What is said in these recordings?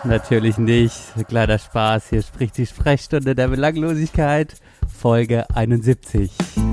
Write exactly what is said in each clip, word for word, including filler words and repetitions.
Natürlich nicht. Kleiner Spaß. Hier spricht die Sprechstunde der Belanglosigkeit. Folge einundsiebzig.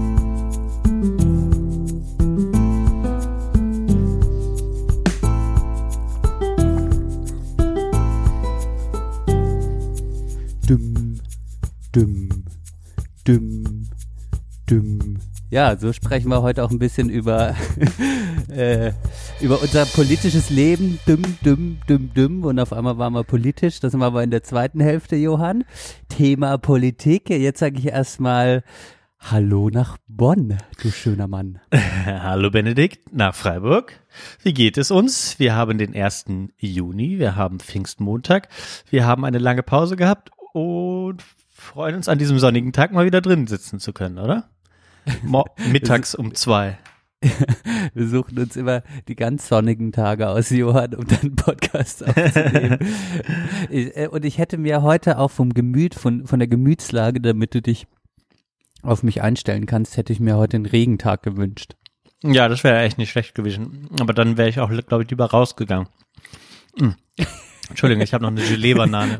Düm, düm, düm, düm. Ja, so sprechen wir heute auch ein bisschen über, äh, über unser politisches Leben. Düm, düm, düm, düm. Und auf einmal waren wir politisch. Das sind wir aber in der zweiten Hälfte, Johann. Thema Politik. Jetzt sage ich erstmal Hallo nach Bonn, du schöner Mann. Hallo Benedikt, nach Freiburg. Wie geht es uns? Wir haben den ersten Juni, wir haben Pfingstmontag, wir haben eine lange Pause gehabt und freuen uns an diesem sonnigen Tag mal wieder drin sitzen zu können, oder? Mo- mittags um zwei. Wir suchen uns immer die ganz sonnigen Tage aus, Johann, um dann einen Podcast aufzunehmen. ich, äh, und ich hätte mir heute auch vom Gemüt, von, von der Gemütslage, damit du dich auf mich einstellen kannst, hätte ich mir heute einen Regentag gewünscht. Ja, das wäre echt nicht schlecht gewesen. Aber dann wäre ich auch, glaube ich, lieber rausgegangen. Hm. Entschuldigung, ich habe noch eine Gelee-Banane.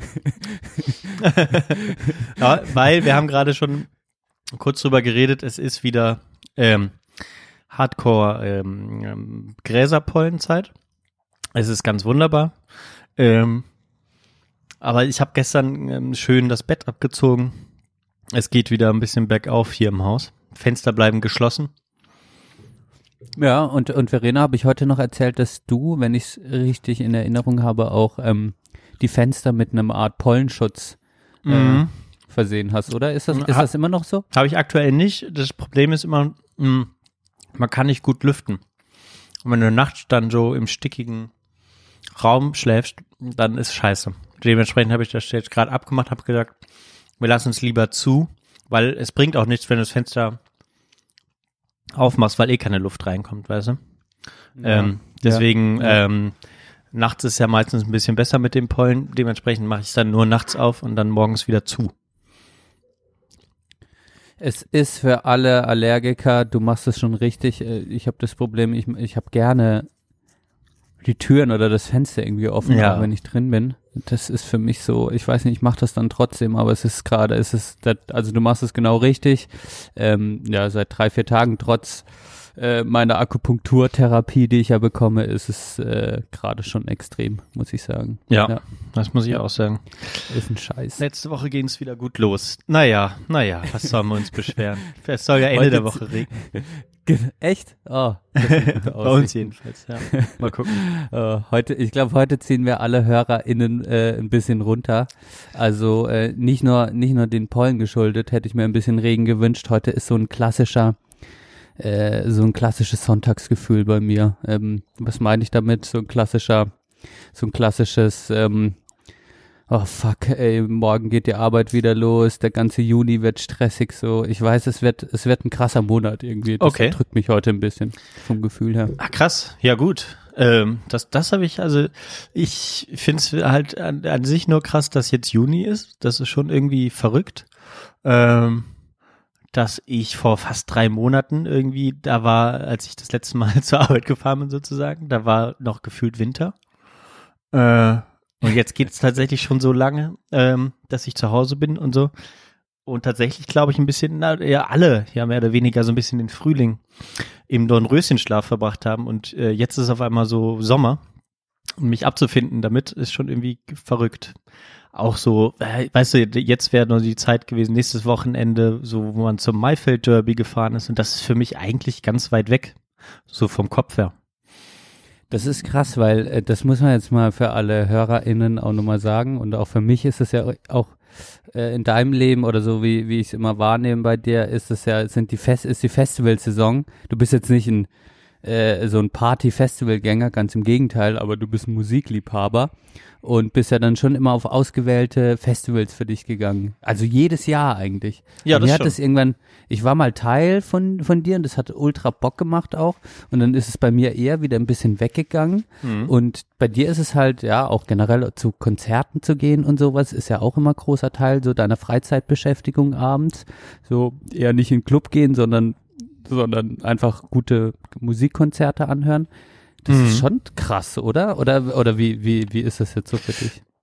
Ja, weil wir haben gerade schon kurz drüber geredet, es ist wieder ähm, Hardcore ähm, ähm, Gräserpollenzeit. Es ist ganz wunderbar. Ähm, aber ich habe gestern ähm, schön das Bett abgezogen. Es geht wieder ein bisschen bergauf hier im Haus. Fenster bleiben geschlossen. Ja, und, und Verena habe ich heute noch erzählt, dass du, wenn ich es richtig in Erinnerung habe, auch ähm, die Fenster mit einem Art Pollenschutz äh, mhm. versehen hast, oder? Ist das, ist ha- das immer noch so? Habe ich aktuell nicht. Das Problem ist immer, mh, man kann nicht gut lüften. Und wenn du nachts dann so im stickigen Raum schläfst, dann ist scheiße. Dementsprechend habe ich das jetzt gerade abgemacht, habe gesagt, wir lassen es lieber zu, weil es bringt auch nichts, wenn du das Fenster aufmachst, weil eh keine Luft reinkommt, weißt du? Ja, ähm, deswegen, ja. ähm, nachts ist ja meistens ein bisschen besser mit dem Pollen, dementsprechend mache ich es dann nur nachts auf und dann morgens wieder zu. Es ist für alle Allergiker, du machst es schon richtig, ich habe das Problem, ich, ich habe gerne die Türen oder das Fenster irgendwie offen, ja. auch wenn ich drin bin. Das ist für mich so, ich weiß nicht, ich mache das dann trotzdem, aber es ist gerade, es ist, das, also du machst es genau richtig. Ähm, ja, seit drei, vier Tagen trotz äh, meiner Akupunkturtherapie, die ich ja bekomme, ist es äh, gerade schon extrem, muss ich sagen. Ja, ja. das muss ich ja. auch sagen. Ist ein Scheiß. Letzte Woche ging es wieder gut los. Naja, naja, was sollen wir uns beschweren? Es soll ja Ende Heute der Woche regnen. Echt? Oh, bei uns jedenfalls, ja. Mal gucken. Uh, heute, ich glaube, heute ziehen wir alle HörerInnen äh, ein bisschen runter. Also äh, nicht nur nicht nur den Pollen geschuldet, hätte ich mir ein bisschen Regen gewünscht. Heute ist so ein klassischer, äh, so ein klassisches Sonntagsgefühl bei mir. Ähm, was meine ich damit? So ein klassischer, so ein klassisches ähm, oh fuck, ey, morgen geht die Arbeit wieder los, der ganze Juni wird stressig so. Ich weiß, es wird es wird ein krasser Monat irgendwie. Das okay. drückt mich heute ein bisschen vom Gefühl her. Ah, krass. Ja, gut. Ähm, das das habe ich, also ich finde es halt an, an sich nur krass, dass jetzt Juni ist. Das ist schon irgendwie verrückt. Ähm, dass ich vor fast drei Monaten irgendwie, da war, als ich das letzte Mal zur Arbeit gefahren bin sozusagen, da war noch gefühlt Winter. Äh, Und jetzt geht es tatsächlich schon so lange, ähm, dass ich zu Hause bin und so. Und tatsächlich glaube ich ein bisschen, na, ja alle, ja mehr oder weniger so ein bisschen den Frühling im Dornröschenschlaf verbracht haben. Und äh, jetzt ist auf einmal so Sommer. Und mich abzufinden damit ist schon irgendwie verrückt. Auch so, äh, weißt du, jetzt wäre noch die Zeit gewesen, nächstes Wochenende, so wo man zum Maifeld-Derby gefahren ist. Und das ist für mich eigentlich ganz weit weg, so vom Kopf her. Das ist krass, weil äh, das muss man jetzt mal für alle HörerInnen auch nochmal sagen und auch für mich ist es ja auch äh, in deinem Leben oder so, wie wie ich es immer wahrnehme bei dir, ist es ja, sind die Fest ist die Festivalsaison. Du bist jetzt nicht ein äh, so ein Party-Festivalgänger, ganz im Gegenteil, aber du bist ein Musikliebhaber und bist ja dann schon immer auf ausgewählte Festivals für dich gegangen. Also jedes Jahr eigentlich. Ja, und das mir schon. hat das irgendwann, ich war mal Teil von von dir und das hat ultra Bock gemacht auch und dann ist es bei mir eher wieder ein bisschen weggegangen mhm. und bei dir ist es halt, ja, auch generell zu Konzerten zu gehen und sowas ist ja auch immer großer Teil so deiner Freizeitbeschäftigung abends. So eher nicht in den Club gehen, sondern sondern einfach gute Musikkonzerte anhören. Das mhm. ist schon krass, oder? Oder oder wie wie wie ist das jetzt so für dich?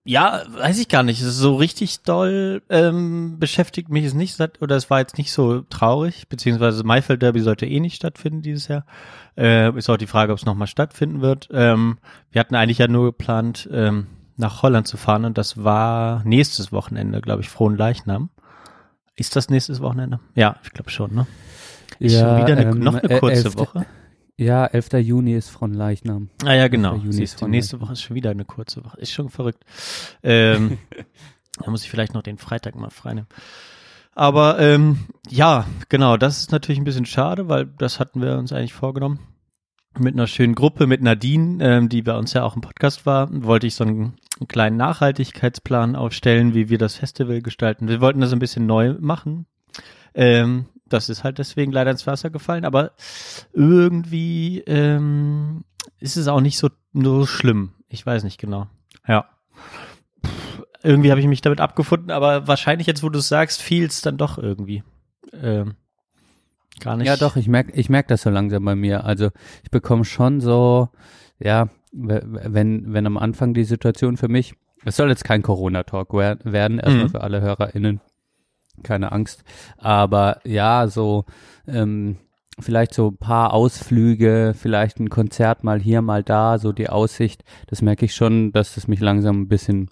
Ja, weiß ich gar nicht. So richtig doll ähm, beschäftigt mich es nicht, oder es war jetzt nicht so traurig, beziehungsweise Maifeld Derby sollte eh nicht stattfinden dieses Jahr. Äh, ist auch die Frage, ob es nochmal stattfinden wird. Ähm, wir hatten eigentlich ja nur geplant, ähm, nach Holland zu fahren und das war nächstes Wochenende, glaube ich, Fronleichnam. Ist das nächstes Wochenende? Ja, ich glaube schon, ne? Ist ja, schon wieder eine, ähm, noch eine kurze elfte Woche. Ja, elfter Juni ist Fronleichnam. Ah ja, genau. Juni Siehst ist du, von nächste Woche ist schon wieder eine kurze Woche. Ist schon verrückt. Ähm, da muss ich vielleicht noch den Freitag mal freinehmen. Aber ähm, ja, genau, das ist natürlich ein bisschen schade, weil das hatten wir uns eigentlich vorgenommen. Mit einer schönen Gruppe, mit Nadine, ähm, die bei uns ja auch im Podcast war, wollte ich so einen, einen kleinen Nachhaltigkeitsplan aufstellen, wie wir das Festival gestalten. Wir wollten das ein bisschen neu machen. Ähm, Das ist halt deswegen leider ins Wasser gefallen, aber irgendwie ähm, ist es auch nicht so, so schlimm. Ich weiß nicht genau. Ja. Pff, irgendwie habe ich mich damit abgefunden, aber wahrscheinlich jetzt, wo du es sagst, fiel es dann doch irgendwie. Ähm, gar nicht. Ja, doch, ich merke ich merk das so langsam bei mir. Also ich bekomme schon so, ja, wenn, wenn am Anfang die Situation für mich, es soll jetzt kein Corona-Talk werden, erstmal Mhm. für alle HörerInnen. Keine Angst, aber ja, so ähm, vielleicht so ein paar Ausflüge, vielleicht ein Konzert mal hier, mal da, so die Aussicht, das merke ich schon, dass das mich langsam ein bisschen,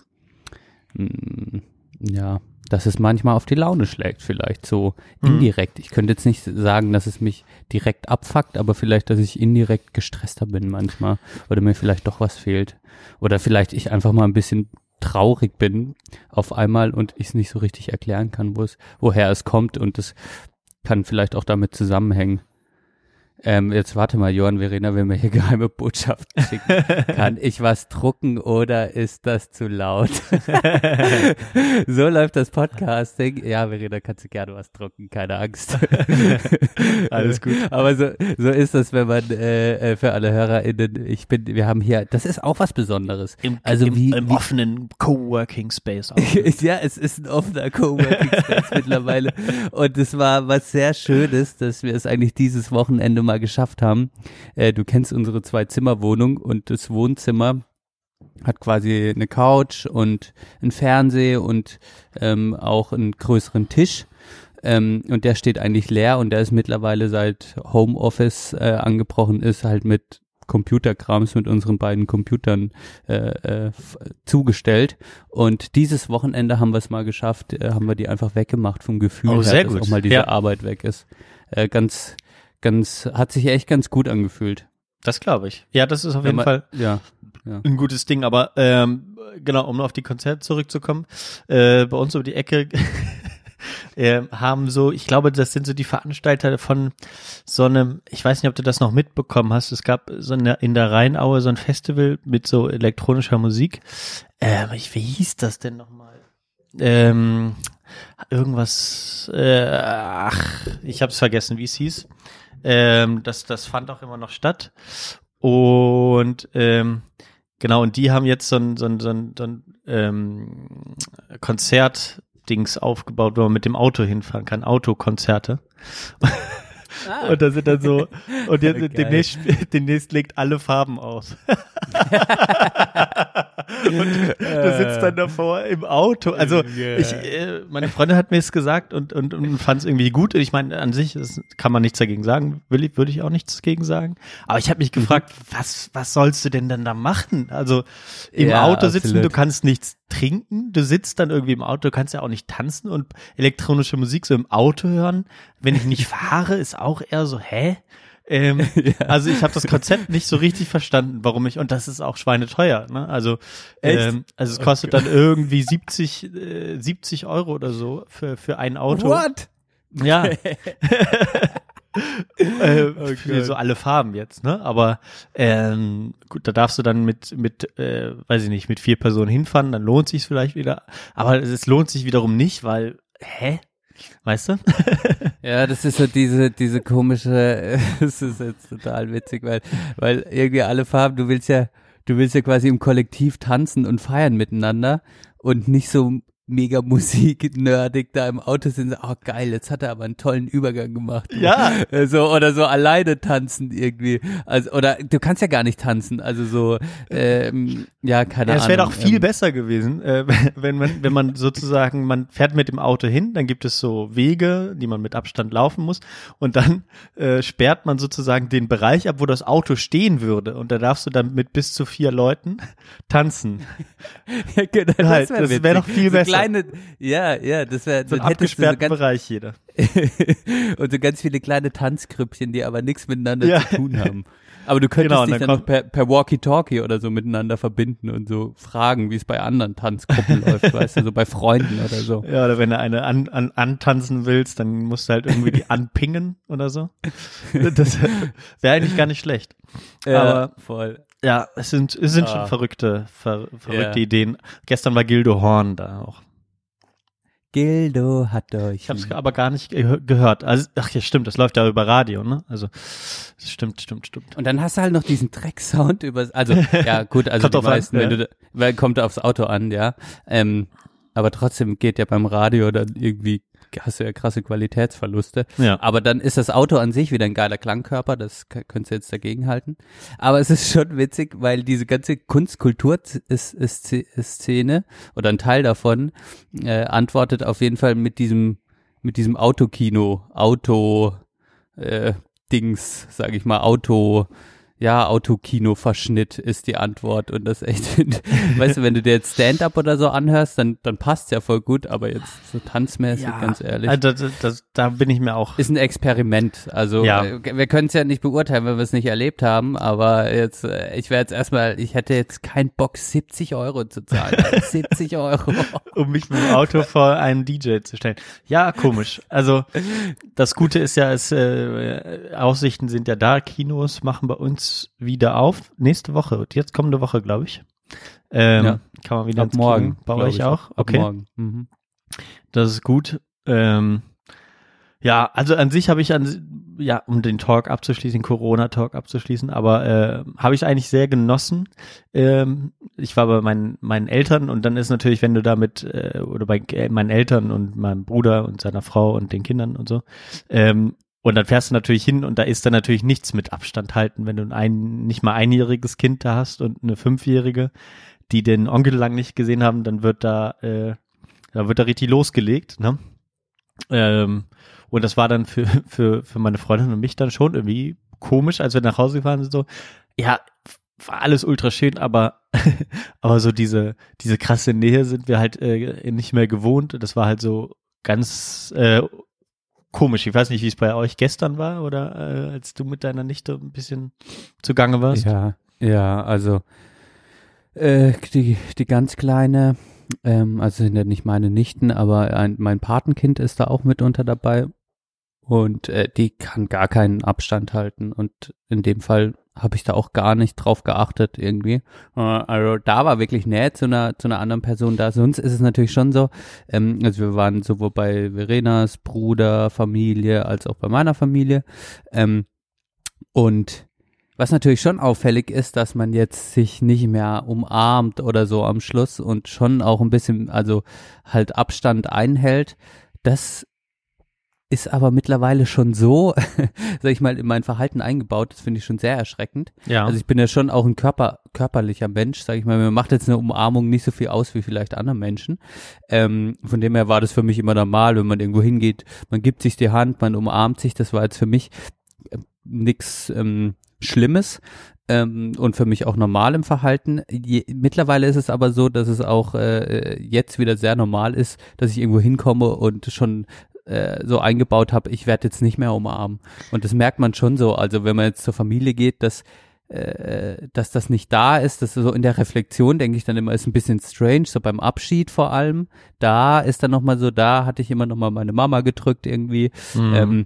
mh, ja, dass es manchmal auf die Laune schlägt, vielleicht so Mhm. indirekt. Ich könnte jetzt nicht sagen, dass es mich direkt abfuckt, aber vielleicht, dass ich indirekt gestresster bin manchmal oder mir vielleicht doch was fehlt oder vielleicht ich einfach mal ein bisschen traurig bin auf einmal und ich es nicht so richtig erklären kann, wo es, woher es kommt und das kann vielleicht auch damit zusammenhängen. Ähm, jetzt warte mal, Johann Verena will mir hier geheime Botschaften schicken. Kann ich was drucken oder ist das zu laut? So läuft das Podcasting. Ja, Verena, kannst du gerne was drucken, keine Angst. Alles gut. Aber so, so ist das, wenn man äh, für alle HörerInnen, ich bin, wir haben hier, das ist auch was Besonderes. Im, Also im, wie, im wie offenen Coworking Space auch. ja, es ist ein offener Coworking Space mittlerweile. Und es war was sehr Schönes, dass wir es eigentlich dieses Wochenende mal geschafft haben. Äh, du kennst unsere Zwei-Zimmer-Wohnung und das Wohnzimmer hat quasi eine Couch und ein Fernseher und ähm, auch einen größeren Tisch. Ähm, und der steht eigentlich leer und der ist mittlerweile seit Homeoffice äh, angebrochen ist, halt mit Computerkrams mit unseren beiden Computern äh, äh, f- zugestellt. Und dieses Wochenende haben wir es mal geschafft, äh, haben wir die einfach weggemacht vom Gefühl Oh, her, sehr dass gut. auch mal diese Ja. Arbeit weg ist. Äh, ganz, ganz, hat sich echt ganz gut angefühlt. Das glaube ich. Ja, das ist auf Wenn jeden man- Fall Ja, ja. ein gutes Ding, aber ähm, genau, um auf die Konzerte zurückzukommen, äh, bei uns um die Ecke äh, haben so, ich glaube, das sind so die Veranstalter von so einem, ich weiß nicht, ob du das noch mitbekommen hast, es gab so eine, in der Rheinaue so ein Festival mit so elektronischer Musik. Ähm, ich, wie hieß das denn nochmal? Ähm, irgendwas, äh, ach, ich habe es vergessen, wie es hieß. Ähm, das, das fand auch immer noch statt. Und ähm, genau, und die haben jetzt so ein, so ein, so ein, so ein ähm, Konzertdings aufgebaut, wo man mit dem Auto hinfahren kann, Autokonzerte. Ah. Und da sind dann so, und jetzt, Geil. demnächst, demnächst legt alle Farben aus. Und du sitzt dann davor im Auto. Also ich, äh, meine Freundin hat mir es gesagt und, und, und fand es irgendwie gut. Und ich meine, an sich ist, kann man nichts dagegen sagen. Will ich, würde ich auch nichts dagegen sagen. Aber ich habe mich gefragt, was, was sollst du denn dann da machen? Also im Ja, Auto sitzen, absolut. du kannst nichts trinken, du sitzt dann irgendwie im Auto, du kannst ja auch nicht tanzen und elektronische Musik so im Auto hören. Wenn ich nicht fahre, ist auch eher so, hä? Ähm, Also ich habe das Konzept nicht so richtig verstanden, warum ich, und das ist auch schweineteuer, ne? Also, Echt? ähm, also es kostet dann irgendwie siebzig, äh, siebzig Euro oder so für, für ein Auto. What? Ja. äh, Oh für Gott. so alle Farben jetzt, ne? Aber ähm, gut, da darfst du dann mit, mit, äh, weiß ich nicht, mit vier Personen hinfahren, dann lohnt sich's vielleicht wieder. Aber es lohnt sich wiederum nicht, weil, hä? Weißt du? Ja, das ist so diese, diese komische, das ist jetzt total witzig, weil, weil irgendwie alle Farben, du willst ja, du willst ja quasi im Kollektiv tanzen und feiern miteinander und nicht so mega Musik-nerdig da im Auto sind, so, oh geil, jetzt hat er aber einen tollen Übergang gemacht. Ja. So, oder so alleine tanzen irgendwie. Also, oder du kannst ja gar nicht tanzen, also so, ähm, ja, keine ja, Ahnung. Es wäre doch viel ähm, besser gewesen, äh, wenn man, wenn man sozusagen, man fährt mit dem Auto hin, dann gibt es so Wege, die man mit Abstand laufen muss und dann äh, sperrt man sozusagen den Bereich ab, wo das Auto stehen würde und da darfst du dann mit bis zu vier Leuten tanzen. Ja, genau, das halt, wäre das wär doch viel so besser. Kleine, ja, ja, das wäre So ein abgesperrten so Bereich jeder. und so ganz viele kleine Tanzgrüppchen, die aber nichts miteinander Ja. zu tun haben. Aber du könntest Genau, und dich dann dann noch per, per Walkie-Talkie oder so miteinander verbinden und so fragen, wie es bei anderen Tanzgruppen läuft, weißt du, so bei Freunden oder so. Ja, oder wenn du eine an, an, antanzen willst, dann musst du halt irgendwie die anpingen oder so. Das wäre eigentlich gar nicht schlecht. Ja, Aber voll. ja, es sind, es sind Ah. schon verrückte, ver, verrückte Ja. Ideen. Gestern war Gildo Horn da auch. Gildo hat euch. Ich habe es aber gar nicht ge gehört. Also, ach ja, stimmt, das läuft ja über Radio, ne? Also, das stimmt, stimmt, stimmt. Und dann hast du halt noch diesen Drecksound über, also, ja, gut, also Kommt die drauf an, meisten, wenn ja. du, da- weil kommt aufs Auto an, ja. Ähm, aber trotzdem geht ja beim Radio dann irgendwie, hast du ja krasse Qualitätsverluste. Ja. Aber dann ist das Auto an sich wieder ein geiler Klangkörper, das k- könntest du jetzt dagegen halten. Aber es ist schon witzig, weil diese ganze Kunstkultur-Szene oder ein Teil davon äh, antwortet auf jeden Fall mit diesem, mit diesem Autokino, Auto, äh, Dings, sag ich mal, Auto, ja, Autokino-Verschnitt ist die Antwort und das echt, weißt du, wenn du dir jetzt Stand-Up oder so anhörst, dann, dann passt's ja voll gut, aber jetzt so tanzmäßig, ganz ehrlich. Also, das, das, da bin ich mir auch. Ist ein Experiment, also Ja. äh, wir können es ja nicht beurteilen, wenn wir es nicht erlebt haben, aber jetzt, äh, ich wäre jetzt erstmal, ich hätte jetzt keinen Bock, siebzig Euro zu zahlen, siebzig Euro. Um mich mit dem Auto vor einen D J zu stellen. Ja, komisch. Also das Gute ist ja, es äh, Aussichten sind ja da. Kinos machen bei uns wieder auf. Nächste Woche, jetzt kommende Woche, glaube ich. Ähm, Ja. Kann man wieder Ab ins Kino. morgen, Bei glaub euch ich, auch? ab Okay, morgen. Mhm. das ist gut. Ähm, ja, also an sich habe ich an, ja, um den Talk abzuschließen, Corona-Talk abzuschließen, aber äh, habe ich eigentlich sehr genossen. Ähm, ich war bei meinen, meinen Eltern und dann ist natürlich, wenn du da mit, äh, oder bei äh, meinen Eltern und meinem Bruder und seiner Frau und den Kindern und so, ähm, und dann fährst du natürlich hin und da ist dann natürlich nichts mit Abstand halten, wenn du ein, ein nicht mal einjähriges Kind da hast und eine Fünfjährige, die den Onkel lang nicht gesehen haben, dann wird da, äh, da wird da richtig losgelegt, ne? Ähm, und das war dann für, für, für meine Freundin und mich dann schon irgendwie komisch, als wir nach Hause gefahren sind, so, ja, war alles ultra schön, aber, aber so diese, diese krasse Nähe sind wir halt äh, nicht mehr gewohnt. Das war halt so ganz äh, komisch. Ich weiß nicht, wie es bei euch gestern war oder äh, als du mit deiner Nichte ein bisschen zugange warst. Ja, ja, also äh, die, die ganz kleine, ähm, also sind ja nicht meine Nichten, aber ein, mein Patenkind ist da auch mitunter dabei und äh, die kann gar keinen Abstand halten und in dem Fall habe ich da auch gar nicht drauf geachtet irgendwie. Äh, also da war wirklich Nähe zu einer, zu einer anderen Person da. Sonst ist es natürlich schon so, ähm, also wir waren sowohl bei Verenas Bruder, Familie, als auch bei meiner Familie. Ähm, und was natürlich schon auffällig ist, dass man jetzt sich nicht mehr umarmt oder so am Schluss und schon auch ein bisschen, also halt Abstand einhält. Das ist aber mittlerweile schon so, sag ich mal, in mein Verhalten eingebaut. Das finde ich schon sehr erschreckend. Ja. Also ich bin ja schon auch ein Körper, körperlicher Mensch, sag ich mal. Mir macht jetzt eine Umarmung nicht so viel aus wie vielleicht andere Menschen. Ähm, von dem her war das für mich immer normal, wenn man irgendwo hingeht, man gibt sich die Hand, man umarmt sich. Das war jetzt für mich äh, nix ähm, Schlimmes. Ähm, und für mich auch normal im Verhalten. Je, mittlerweile ist es aber so, dass es auch äh, jetzt wieder sehr normal ist, dass ich irgendwo hinkomme und schon äh, so eingebaut habe, ich werde jetzt nicht mehr umarmen. Und das merkt man schon so, also wenn man jetzt zur Familie geht, dass äh, dass das nicht da ist, das ist so in der Reflexion, denke ich dann immer, ist ein bisschen strange, so beim Abschied vor allem, da ist dann nochmal so, da hatte ich immer nochmal meine Mama gedrückt irgendwie. Mhm. Ähm,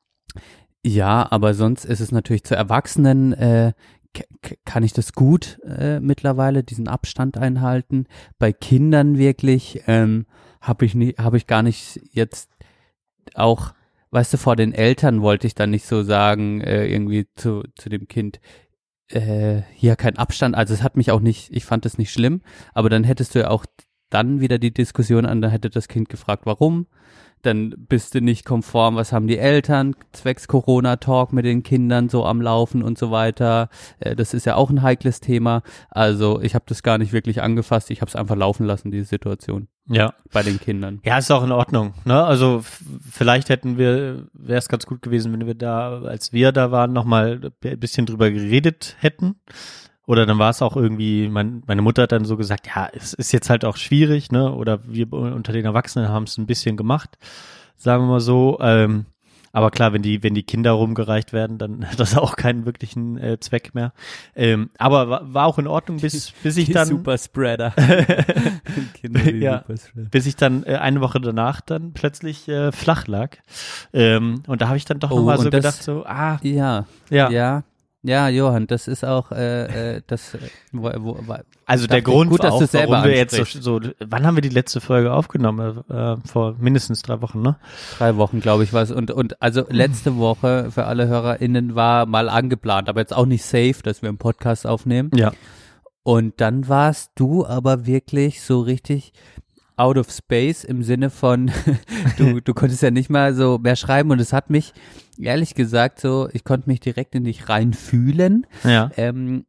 ja, aber sonst ist es natürlich zu Erwachsenen, äh, k- kann ich das gut äh, mittlerweile, diesen Abstand einhalten. Bei Kindern wirklich ähm, habe ich nicht, habe ich gar nicht jetzt auch, weißt du, vor den Eltern wollte ich dann nicht so sagen, äh, irgendwie zu, zu dem Kind, äh, hier kein Abstand, also es hat mich auch nicht, ich fand es nicht schlimm, aber dann hättest du ja auch dann wieder die Diskussion an, da hätte das Kind gefragt, warum. Dann bist du nicht konform, was haben die Eltern, zwecks Corona-Talk mit den Kindern so am Laufen und so weiter. Äh, das ist ja auch ein heikles Thema. Also ich habe das gar nicht wirklich angefasst, ich habe es einfach laufen lassen, diese Situation. Ja. Bei den Kindern. Ja, ist auch in Ordnung. Ne? Also f- vielleicht hätten wir, wäre es ganz gut gewesen, wenn wir da, als wir da waren, nochmal ein bisschen drüber geredet hätten. Oder dann war es auch irgendwie, mein, meine Mutter hat dann so gesagt, ja, es ist jetzt halt auch schwierig, ne? Oder wir unter den Erwachsenen haben es ein bisschen gemacht, sagen wir mal so. Ähm, aber klar, wenn die, wenn die Kinder rumgereicht werden, dann hat das auch keinen wirklichen äh, Zweck mehr. Ähm, aber war, war auch in Ordnung, bis, bis ich die dann Superspreader. Kinder, die ja, Superspreader. bis ich dann äh, eine Woche danach dann plötzlich äh, flach lag. Ähm, und da habe ich dann doch Oh, nochmal so und das- gedacht, so, ah, Ja, ja. ja. Ja, Johann, das ist auch äh, äh, das. Äh, wo, wo, wo, Also dachte der Grund ich, gut, dass auch, du es selber warum wir jetzt so, ansprichst. so, wann haben wir die letzte Folge aufgenommen? Äh, vor mindestens drei Wochen, ne? Drei Wochen, glaube ich, was. Und und also letzte Woche für alle HörerInnen war mal angeplant, aber jetzt auch nicht safe, dass wir einen Podcast aufnehmen. Ja. Und dann warst du aber wirklich so richtig out of space im Sinne von, du, du konntest ja nicht mal so mehr schreiben und es hat mich, ehrlich gesagt, so, ich konnte mich direkt in dich reinfühlen, Ja. ähm,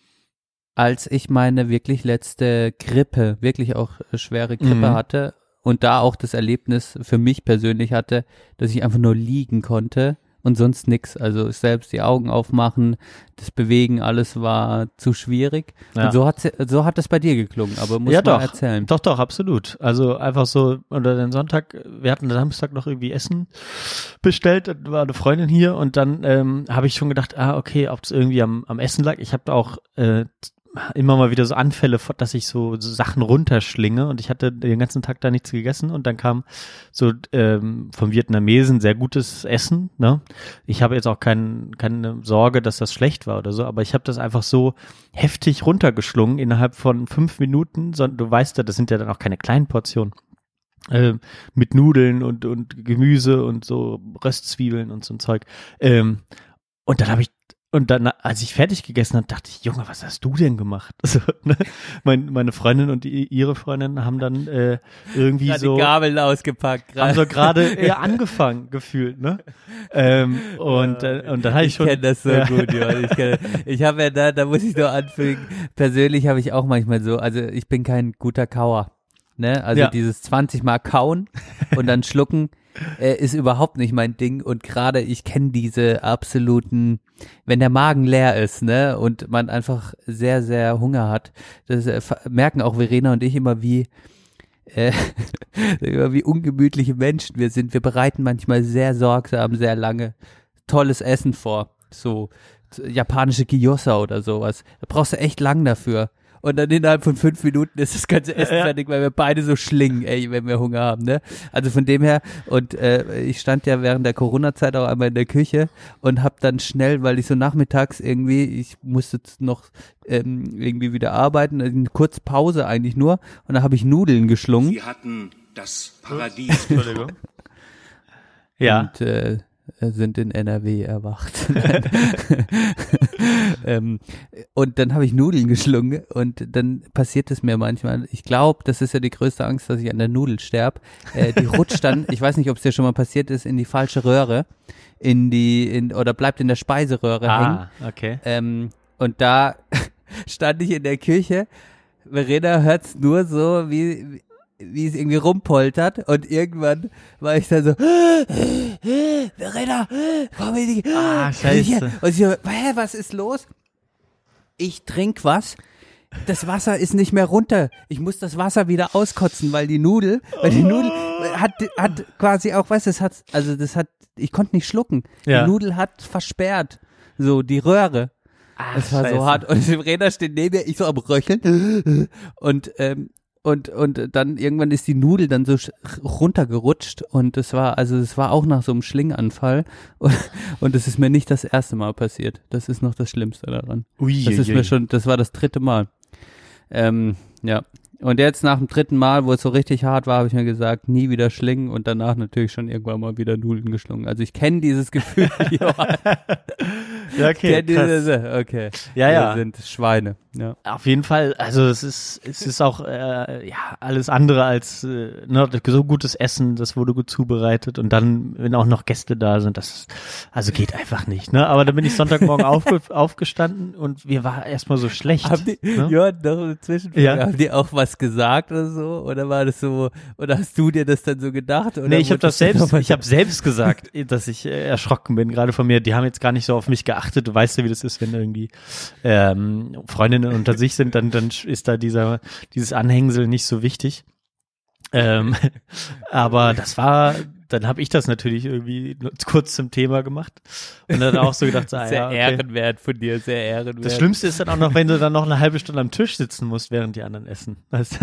als ich meine wirklich letzte Grippe, wirklich auch äh, schwere Grippe Mhm. hatte und da auch das Erlebnis für mich persönlich hatte, dass ich einfach nur liegen konnte und sonst nix. Also selbst die Augen aufmachen, das Bewegen, alles war zu schwierig. Ja. Und so hat so hat das bei dir geklungen, aber muss Ja, mal doch. erzählen. Doch, doch, absolut. Also einfach so unter den Sonntag, wir hatten Samstag noch irgendwie Essen bestellt, da war eine Freundin hier und dann ähm, habe ich schon gedacht, ah, okay, ob es irgendwie am, am Essen lag. Ich habe auch äh, immer mal wieder so Anfälle, dass ich so, so Sachen runterschlinge und ich hatte den ganzen Tag da nichts gegessen und dann kam so ähm, vom Vietnamesen sehr gutes Essen, ne? Ich habe jetzt auch kein, keine Sorge, dass das schlecht war oder so, aber ich habe das einfach so heftig runtergeschlungen innerhalb von fünf Minuten, sondern du weißt ja, das sind ja dann auch keine kleinen Portionen. Ähm, mit Nudeln und, und Gemüse und so Röstzwiebeln und so ein Zeug. Ähm, und dann habe ich Und dann, als ich fertig gegessen habe, dachte ich, Junge, was hast du denn gemacht? Also, ne? mein, meine Freundin und die, ihre Freundin haben dann äh, irgendwie Gerade so die Gabeln ausgepackt. haben Grad. so gerade eher angefangen gefühlt, ne? Ähm, und, äh, und dann habe ich Ich schon. kenne das so ja. gut, Johann. Ich, kenn, ich habe ja da, da muss ich nur anfügen, persönlich habe ich auch manchmal so, also ich bin kein guter Kauer. Ne? Also Ja. dieses zwanzig Mal kauen und dann schlucken äh, ist überhaupt nicht mein Ding. Und gerade ich kenne diese absoluten, wenn der Magen leer ist, ne, und man einfach sehr, sehr Hunger hat, das äh, ver- merken auch Verena und ich immer, wie äh, immer wie ungemütliche Menschen wir sind. Wir bereiten manchmal sehr sorgsam, sehr lange tolles Essen vor. So so japanische Gyoza oder sowas. Da brauchst du echt lang dafür. Und dann innerhalb von fünf Minuten ist das ganze Essen Ja. fertig, weil wir beide so schlingen, ey, wenn wir Hunger haben, ne? Also von dem her, und äh, ich stand ja während der Corona-Zeit auch einmal in der Küche und hab dann schnell, weil ich so nachmittags irgendwie, ich musste jetzt noch ähm, irgendwie wieder arbeiten, eine kurze Pause eigentlich nur, und da habe ich Nudeln geschlungen. Sie hatten das Paradies. Entschuldigung. Ja. Und äh, sind in N R W erwacht. ähm, und dann habe ich Nudeln geschlungen und dann passiert es mir manchmal, ich glaube, das ist ja die größte Angst, dass ich an der Nudel sterbe, äh, die rutscht dann, ich weiß nicht, ob es dir schon mal passiert ist, in die falsche Röhre, in die, in, oder bleibt in der Speiseröhre hängen. Ah, okay. Ähm, und da stand ich in der Küche, Verena hört's nur so, wie, wie es irgendwie rumpoltert, und irgendwann war ich dann so, Verena, komm in die, Ah, scheiße. und sie so, hä, was ist los? Ich trink was, das Wasser ist nicht mehr runter, ich muss das Wasser wieder auskotzen, weil die Nudel, weil die Nudel hat, hat quasi auch, weißt du, das hat, also das hat, ich konnte nicht schlucken, Ja. die Nudel hat versperrt, so die Röhre. Ah, Das war scheiße. so hart. Und Verena steht neben mir, ich so am Röcheln. Und, ähm, und, und dann irgendwann ist die Nudel dann so sch- runtergerutscht. Und das war, also es war auch nach so einem Schlinganfall. Und, und das ist mir nicht das erste Mal passiert. Das ist noch das Schlimmste daran. Ui, Das ist ui, mir ui. schon, das war das dritte Mal. Ähm, ja. Und jetzt nach dem dritten Mal, wo es so richtig hart war, habe ich mir gesagt, nie wieder schlingen, und danach natürlich schon irgendwann mal wieder Nudeln geschlungen. Also ich kenne dieses Gefühl. Johann. Ja, okay, Kennt krass. dieses, okay. Ja, ja. Wir sind Schweine. Ja. Auf jeden Fall, also es ist, es ist auch äh, ja alles andere als äh, ne, so gutes Essen, das wurde gut zubereitet und dann, wenn auch noch Gäste da sind, das also geht einfach nicht, ne? Aber dann bin ich Sonntagmorgen aufge, aufgestanden und mir war erstmal so schlecht. Haben die, ne? ja, noch eine Zwischenfrage. Ja. Haben die auch was gesagt oder so? Oder war das so, oder hast du dir das dann so gedacht? Oder Nee, ich habe das wurdest du selbst, nochmal- ich habe selbst gesagt, dass ich äh, erschrocken bin, gerade von mir. Die haben jetzt gar nicht so auf mich geachtet. Du weißt ja, wie das ist, wenn irgendwie ähm, Freundinnen unter sich sind, dann, dann ist da dieser, dieses Anhängsel nicht so wichtig. Ähm, aber das war, dann habe ich das natürlich irgendwie nur kurz zum Thema gemacht und dann auch so gedacht, so, ah, Sehr ja, okay. ehrenwert von dir, sehr ehrenwert. Das Schlimmste ist dann auch noch, wenn du dann noch eine halbe Stunde am Tisch sitzen musst, während die anderen essen. Weißt du?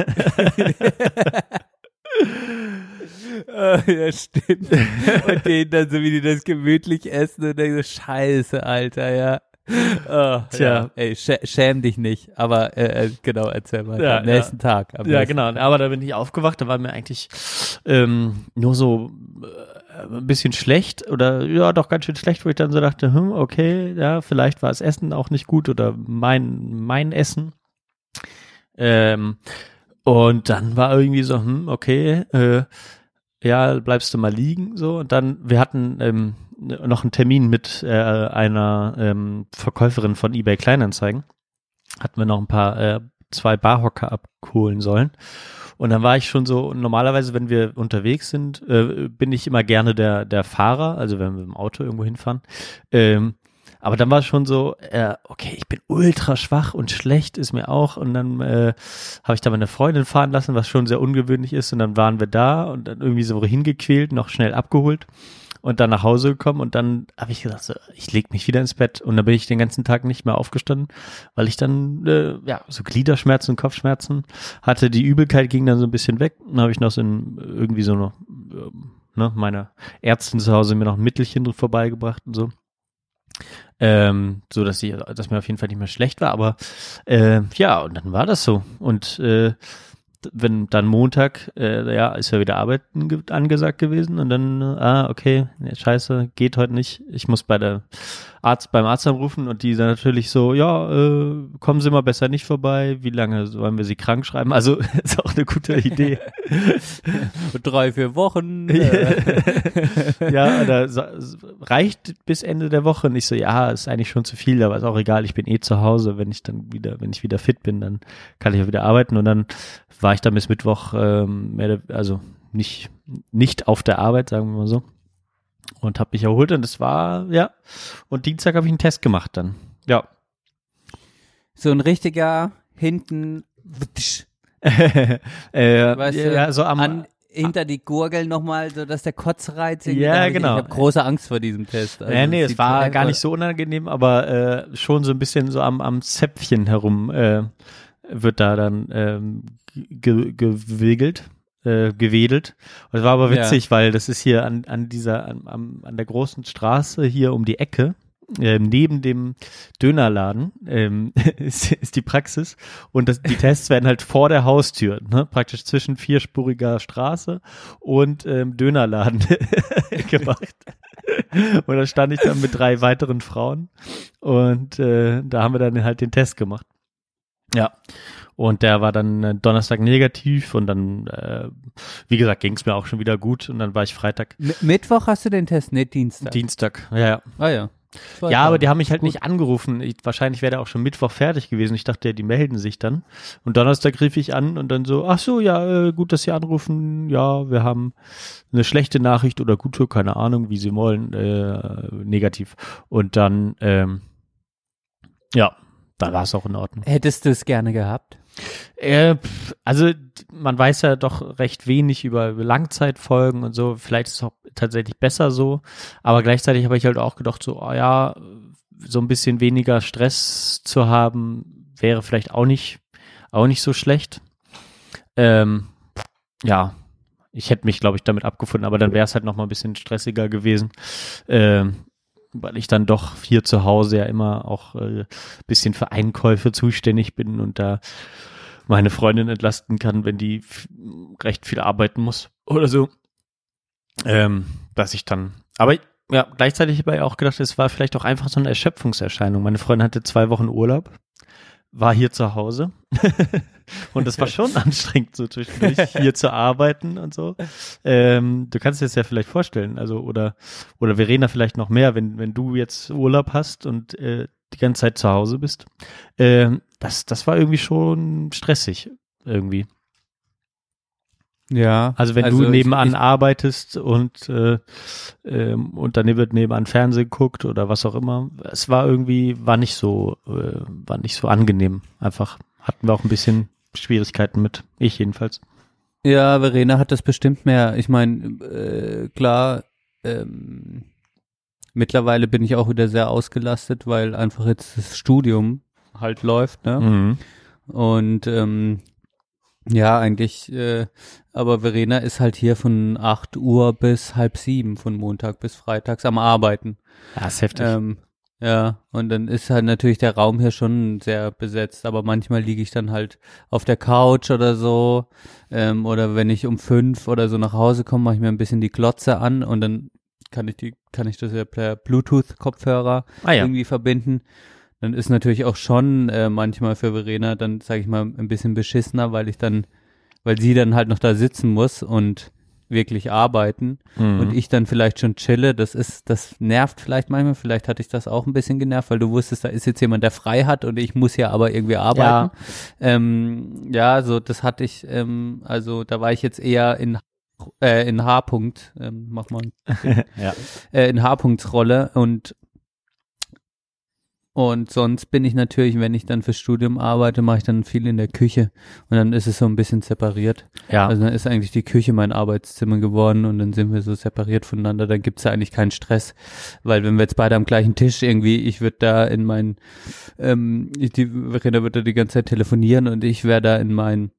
Ah, ja, stimmt. Und denen dann so, wie die das gemütlich essen und denken so, scheiße, Alter, ja. Oh, Tja. Ja. Ey, schä schäm dich nicht, aber äh, äh, genau, erzähl mal. Ja, am nächsten Tag. Am Ja, nächsten genau. Aber da bin ich aufgewacht, da war mir eigentlich ähm, nur so äh, ein bisschen schlecht oder ja, doch ganz schön schlecht, wo ich dann so dachte, hm, okay, ja, vielleicht war das Essen auch nicht gut oder mein, mein Essen. Ähm, und dann war irgendwie so, hm, okay, äh, ja, bleibst du mal liegen, so. Und dann, wir hatten ähm, noch einen Termin mit äh, einer ähm, Verkäuferin von eBay Kleinanzeigen. Hatten wir noch ein paar, äh, zwei Barhocker abholen sollen. Und dann war ich schon so, normalerweise, wenn wir unterwegs sind, äh, bin ich immer gerne der, der Fahrer, also wenn wir im Auto irgendwo hinfahren. Ähm, aber dann war es schon so, äh, okay, ich bin ultra schwach und schlecht ist mir auch. Und dann äh, habe ich da meine Freundin fahren lassen, was schon sehr ungewöhnlich ist. Und dann waren wir da und dann irgendwie so hingequält, noch schnell abgeholt und dann nach Hause gekommen. Und dann habe ich gesagt, so, ich leg mich wieder ins Bett. Und dann bin ich den ganzen Tag nicht mehr aufgestanden, weil ich dann äh, ja so Gliederschmerzen und Kopfschmerzen hatte. Die Übelkeit ging dann so ein bisschen weg. Dann habe ich noch so ein, irgendwie so noch äh, ne, meine Ärztin zu Hause mir noch ein Mittelchen vorbeigebracht und so. Ähm, so dass ich, dass mir auf jeden Fall nicht mehr schlecht war, aber äh, ja, und dann war das so. Und äh, wenn dann Montag, äh, ja, ist ja wieder Arbeiten ge- angesagt gewesen und dann, äh, ah, okay, nee, scheiße, geht heute nicht. Ich muss bei der Arzt, beim Arzt anrufen und die dann natürlich so, ja, äh, kommen Sie mal besser nicht vorbei. Wie lange wollen wir Sie krank schreiben? Also, ist auch eine gute Idee. Drei, vier Wochen. Äh. Ja, oder so, reicht bis Ende der Woche. Und ich so, ja, ist eigentlich schon zu viel, aber ist auch egal, ich bin eh zu Hause. Wenn ich dann wieder, wenn ich wieder fit bin, dann kann ich auch wieder arbeiten. Und dann war ich dann bis Mittwoch, ähm, mehr, also nicht, nicht auf der Arbeit, sagen wir mal so. Und habe mich erholt und das war, ja. Und Dienstag habe ich einen Test gemacht dann. Ja. So ein richtiger hinten, äh, weißt du, ja, so am, an, hinter die Gurgel nochmal, so dass der Kotzreiz irgendwie Ja, da hab ich- genau. Ich habe große Angst vor diesem Test. Also ja, nee, es sieht war einfach- gar nicht so unangenehm, aber äh, schon so ein bisschen so am, am Zäpfchen herum äh, wird da dann ähm, ge gewegelt, äh, gewedelt. Und es war aber witzig, ja. Weil das ist hier an, an dieser, an, an, an der großen Straße hier um die Ecke, ähm, neben dem Dönerladen ähm, ist, ist die Praxis und das, die Tests werden halt vor der Haustür, ne? Praktisch zwischen vierspuriger Straße und ähm, Dönerladen gemacht. Und da stand ich dann mit drei weiteren Frauen und äh, da haben wir dann halt den Test gemacht. Ja, und der war dann äh, Donnerstag negativ und dann, äh, wie gesagt, ging es mir auch schon wieder gut und dann war ich Freitag. M Mittwoch hast du den Test, nicht Dienstag? Dienstag, ja, ja. Ah ja. Ja, aber die haben mich halt gut. nicht angerufen. Ich, wahrscheinlich wäre der auch schon Mittwoch fertig gewesen. Ich dachte, ja, die melden sich dann. Und Donnerstag rief ich an und dann so, ach so, ja, äh, gut, dass Sie anrufen. Ja, wir haben eine schlechte Nachricht oder gute, keine Ahnung, wie Sie wollen, äh, negativ. Und dann, ähm, ja, da war es auch in Ordnung. Hättest du es gerne gehabt? Äh, also man weiß ja doch recht wenig über Langzeitfolgen und so. Vielleicht ist es auch tatsächlich besser so. Aber gleichzeitig habe ich halt auch gedacht, so, oh ja, so ein bisschen weniger Stress zu haben, wäre vielleicht auch nicht, auch nicht so schlecht. Ähm, ja, ich hätte mich, glaube ich, damit abgefunden, aber dann wäre es halt noch mal ein bisschen stressiger gewesen. Ähm, weil ich dann doch hier zu Hause ja immer auch äh, bisschen für Einkäufe zuständig bin und da meine Freundin entlasten kann, wenn die recht viel arbeiten muss oder so. Ähm, dass ich dann, aber ja, gleichzeitig habe ich auch gedacht, es war vielleicht auch einfach so eine Erschöpfungserscheinung. Meine Freundin hatte zwei Wochen Urlaub, war hier zu Hause. Und das war schon anstrengend, so zwischendurch hier zu arbeiten und so. Ähm, du kannst dir das ja vielleicht vorstellen, also oder oder Verena vielleicht noch mehr, wenn wenn du jetzt Urlaub hast und äh, die ganze Zeit zu Hause bist. Ähm, das das war irgendwie schon stressig irgendwie. Ja. Also wenn also du nebenan ich, ich, arbeitest und äh, ähm, und dann wird nebenan Fernsehen geguckt oder was auch immer, es war irgendwie war nicht so äh, war nicht so angenehm. Einfach hatten wir auch ein bisschen Schwierigkeiten mit, ich jedenfalls. Ja, Verena hat das bestimmt mehr. Ich meine, äh, klar, ähm, mittlerweile bin ich auch wieder sehr ausgelastet, weil einfach jetzt das Studium halt läuft, ne? Mhm. Und ähm, ja, eigentlich, äh, aber Verena ist halt hier von acht Uhr bis halb sieben, von Montag bis Freitags am Arbeiten. Ja, ist heftig. Ähm, ja, und dann ist halt natürlich der Raum hier schon sehr besetzt, aber manchmal liege ich dann halt auf der Couch oder so, ähm, oder wenn ich um fünf oder so nach Hause komme, mache ich mir ein bisschen die Glotze an und dann kann ich die, kann ich das ja per Bluetooth-Kopfhörer Ah, ja. irgendwie verbinden. Dann ist natürlich auch schon äh, manchmal für Verena dann, sage ich mal, ein bisschen beschissener, weil ich dann, weil sie dann halt noch da sitzen muss und wirklich arbeiten Mhm. und ich dann vielleicht schon chille, das ist, das nervt vielleicht manchmal, vielleicht hatte ich das auch ein bisschen genervt, weil du wusstest, da ist jetzt jemand, der frei hat und ich muss ja aber irgendwie arbeiten. Ja, ähm, ja so das hatte ich, ähm, also da war ich jetzt eher in äh, in H-Punkt, ähm, mach mal ja. äh, in H-Punkts-Rolle und Und sonst bin ich natürlich, wenn ich dann fürs Studium arbeite, mache ich dann viel in der Küche und dann ist es so ein bisschen separiert. Ja. Also dann ist eigentlich die Küche mein Arbeitszimmer geworden und dann sind wir so separiert voneinander, dann gibt's ja eigentlich keinen Stress, weil wenn wir jetzt beide am gleichen Tisch irgendwie, ich würde da in meinen, ähm, die Verena wird da die ganze Zeit telefonieren und ich wäre da in meinen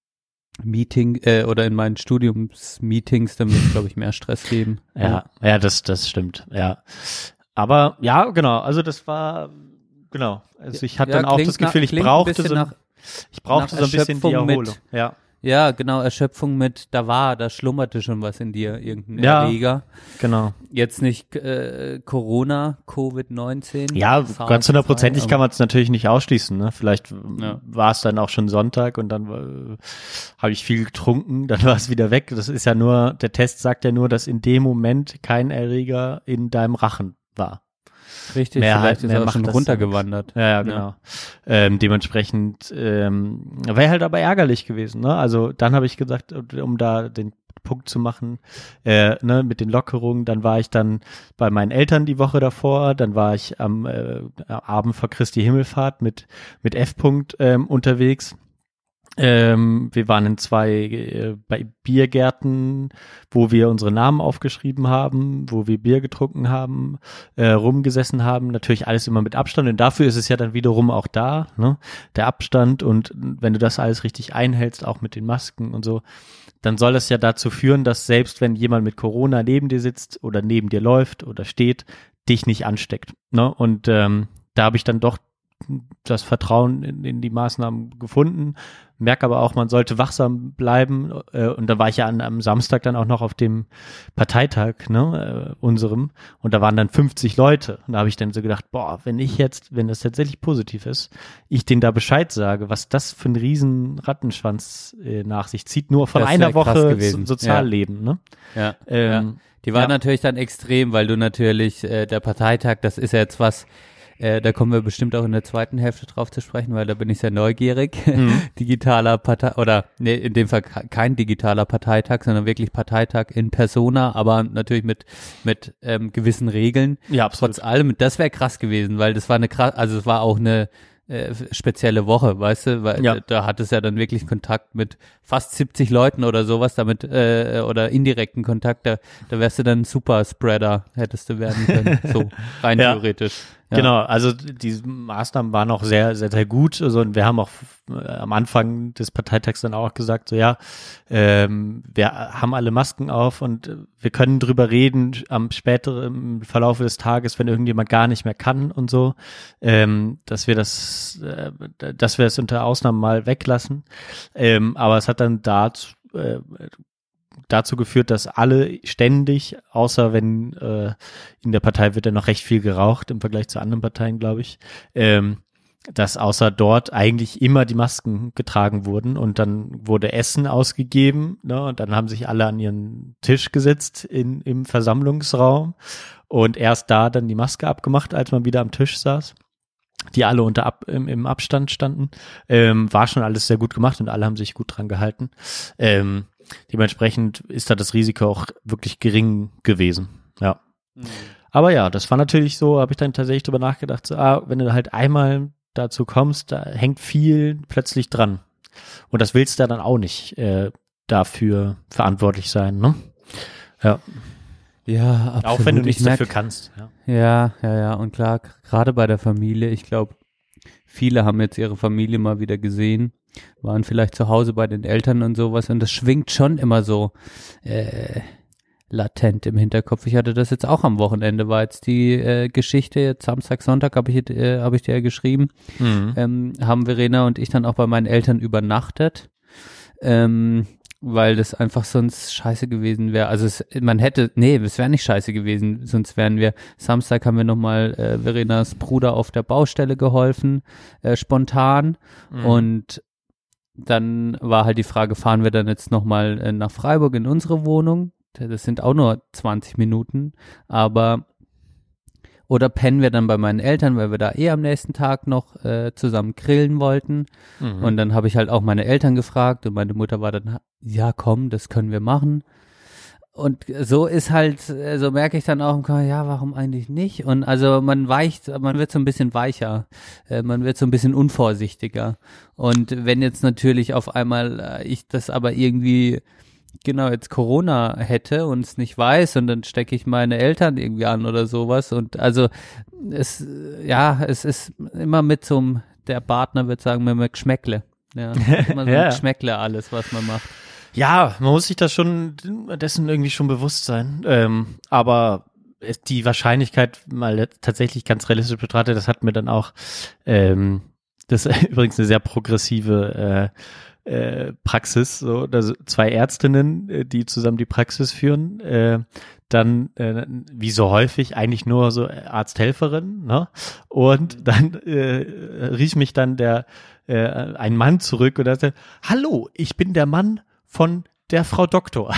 Meeting äh, oder in meinen Studiumsmeetings, dann wird es, glaube ich, mehr Stress geben. Ja, ja, das, das stimmt, ja. Aber ja, genau, also das war, genau, also ich hatte Ja, dann auch klingt das Gefühl, nach- ich brauchte so, nach, ich brauchte nach so ein bisschen die Erschöpfung mit- Erholung, ja. Ja, genau, Erschöpfung mit, da war, da schlummerte schon was in dir, irgendein Ja. Erreger. Genau. Jetzt nicht äh, Corona, Covid neunzehn. Ja, SARS ganz hundertprozentig zwei, kann man es natürlich nicht ausschließen. Ne? Vielleicht Ja. war es dann auch schon Sonntag und dann äh, habe ich viel getrunken, dann war es wieder weg. Das ist ja nur, der Test sagt ja nur, dass in dem Moment kein Erreger in deinem Rachen war. Richtig, Mehr vielleicht halt- ist mehr er auch macht schon das runtergewandert. Ja, ja, genau. Ähm, dementsprechend ähm, wäre halt aber ärgerlich gewesen. Ne? Also dann habe ich gesagt, um da den Punkt zu machen, äh, ne, mit den Lockerungen, dann war ich dann bei meinen Eltern die Woche davor, dann war ich am äh, Abend vor Christi Himmelfahrt mit mit F-Punkt ähm, unterwegs. Ähm, wir waren in zwei äh, bei Biergärten, wo wir unsere Namen aufgeschrieben haben, wo wir Bier getrunken haben, äh, rumgesessen haben. Natürlich alles immer mit Abstand und dafür ist es ja dann wiederum auch da, ne? Der Abstand und wenn du das alles richtig einhältst, auch mit den Masken und so, dann soll das ja dazu führen, dass selbst wenn jemand mit Corona neben dir sitzt oder neben dir läuft oder steht, dich nicht ansteckt, ne? Und ähm, da habe ich dann doch das Vertrauen in, in die Maßnahmen gefunden, merke aber auch, man sollte wachsam bleiben äh, und da war ich ja an, am Samstag dann auch noch auf dem Parteitag, ne, äh, unserem und da waren dann fünfzig Leute und da habe ich dann so gedacht, boah, wenn ich jetzt, wenn das tatsächlich positiv ist, ich denen da Bescheid sage, was das für ein riesen Rattenschwanz äh, nach sich zieht, nur von Das einer wär krass Woche gewesen. so, Sozialleben, ne? Ja, Ähm, ja. Die war ja. natürlich dann extrem, weil du natürlich, äh, der Parteitag, das ist ja jetzt was, äh, da kommen wir bestimmt auch in der zweiten Hälfte drauf zu sprechen, weil da bin ich sehr neugierig. Mhm. Digitaler Partei, oder nee, in dem Fall kein digitaler Parteitag, sondern wirklich Parteitag in Persona, aber natürlich mit mit ähm, gewissen Regeln. Ja, absolut. Trotz allem, das wäre krass gewesen, weil das war eine krass, also es war auch eine äh, spezielle Woche, weißt du, weil Ja. da, da hat es ja dann wirklich Kontakt mit fast siebzig Leuten oder sowas, damit äh, oder indirekten Kontakt, da, da wärst du dann ein Superspreader, hättest du werden können, so rein Ja. theoretisch. Ja. Genau, also die Maßnahmen waren auch sehr, sehr, sehr gut. Also und wir haben auch äh, am Anfang des Parteitags dann auch gesagt, so ja, ähm, wir haben alle Masken auf und äh, wir können drüber reden am späteren Verlauf des Tages, wenn irgendjemand gar nicht mehr kann und so, ähm, dass wir das, äh, dass wir es unter Ausnahmen mal weglassen. Ähm, aber es hat dann dazu äh, dazu geführt, dass alle ständig, außer wenn äh, in der Partei wird ja noch recht viel geraucht im Vergleich zu anderen Parteien, glaube ich, ähm, dass außer dort eigentlich immer die Masken getragen wurden und dann wurde Essen ausgegeben, ne, und dann haben sich alle an ihren Tisch gesetzt in, im Versammlungsraum und erst da dann die Maske abgemacht, als man wieder am Tisch saß, die alle unter Ab, im, im Abstand standen. Ähm, war schon alles sehr gut gemacht und alle haben sich gut dran gehalten. Ähm, dementsprechend ist da das Risiko auch wirklich gering gewesen, ja. Mhm. Aber ja, das war natürlich so, habe ich dann tatsächlich drüber nachgedacht, so, ah, wenn du halt einmal dazu kommst, da hängt viel plötzlich dran. Und das willst du dann auch nicht äh, dafür verantwortlich sein, ne? Ja. Ja, absolut. Auch wenn du nichts merk, dafür kannst. Ja, ja, ja, ja. Und klar, gerade bei der Familie, ich glaube, viele haben jetzt ihre Familie mal wieder gesehen, waren vielleicht zu Hause bei den Eltern und sowas und das schwingt schon immer so äh, latent im Hinterkopf. Ich hatte das jetzt auch am Wochenende, war jetzt die äh, Geschichte, jetzt Samstag, Sonntag habe ich, äh, hab ich dir ja geschrieben, mhm. ähm, haben Verena und ich dann auch bei meinen Eltern übernachtet, ähm, weil das einfach sonst scheiße gewesen wäre. Also es, man hätte, nee, es wäre nicht scheiße gewesen, sonst wären wir, Samstag haben wir nochmal äh, Verenas Bruder auf der Baustelle geholfen, äh, spontan mhm. und dann war halt die Frage, fahren wir dann jetzt nochmal äh, nach Freiburg in unsere Wohnung? Das sind auch nur zwanzig Minuten, aber oder pennen wir dann bei meinen Eltern, weil wir da eh am nächsten Tag noch äh, zusammen grillen wollten. Mhm. Und dann habe ich halt auch meine Eltern gefragt und meine Mutter war dann, ja komm, das können wir machen. Und so ist halt, so merke ich dann auch im Kopf, ja, warum eigentlich nicht? Und also man weicht, man wird so ein bisschen weicher, äh, man wird so ein bisschen unvorsichtiger. Und wenn jetzt natürlich auf einmal äh, ich das aber irgendwie genau jetzt Corona hätte und es nicht weiß und dann stecke ich meine Eltern irgendwie an oder sowas und also es, ja, es ist immer mit so einem, der Partner wird sagen, mit Geschmäckle, ja, immer so ja. mit Geschmäckle alles, was man macht. Ja, man muss sich das schon, dessen irgendwie schon bewusst sein, ähm, aber ist die Wahrscheinlichkeit mal tatsächlich ganz realistisch betrachtet, das hat mir dann auch, ähm, das ist übrigens eine sehr progressive äh, Äh, Praxis, so, also zwei Ärztinnen, äh, die zusammen die Praxis führen, äh, dann, äh, wie so häufig, eigentlich nur so Arzthelferin, ne? Und dann äh, rief mich dann der äh, ein Mann zurück und sagte, hallo, ich bin der Mann von der Frau Doktor.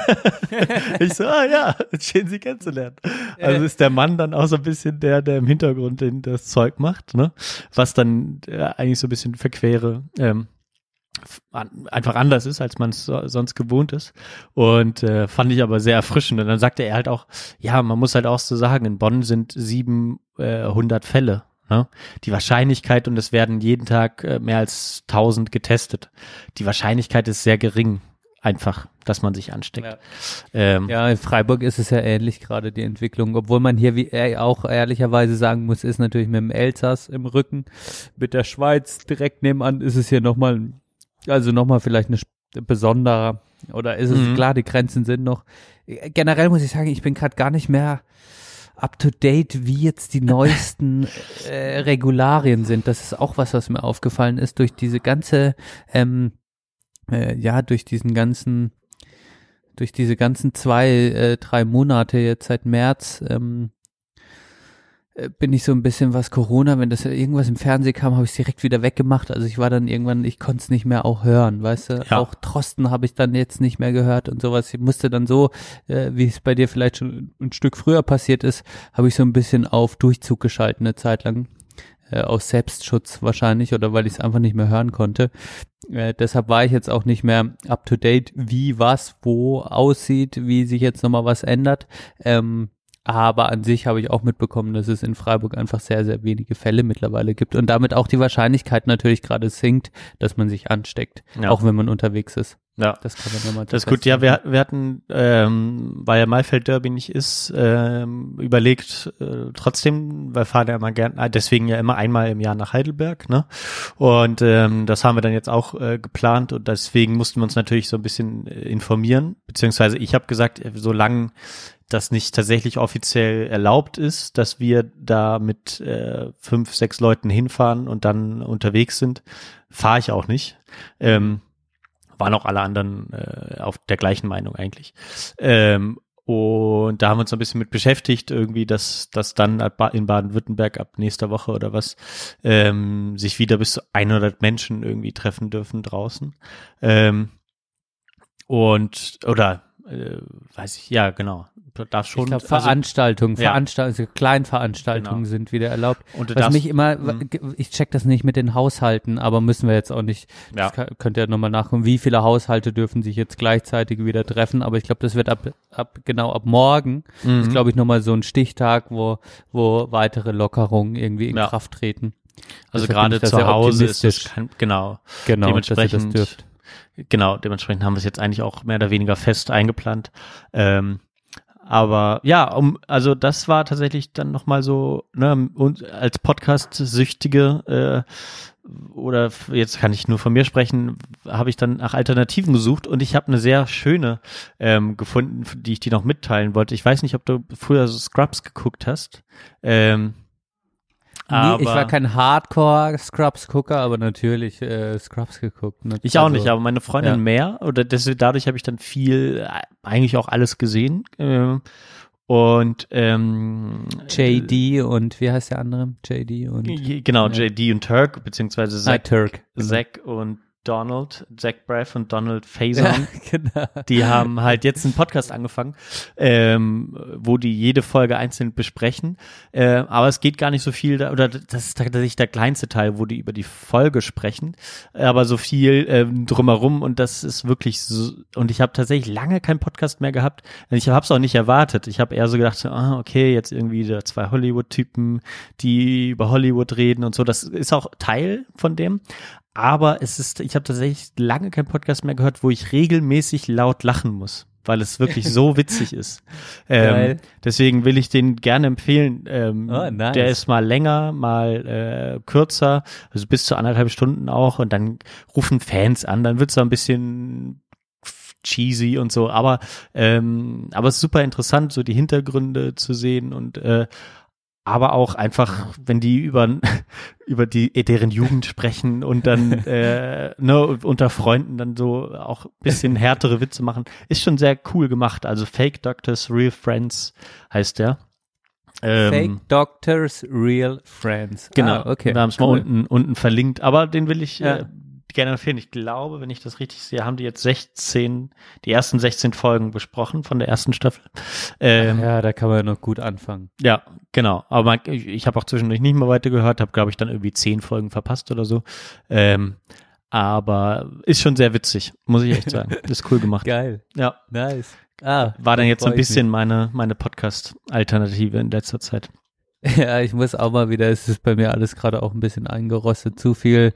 Ich so, ah ja, schön Sie kennenzulernen. Also ist der Mann dann auch so ein bisschen der, der im Hintergrund den, das Zeug macht, ne? Was dann äh, eigentlich so ein bisschen verquere ähm, einfach anders ist, als man es so, sonst gewohnt ist und äh, fand ich aber sehr erfrischend und dann sagte er halt auch, ja, man muss halt auch so sagen, in Bonn sind siebenhundert Fälle, ne? Die Wahrscheinlichkeit und es werden jeden Tag äh, mehr als tausend getestet, die Wahrscheinlichkeit ist sehr gering, einfach, dass man sich ansteckt. Ja, ähm, ja in Freiburg ist es ja ähnlich gerade die Entwicklung, obwohl man hier wie er auch ehrlicherweise sagen muss, ist natürlich mit dem Elsass im Rücken, mit der Schweiz direkt nebenan ist es hier nochmal Also nochmal vielleicht eine besonderer, oder ist es mhm. klar, die Grenzen sind noch, generell muss ich sagen, ich bin gerade gar nicht mehr up to date, wie jetzt die neuesten äh, Regularien sind. Das ist auch was, was mir aufgefallen ist, durch diese ganze, ähm, äh, ja, durch diesen ganzen, durch diese ganzen zwei, äh, drei Monate jetzt seit März, ähm, bin ich so ein bisschen was Corona, wenn das irgendwas im Fernsehen kam, habe ich es direkt wieder weggemacht. Also ich war dann irgendwann, ich konnte es nicht mehr auch hören, weißt du? Ja. Auch Drosten habe ich dann jetzt nicht mehr gehört und sowas. Ich musste dann so, äh, wie es bei dir vielleicht schon ein Stück früher passiert ist, habe ich so ein bisschen auf Durchzug geschalten eine Zeit lang. Äh, aus Selbstschutz wahrscheinlich oder weil ich es einfach nicht mehr hören konnte. Äh, deshalb war ich jetzt auch nicht mehr up to date, wie was wo aussieht, wie sich jetzt nochmal was ändert. Ähm, Aber an sich habe ich auch mitbekommen, dass es in Freiburg einfach sehr, sehr wenige Fälle mittlerweile gibt und damit auch die Wahrscheinlichkeit natürlich gerade sinkt, dass man sich ansteckt, ja. Auch wenn man unterwegs ist. Ja, das kann man ja mal. Das ist gut. Ja, wir, wir hatten, ähm, weil ja Maifeld Derby nicht ist, ähm, überlegt, äh, trotzdem, weil fahren ja immer gern, deswegen ja immer einmal im Jahr nach Heidelberg, ne? Und ähm, das haben wir dann jetzt auch äh, geplant und deswegen mussten wir uns natürlich so ein bisschen äh, informieren, beziehungsweise ich habe gesagt, solange das nicht tatsächlich offiziell erlaubt ist, dass wir da mit äh, fünf, sechs Leuten hinfahren und dann unterwegs sind, fahre ich auch nicht. Ähm, waren auch alle anderen äh, auf der gleichen Meinung eigentlich. Ähm, Und da haben wir uns so ein bisschen mit beschäftigt, irgendwie, dass, dass dann in Baden-Württemberg ab nächster Woche oder was ähm, sich wieder bis zu hundert Menschen irgendwie treffen dürfen draußen. Ähm, und, oder, äh, weiß ich, ja, genau. Darf schon. Ich glaube, Veranstaltungen, ja. Veranstaltungen, Kleinveranstaltungen genau. sind wieder erlaubt. Und du Was darfst, mich immer, mh. ich check das nicht mit den Haushalten, aber müssen wir jetzt auch nicht, ja. das kann, könnt ihr nochmal nachgucken, wie viele Haushalte dürfen sich jetzt gleichzeitig wieder treffen, aber ich glaube, das wird ab, ab, genau ab morgen, Mhm. ist glaube ich nochmal so ein Stichtag, wo, wo weitere Lockerungen irgendwie in Ja. Kraft treten. Also Deshalb bin gerade ich da zu sehr Hause ist das optimistisch. kein, genau. Genau, dementsprechend, dass ihr das dürft. Genau, dementsprechend haben wir es jetzt eigentlich auch mehr oder weniger fest eingeplant. Ähm, aber ja, um, also das war tatsächlich dann nochmal so, ne, und als Podcast-Süchtige, äh, oder jetzt kann ich nur von mir sprechen, habe ich dann nach Alternativen gesucht und ich habe eine sehr schöne ähm, gefunden, die ich dir noch mitteilen wollte. Ich weiß nicht, ob du früher so Scrubs geguckt hast. Ähm, Nee, ich war kein Hardcore-Scrubs-Gucker, aber natürlich äh, Scrubs geguckt. Ne? Ich auch Also, nicht, aber meine Freundin ja. mehr. Oder deswegen, dadurch habe ich dann viel, äh, eigentlich auch alles gesehen. Ähm, und ähm, J D und wie heißt der andere? J D und äh, genau, ja. J D und Turk, beziehungsweise Ah, Zack, Turk. Zack und Donald, Zach Braff und Donald Faison. Ja, genau. Die haben halt jetzt einen Podcast angefangen, ähm, wo die jede Folge einzeln besprechen. Äh, aber es geht gar nicht so viel, da, oder das ist tatsächlich der kleinste Teil, wo die über die Folge sprechen. Aber so viel ähm, drumherum und das ist wirklich so. Und ich habe tatsächlich lange keinen Podcast mehr gehabt. Ich habe es auch nicht erwartet. Ich habe eher so gedacht, ah, okay, jetzt irgendwie da zwei Hollywood-Typen, die über Hollywood reden und so. Das ist auch Teil von dem. Aber es ist, ich habe tatsächlich lange keinen Podcast mehr gehört, wo ich regelmäßig laut lachen muss, weil es wirklich so witzig ist. Ähm, deswegen will ich den gerne empfehlen. Ähm, Oh, nice. Der ist mal länger, mal äh, kürzer, also bis zu anderthalb Stunden auch. Und dann rufen Fans an, dann wird's da ein bisschen cheesy und so. Aber ähm, aber es ist super interessant, so die Hintergründe zu sehen und äh, aber auch einfach, wenn die über über die deren Jugend sprechen und dann äh, ne, unter Freunden dann so auch ein bisschen härtere Witze machen, ist schon sehr cool gemacht. Also Fake Doctors, Real Friends heißt der. Ähm, Fake Doctors, Real Friends. Genau, Ah, okay. wir haben es Cool. mal unten, unten verlinkt, aber den will ich Ja. äh, gerne empfehlen. Ich glaube, wenn ich das richtig sehe, haben die jetzt sechzehn, die ersten sechzehn Folgen besprochen von der ersten Staffel. Ähm, Ja, da kann man noch gut anfangen. Ja, genau. Aber man, ich, ich habe auch zwischendurch nicht mehr weitergehört, habe, glaube ich, dann irgendwie zehn Folgen verpasst oder so. Ähm, aber ist schon sehr witzig, muss ich echt sagen. Ist cool gemacht. Geil. Ja, Nice. Ah, war dann jetzt so ein freu ich bisschen meine, meine Podcast-Alternative in letzter Zeit. mich. Ja, ich muss auch mal wieder, es ist bei mir alles gerade auch ein bisschen eingerostet. Zu viel,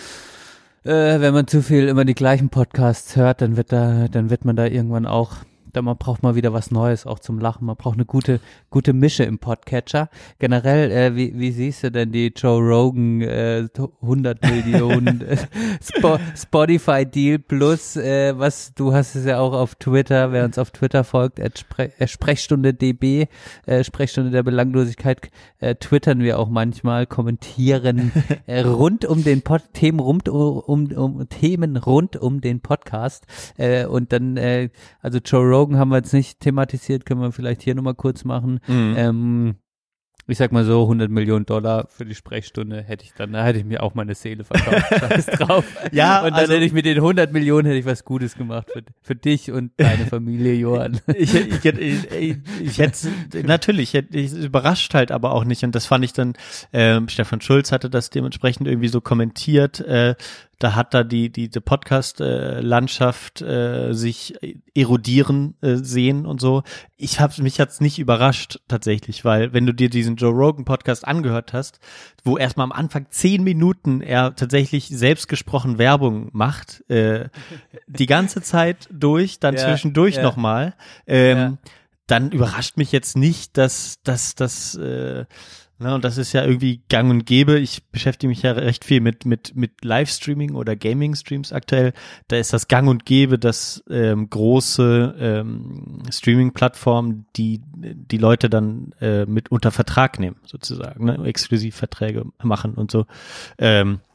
äh, wenn man zu viel immer die gleichen Podcasts hört, dann wird da, dann wird man da irgendwann auch, da man braucht mal wieder was Neues, auch zum Lachen. Man braucht eine gute, gute Mische im Podcatcher. Generell, äh, wie, wie siehst du denn die Joe Rogan äh, hundert Millionen äh, Spo Spotify Deal plus, äh, was, du hast es ja auch auf Twitter, wer uns auf Twitter folgt, at Spre äh, Sprechstunde D B, äh, Sprechstunde der Belanglosigkeit, äh, twittern wir auch manchmal, kommentieren äh, rund um den Pod Themen rund um, um, um Themen rund um den Podcast äh, und dann, äh, also Joe Rogan haben wir jetzt nicht thematisiert, können wir vielleicht hier nochmal kurz machen. Mhm. Ähm, ich sag mal so, hundert Millionen Dollar für die Sprechstunde hätte ich dann, da hätte ich mir auch meine Seele verkauft. Scheiß drauf. Ja, und dann also- hätte ich mit den hundert Millionen hätte ich was Gutes gemacht für, für dich und deine Familie, Johann. Ich, ich, ich, ich, ich hätte, natürlich, hätte ich überrascht halt aber auch nicht. Und das fand ich dann, ähm, Stefan Schulz hatte das dementsprechend irgendwie so kommentiert, äh, da hat da die, die, die Podcast-Landschaft äh, sich erodieren äh, sehen und so. Ich habe mich jetzt nicht überrascht tatsächlich, weil wenn du dir diesen Joe Rogan Podcast angehört hast, wo erstmal am Anfang zehn Minuten er tatsächlich selbstgesprochen Werbung macht, äh, die ganze Zeit durch, dann Ja, zwischendurch ja. nochmal, ähm, Ja. dann überrascht mich jetzt nicht, dass, dass, dass äh, ne, und das ist ja irgendwie gang und gäbe. Ich beschäftige mich ja recht viel mit mit mit Livestreaming oder Gaming-Streams aktuell. Da ist das gang und gäbe, dass ähm, große ähm, Streaming-Plattformen die die Leute dann äh, mit unter Vertrag nehmen, sozusagen, ne, Exklusivverträge machen und so. Ähm,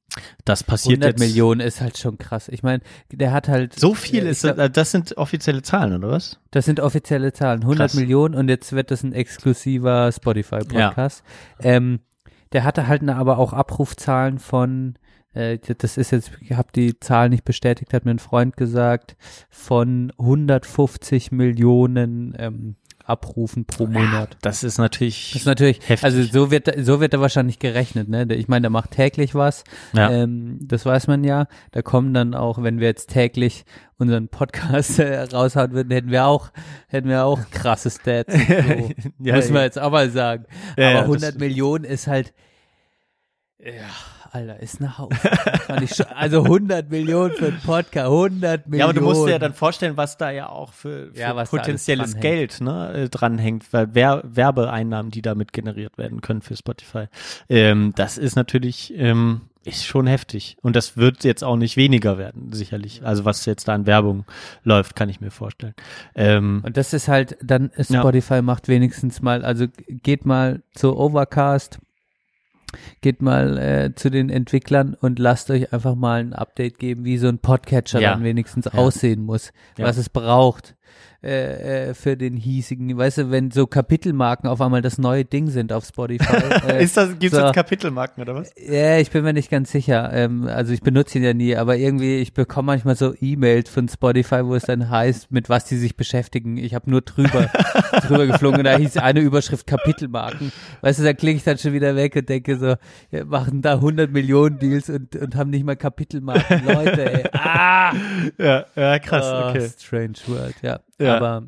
Das passiert hundert jetzt. Millionen ist halt schon krass. Ich meine, der hat halt. So viel äh, ist glaub, das, das sind offizielle Zahlen, oder was? Das sind offizielle Zahlen. hundert Krass. Millionen und jetzt wird das ein exklusiver Spotify-Podcast. Ja. Ähm, der hatte halt eine, aber auch Abrufzahlen von, äh, das ist jetzt, ich habe die Zahl nicht bestätigt, hat mir ein Freund gesagt, von hundertfünfzig Millionen ähm, Abrufen pro Monat. Das ist natürlich, das ist natürlich heftig. Also so wird so wird da wahrscheinlich gerechnet, ne? Ich meine, der macht täglich was. Ja. Ähm, das weiß man ja. Da kommen dann auch, wenn wir jetzt täglich unseren Podcast äh, raushauen würden, hätten wir auch hätten wir auch krasse Stats. So. Ja, Muss man ja. jetzt auch mal sagen. Ja, Aber ja, hundert das- Millionen ist halt, ja, Alter, ist eine Haufen. Fand ich schon, also hundert Millionen für einen Podcast, hundert Millionen. Ja, aber du musst dir ja dann vorstellen, was da ja auch für, für Ja, was da potenzielles alles Geld ne, äh, dranhängt, weil Wer Werbeeinnahmen, die damit generiert werden können für Spotify, ähm, das ist natürlich ähm, ist schon heftig. Und das wird jetzt auch nicht weniger werden, sicherlich. Also was jetzt da an Werbung läuft, kann ich mir vorstellen. Ähm, Und das ist halt, dann Spotify ja. macht wenigstens mal, also geht mal zu Overcast, geht mal äh, zu den Entwicklern und lasst euch einfach mal ein Update geben, wie so ein Podcatcher ja. dann wenigstens ja. aussehen muss, ja. was es braucht äh, äh, für den hiesigen, weißt du, wenn so Kapitelmarken auf einmal das neue Ding sind auf Spotify. Äh, Ist das, gibt's so. jetzt Kapitelmarken oder was? Ja, ich bin mir nicht ganz sicher. Ähm, also ich benutze ihn ja nie, aber irgendwie, ich bekomme manchmal so E-Mails von Spotify, wo es dann heißt, mit was die sich beschäftigen. Ich habe nur drüber, drüber geflogen und da hieß eine Überschrift Kapitelmarken. Weißt du, da klicke ich dann schon wieder weg und denke so, ja, machen da hundert Millionen Deals und, und haben nicht mal Kapitelmarken. Leute, ey. Ah! Ja, ja krass, Oh, okay. Strange World, ja. Ja. Aber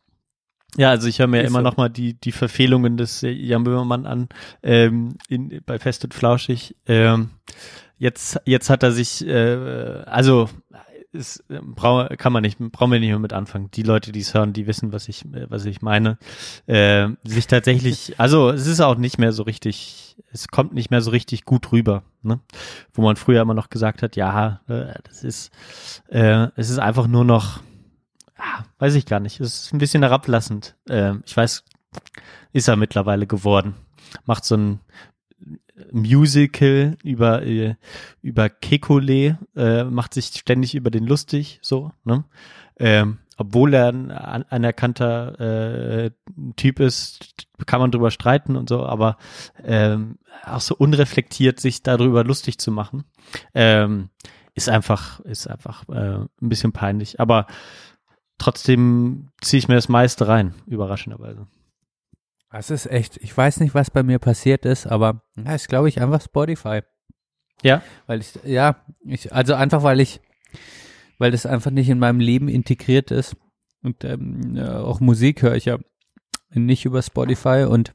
Ja, also ich höre mir Ist immer so. noch mal die die Verfehlungen des äh, Jan Böhmermann an ähm, in, bei Fest und Flauschig. Ähm, jetzt jetzt hat er sich äh, also ist, äh, brau, kann man nicht brauchen wir nicht mehr mit anfangen. Die Leute, die es hören, die wissen, was ich äh, was ich meine. Äh, sich tatsächlich, also es ist auch nicht mehr so richtig, es kommt nicht mehr so richtig gut rüber, ne? Wo man früher immer noch gesagt hat, ja, äh, das ist äh, es ist einfach nur noch Ah, weiß ich gar nicht. Es ist ein bisschen herablassend. Ähm, ich weiß, ist er mittlerweile geworden. Macht so ein Musical über äh, über Kekulé, äh, macht sich ständig über den lustig, so, ne? Ähm, obwohl er ein an, anerkannter äh, Typ ist, kann man drüber streiten und so, aber ähm, auch so unreflektiert sich darüber lustig zu machen, ähm, ist einfach ist einfach äh, ein bisschen peinlich. Aber trotzdem ziehe ich mir das meiste rein, überraschenderweise. es ist echt, ich weiß nicht, was bei mir passiert ist, aber ja, ist, glaube ich, einfach Spotify. Ja? Weil ich, ja, ich, also einfach, weil ich, weil das einfach nicht in meinem Leben integriert ist. Und ähm, ja, auch Musik höre ich ja nicht über Spotify und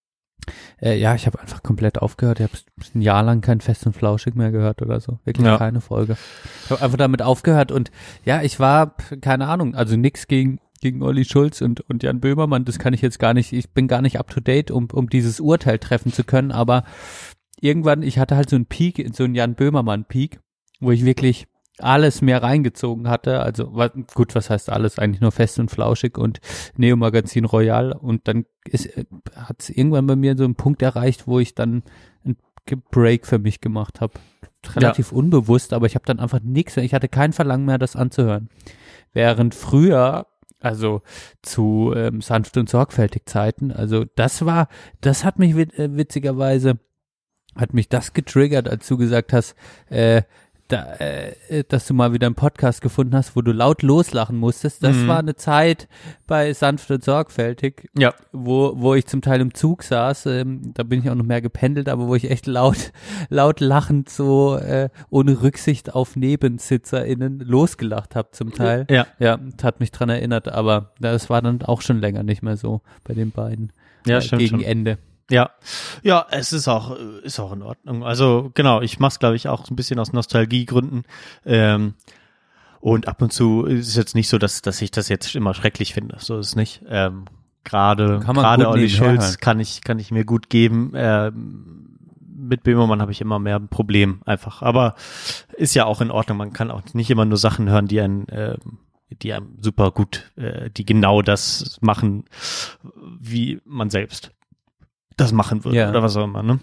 äh, ja, ich habe einfach komplett aufgehört. Ich habe ein Jahr lang kein Fest und Flauschig mehr gehört oder so. Wirklich Ja. keine Folge. Ich habe einfach damit aufgehört und ja, ich war, keine Ahnung, also nix gegen gegen Olli Schulz und und Jan Böhmermann, das kann ich jetzt gar nicht, ich bin gar nicht up to date, um um dieses Urteil treffen zu können, aber irgendwann, ich hatte halt so einen Peak, so einen Jan Böhmermann Peak, wo ich wirklich alles mehr reingezogen hatte, also wa- gut, was heißt alles, eigentlich nur Fest und Flauschig und Neo Magazin Royal und dann ist hat es irgendwann bei mir so einen Punkt erreicht, wo ich dann einen Break für mich gemacht habe. Relativ unbewusst, aber ich habe dann einfach nichts, ich hatte kein Verlangen mehr, das anzuhören. Während früher, also zu ähm, sanft und sorgfältig Zeiten, also das war, das hat mich wit- äh, witzigerweise, hat mich das getriggert, als du gesagt hast, äh, da, äh, dass du mal wieder einen Podcast gefunden hast, wo du laut loslachen musstest. Das Mhm. war eine Zeit bei sanft und sorgfältig, Ja. wo wo ich zum Teil im Zug saß, ähm, da bin ich auch noch mehr gependelt, aber wo ich echt laut laut lachend so äh, ohne Rücksicht auf NebensitzerInnen losgelacht habe zum Teil. Ja. Ja, das hat mich dran erinnert, aber das war dann auch schon länger nicht mehr so bei den beiden. Ja, äh, stimmt gegen schon. Ende. Ja, ja, es ist auch ist auch in Ordnung. Also genau, ich mach's glaube ich auch ein bisschen aus Nostalgiegründen. Ähm, und ab und zu ist es jetzt nicht so, dass dass ich das jetzt immer schrecklich finde. So ist es nicht. Ähm, gerade Kann man gerade gut Olli nebenher Schulz hören. kann ich kann ich mir gut geben. Ähm, mit Böhmermann habe ich immer mehr ein Problem einfach. Aber ist ja auch in Ordnung. Man kann auch nicht immer nur Sachen hören, die einen ähm, die einem super gut, äh, die genau das machen, wie man selbst das machen würde Ja. oder was auch immer, ne?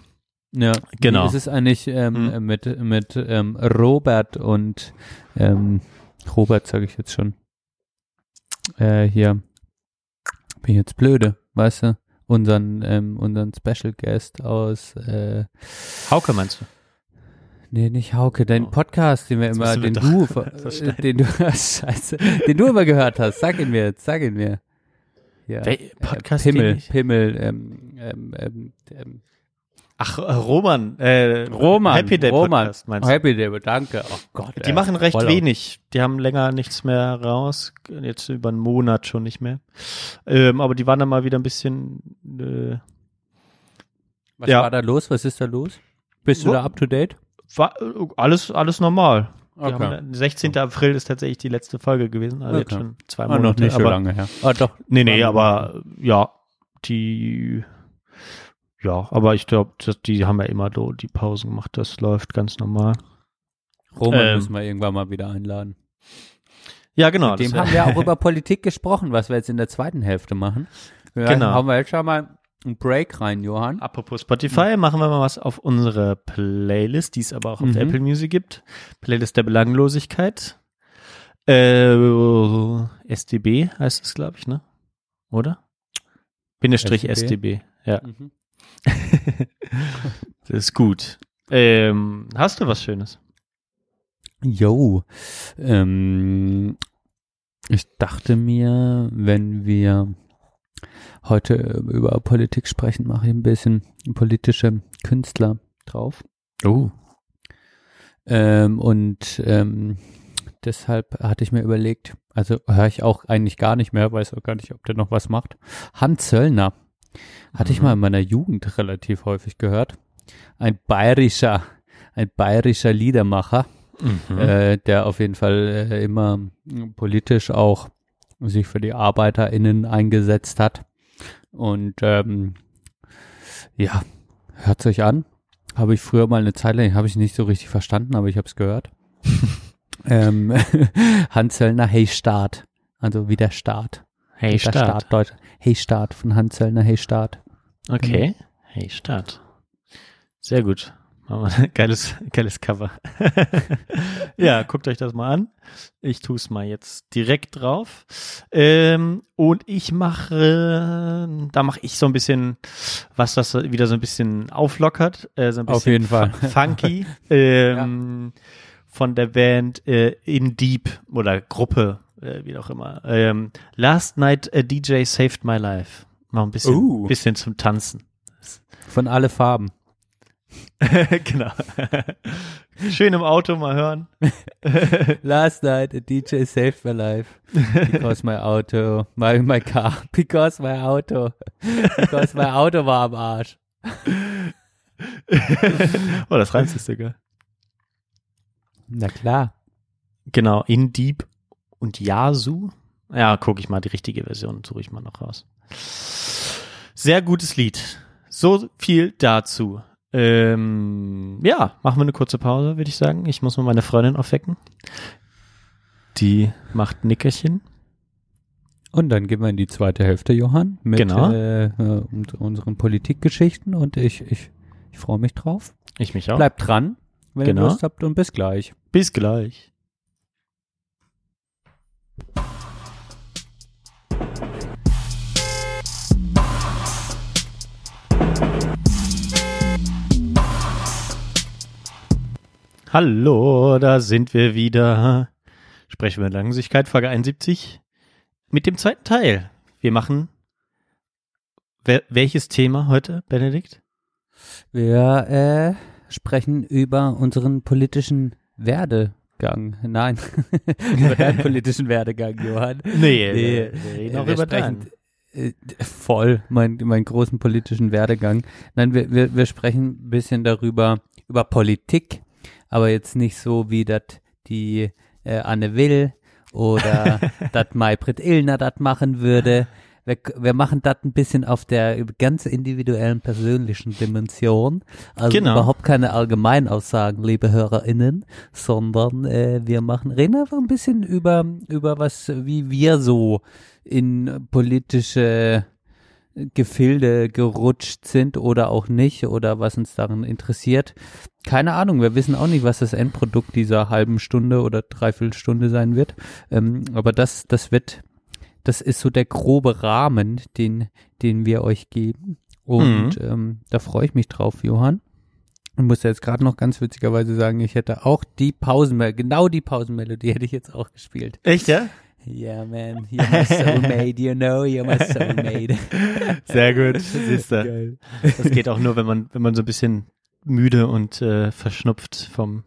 Ja, Genau. Wie ist es eigentlich ähm, Hm. mit, mit ähm, Robert und ähm, Robert sage ich jetzt schon. Äh, hier bin ich jetzt blöde, weißt du? Unseren, ähm, unseren Special Guest aus äh, Hauke meinst du? nee, nicht Hauke, dein Oh. Podcast, den wir Jetzt immer, müssen wir den doch du, etwas äh, schneiden. den du, Scheiße, den du immer gehört hast. Sag ihn mir jetzt, sag ihn mir. Ja. Wel- Podcast, äh, den Pimmel, ich- Pimmel, ähm, ähm, ähm, ähm, Ach, äh, Roman. Äh, Roman, Happy Day Roman. Podcast meinst Oh, du? Happy Day, danke. Oh Gott. Die ey, machen recht voll auf- wenig. Die haben länger nichts mehr raus. Jetzt über einen Monat schon nicht mehr. Ähm, aber die waren dann mal wieder ein bisschen. Äh, Was Ja. war da los? Was ist da los? Bist du Wo- da up to date? war äh, alles, alles normal. Die Okay. haben, sechzehnten April ist tatsächlich die letzte Folge gewesen. Also jetzt Okay. schon zwei Ah, Monate. noch nicht so aber, lange her. Ah, doch. Nee, nee, War- aber ja, die. Ja, aber ich glaube, die haben ja immer so die Pausen gemacht. Das läuft ganz normal. Roman Ähm. müssen wir irgendwann mal wieder einladen. Ja, genau. Mit dem das- haben wir auch über Politik gesprochen, was wir jetzt in der zweiten Hälfte machen. Ja, Genau. Haben wir jetzt schon mal einen Break rein, Johann. Apropos Spotify, machen wir mal was auf unsere Playlist, die es aber auch auf Mhm. Apple Music gibt. Playlist der Belanglosigkeit. Äh, S D B heißt es, glaube ich, ne? Oder? Bindestrich S D B. Ja, Mhm. das ist gut. Ähm, hast du was Schönes? Jo, ähm, ich dachte mir, wenn wir heute über Politik sprechen, mache ich ein bisschen politische Künstler drauf. Oh. Ähm, und ähm, deshalb hatte ich mir überlegt, also höre ich auch eigentlich gar nicht mehr, weiß auch gar nicht, ob der noch was macht. Hans Zöllner hatte ich Mhm. mal in meiner Jugend relativ häufig gehört. Ein bayerischer, ein bayerischer Liedermacher, Mhm. äh, der auf jeden Fall äh, immer äh, politisch auch sich für die ArbeiterInnen eingesetzt hat. Und ähm, ja, hört euch an. Habe ich früher mal eine Zeit lang, habe ich nicht so richtig verstanden, aber ich habe es gehört. ähm, Hans Zöllner, Hey Staat. Also wie der Staat. Hey, Der Start. Staat, Deutsch. Hey Staat von Hans Zöllner, Hey Staat. Okay. Hey, Start. Sehr gut. Machen wir ein geiles, geiles Cover. Ja, guckt euch das mal an. Ich tue es mal jetzt direkt drauf. Ähm, und ich mache, da mache ich so ein bisschen, was das wieder so ein bisschen auflockert. Äh, so ein bisschen Auf jeden Fall. fu- funky. ähm, Von der Band äh, In Deep oder Gruppe, äh, wie auch immer. Ähm, Last Night a D J Saved My Life. Mal ein bisschen, Uh. bisschen zum Tanzen. Von alle Farben. Genau. Schön im Auto mal hören. Last night a D J saved my life. Because my auto, my, my car, because my auto, because my Auto war am Arsch. Oh, das reimt sich sogar. Na klar. Genau, In Deep und Yasu. Ja, gucke ich mal, die richtige Version suche ich mal noch raus. Sehr gutes Lied. So viel dazu. Ähm, ja, machen wir eine kurze Pause, würde ich sagen. Ich muss mal meine Freundin aufwecken. Die macht Nickerchen. Und dann gehen wir in die zweite Hälfte, Johann, mit Genau. äh, äh, und unseren Politikgeschichten und ich, ich, ich freue mich drauf. Ich mich auch. Bleibt dran, wenn Genau. ihr Lust habt und bis gleich. Bis gleich. Hallo, da sind wir wieder. Sprechen wir Langsigkeit, Folge einundsiebzig. Mit dem zweiten Teil. Wir machen wel- welches Thema heute, Benedikt? Wir äh, sprechen über unseren politischen Werdegang. Nein, über deinen politischen Werdegang, Johann. Nee, Nee, wir reden auch wir über sprechen deinen. äh, voll mein, meinen großen politischen Werdegang. Nein, wir, wir, wir sprechen ein bisschen darüber, über Politik, aber jetzt nicht so, wie das die äh, Anne Will oder das Maybrit Illner das machen würde. Wir, wir machen das ein bisschen auf der ganz individuellen, persönlichen Dimension. Also Genau. überhaupt keine Allgemeinaussagen, liebe HörerInnen, sondern äh, wir machen, reden einfach ein bisschen über, über was, wie wir so in politische Gefilde gerutscht sind oder auch nicht oder was uns daran interessiert. Keine Ahnung, wir wissen auch nicht, was das Endprodukt dieser halben Stunde oder Dreiviertelstunde sein wird. Ähm, aber das, das wird, das ist so der grobe Rahmen, den, den wir euch geben. Und mhm. ähm, da freue ich mich drauf, Johann. Und muss jetzt gerade noch ganz witzigerweise sagen, ich hätte auch die Pausenmelodie, genau die Pausenmelodie hätte ich jetzt auch gespielt. Echt, ja? Yeah, man, you're my soulmate, you know, you're my soulmate. Sehr gut, siehst du. Geil. Das geht auch nur, wenn man, wenn man so ein bisschen müde und äh, verschnupft vom,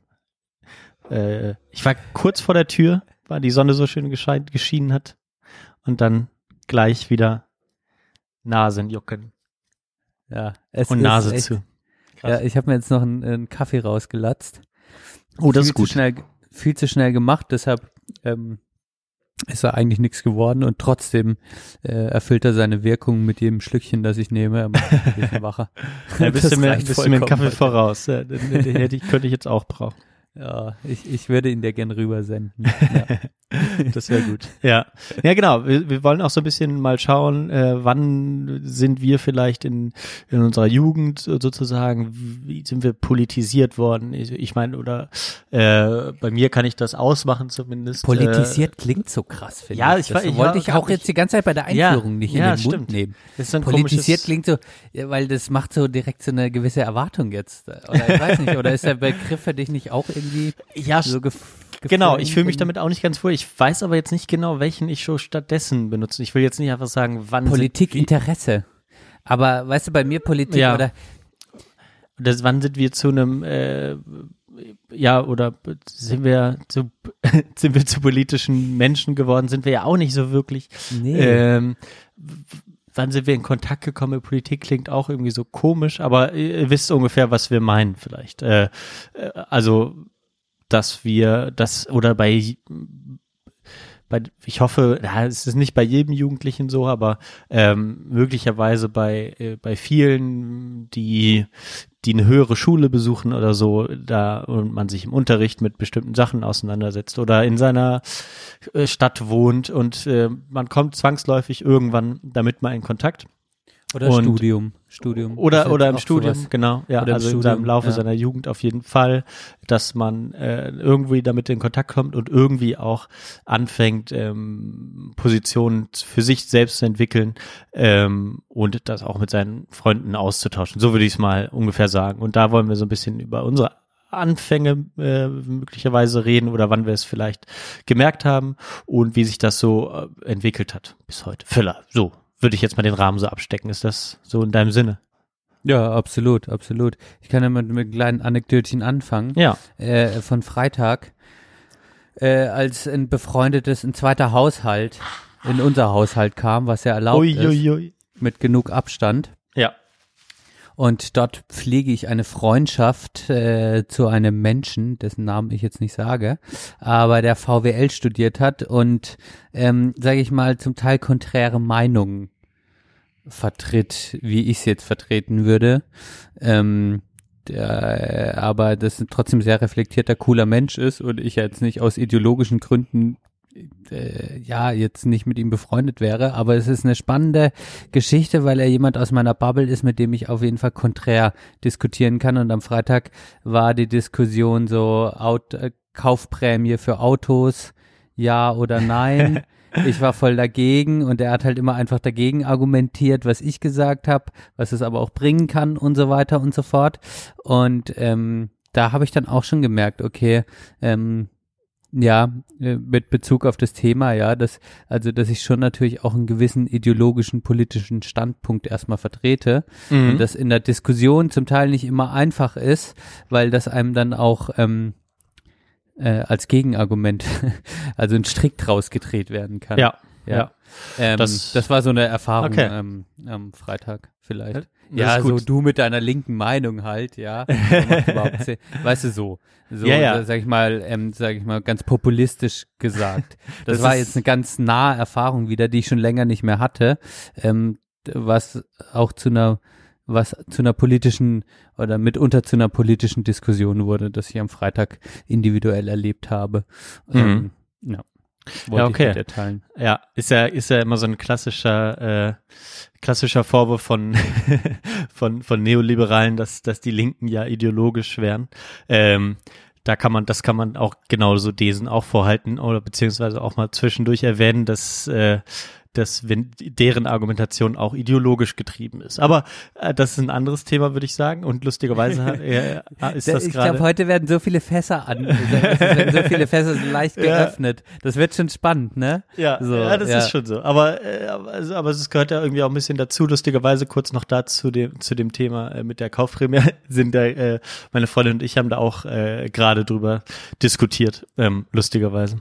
äh, ich war kurz vor der Tür, weil die Sonne so schön gescheint, geschienen hat und dann gleich wieder Nasenjucken. Ja, es und ist Nase echt, zu. Krass. Ja, ich habe mir jetzt noch einen, einen Kaffee rausgelatzt. Oh, das viel ist gut. Zu schnell, viel zu schnell gemacht, deshalb ähm, ist da eigentlich nichts geworden und trotzdem äh, erfüllt er seine Wirkung mit jedem Schlückchen, das ich nehme. Er macht mich ein bisschen wacher. Ja, bist du mir, bist du mir einen Kaffee heute voraus. Ja, den, den, den hätte ich, könnte ich jetzt auch brauchen. Ja, ich, ich würde ihn dir gern rübersenden. Ja. Das wäre gut. Ja, ja genau. Wir, wir wollen auch so ein bisschen mal schauen, äh, wann sind wir vielleicht in, in unserer Jugend sozusagen, wie sind wir politisiert worden? Ich, ich meine, oder äh, bei mir kann ich das ausmachen zumindest. Politisiert äh, klingt so krass, finde ja, ich. ich. Das ich wollte ich auch jetzt die ganze Zeit bei der Einführung ja, nicht in ja, den stimmt. Mund nehmen. Das ist ein Politisiert klingt so, weil das macht so direkt so eine gewisse Erwartung jetzt. Oder ich weiß nicht, oder ist der Begriff für dich nicht auch irgendwie ja, so gef- genau, ich fühle mich damit auch nicht ganz wohl. Ich weiß aber jetzt nicht genau, welchen ich so stattdessen benutze. Ich will jetzt nicht einfach sagen, wann Politik, sind, Interesse. Aber weißt du, bei mir Politik ja. oder das, wann sind wir zu einem äh, ja, oder sind wir zu sind wir zu politischen Menschen geworden? Sind wir ja auch nicht so wirklich. Nee. Ähm, wann sind wir in Kontakt gekommen mit Politik? Klingt auch irgendwie so komisch, aber ihr wisst ungefähr, was wir meinen vielleicht. Äh, also dass wir das oder bei, bei ich hoffe, ja, es ist nicht bei jedem Jugendlichen so, aber ähm, möglicherweise bei äh, bei vielen, die die eine höhere Schule besuchen oder so, da und man sich im Unterricht mit bestimmten Sachen auseinandersetzt oder in seiner äh, Stadt wohnt und äh, man kommt zwangsläufig irgendwann damit mal in Kontakt. Oder und, Studium. Studium. Oder, oder im Studium, sowas. Genau. Ja, oder also im in seinem Laufe ja. seiner Jugend auf jeden Fall, dass man äh, irgendwie damit in Kontakt kommt und irgendwie auch anfängt, ähm, Positionen für sich selbst zu entwickeln ähm, und das auch mit seinen Freunden auszutauschen. So würde ich es mal ungefähr sagen. Und da wollen wir so ein bisschen über unsere Anfänge äh, möglicherweise reden oder wann wir es vielleicht gemerkt haben und wie sich das so äh, entwickelt hat bis heute. Füller, so. Würde ich jetzt mal den Rahmen so abstecken. Ist das so in deinem Sinne? Ja, absolut, absolut. Ich kann ja mit, mit einem kleinen Anekdötchen anfangen. Ja. Äh, von Freitag, äh, als ein befreundetes, ein zweiter Haushalt in unser Haushalt kam, was ja erlaubt ui, ui, ui. ist, mit genug Abstand. Ja. Und dort pflege ich eine Freundschaft äh, zu einem Menschen, dessen Namen ich jetzt nicht sage, aber der V W L studiert hat und, ähm, sage ich mal, zum Teil konträre Meinungen vertritt, wie ich es jetzt vertreten würde. Ähm, der, aber das trotzdem sehr reflektierter, cooler Mensch ist und ich jetzt nicht aus ideologischen Gründen Äh, ja, jetzt nicht mit ihm befreundet wäre, aber es ist eine spannende Geschichte, weil er jemand aus meiner Bubble ist, mit dem ich auf jeden Fall konträr diskutieren kann und am Freitag war die Diskussion so Aut- äh, Kaufprämie für Autos, ja oder nein. Ich war voll dagegen und er hat halt immer einfach dagegen argumentiert, was ich gesagt habe, was es aber auch bringen kann und so weiter und so fort und ähm, da habe ich dann auch schon gemerkt, okay, ähm, ja, mit Bezug auf das Thema, ja, dass, also, dass ich schon natürlich auch einen gewissen ideologischen, politischen Standpunkt erstmal vertrete mhm. und das in der Diskussion zum Teil nicht immer einfach ist, weil das einem dann auch ähm, äh, als Gegenargument, also ein Strick draus gedreht werden kann. Ja, ja. ja. Ähm, das, das war so eine Erfahrung okay. ähm, am Freitag vielleicht. Das ja, so du mit deiner linken Meinung halt, ja. Weißt du, so. So, ja, ja. sag ich mal, ähm, sag ich mal, ganz populistisch gesagt. Das, das war jetzt eine ganz nahe Erfahrung wieder, die ich schon länger nicht mehr hatte, ähm, was auch zu einer, was zu einer politischen oder mitunter zu einer politischen Diskussion wurde, das ich am Freitag individuell erlebt habe. Mhm. Ähm, ja. wollte Ja, okay. ich mit dir teilen. Ja, ist ja, ist ja immer so ein klassischer, äh, klassischer Vorwurf von, von, von Neoliberalen, dass, dass die Linken ja ideologisch wären. Ähm, da kann man, das kann man auch genauso Thesen auch vorhalten oder beziehungsweise auch mal zwischendurch erwähnen, dass, äh, dass wenn deren Argumentation auch ideologisch getrieben ist. Aber äh, das ist ein anderes Thema, würde ich sagen. Und lustigerweise äh, ist das Ich gerade. glaube, heute werden so viele Fässer an, es werden so viele Fässer so leicht geöffnet. Ja. Das wird schon spannend, ne? Ja, so, ja das ja. ist schon so. Aber, äh, also, aber es gehört ja irgendwie auch ein bisschen dazu. Lustigerweise kurz noch dazu dem, zu dem Thema äh, mit der Kaufprämie sind da, äh, meine Freundin und ich haben da auch äh, gerade drüber diskutiert, ähm, lustigerweise.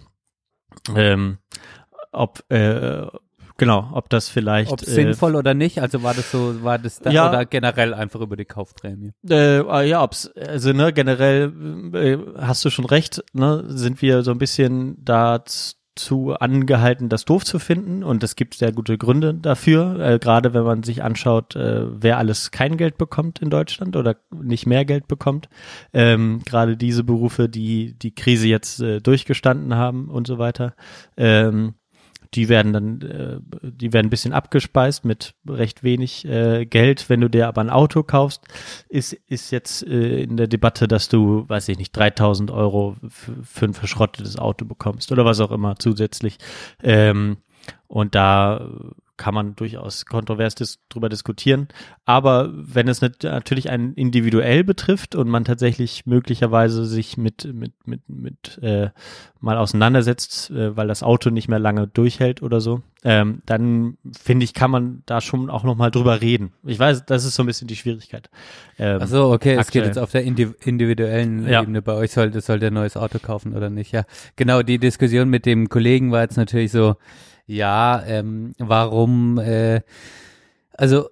Ähm, ob, äh, Genau, ob das vielleicht ob äh, sinnvoll oder nicht, also war das so, war das da ja, oder generell einfach über die Kaufprämie? Äh, ja, ob's, also ne, generell äh, hast du schon recht, ne, sind wir so ein bisschen dazu angehalten, das doof zu finden und es gibt sehr gute Gründe dafür, äh, gerade wenn man sich anschaut, äh, wer alles kein Geld bekommt in Deutschland oder nicht mehr Geld bekommt, ähm, gerade diese Berufe, die die Krise jetzt äh, durchgestanden haben und so weiter, ähm, die werden dann, äh, die werden ein bisschen abgespeist mit recht wenig äh, Geld. Wenn du dir aber ein Auto kaufst, ist ist jetzt äh, in der Debatte, dass du, weiß ich nicht, dreitausend Euro f- für ein verschrottetes Auto bekommst oder was auch immer zusätzlich. Ähm, und da kann man durchaus kontrovers dis- drüber diskutieren. Aber wenn es nat- natürlich einen individuell betrifft und man tatsächlich möglicherweise sich mit mit mit mit äh, mal auseinandersetzt, äh, weil das Auto nicht mehr lange durchhält oder so, ähm, dann finde ich, kann man da schon auch noch mal drüber reden. Ich weiß, das ist so ein bisschen die Schwierigkeit. Ähm, Ach so, okay, aktuell. Es geht jetzt auf der indi- individuellen Ja. Ebene. Bei euch sollte soll der neues Auto kaufen oder nicht? Ja, genau. Die Diskussion mit dem Kollegen war jetzt natürlich so. Ja, ähm, warum, äh, also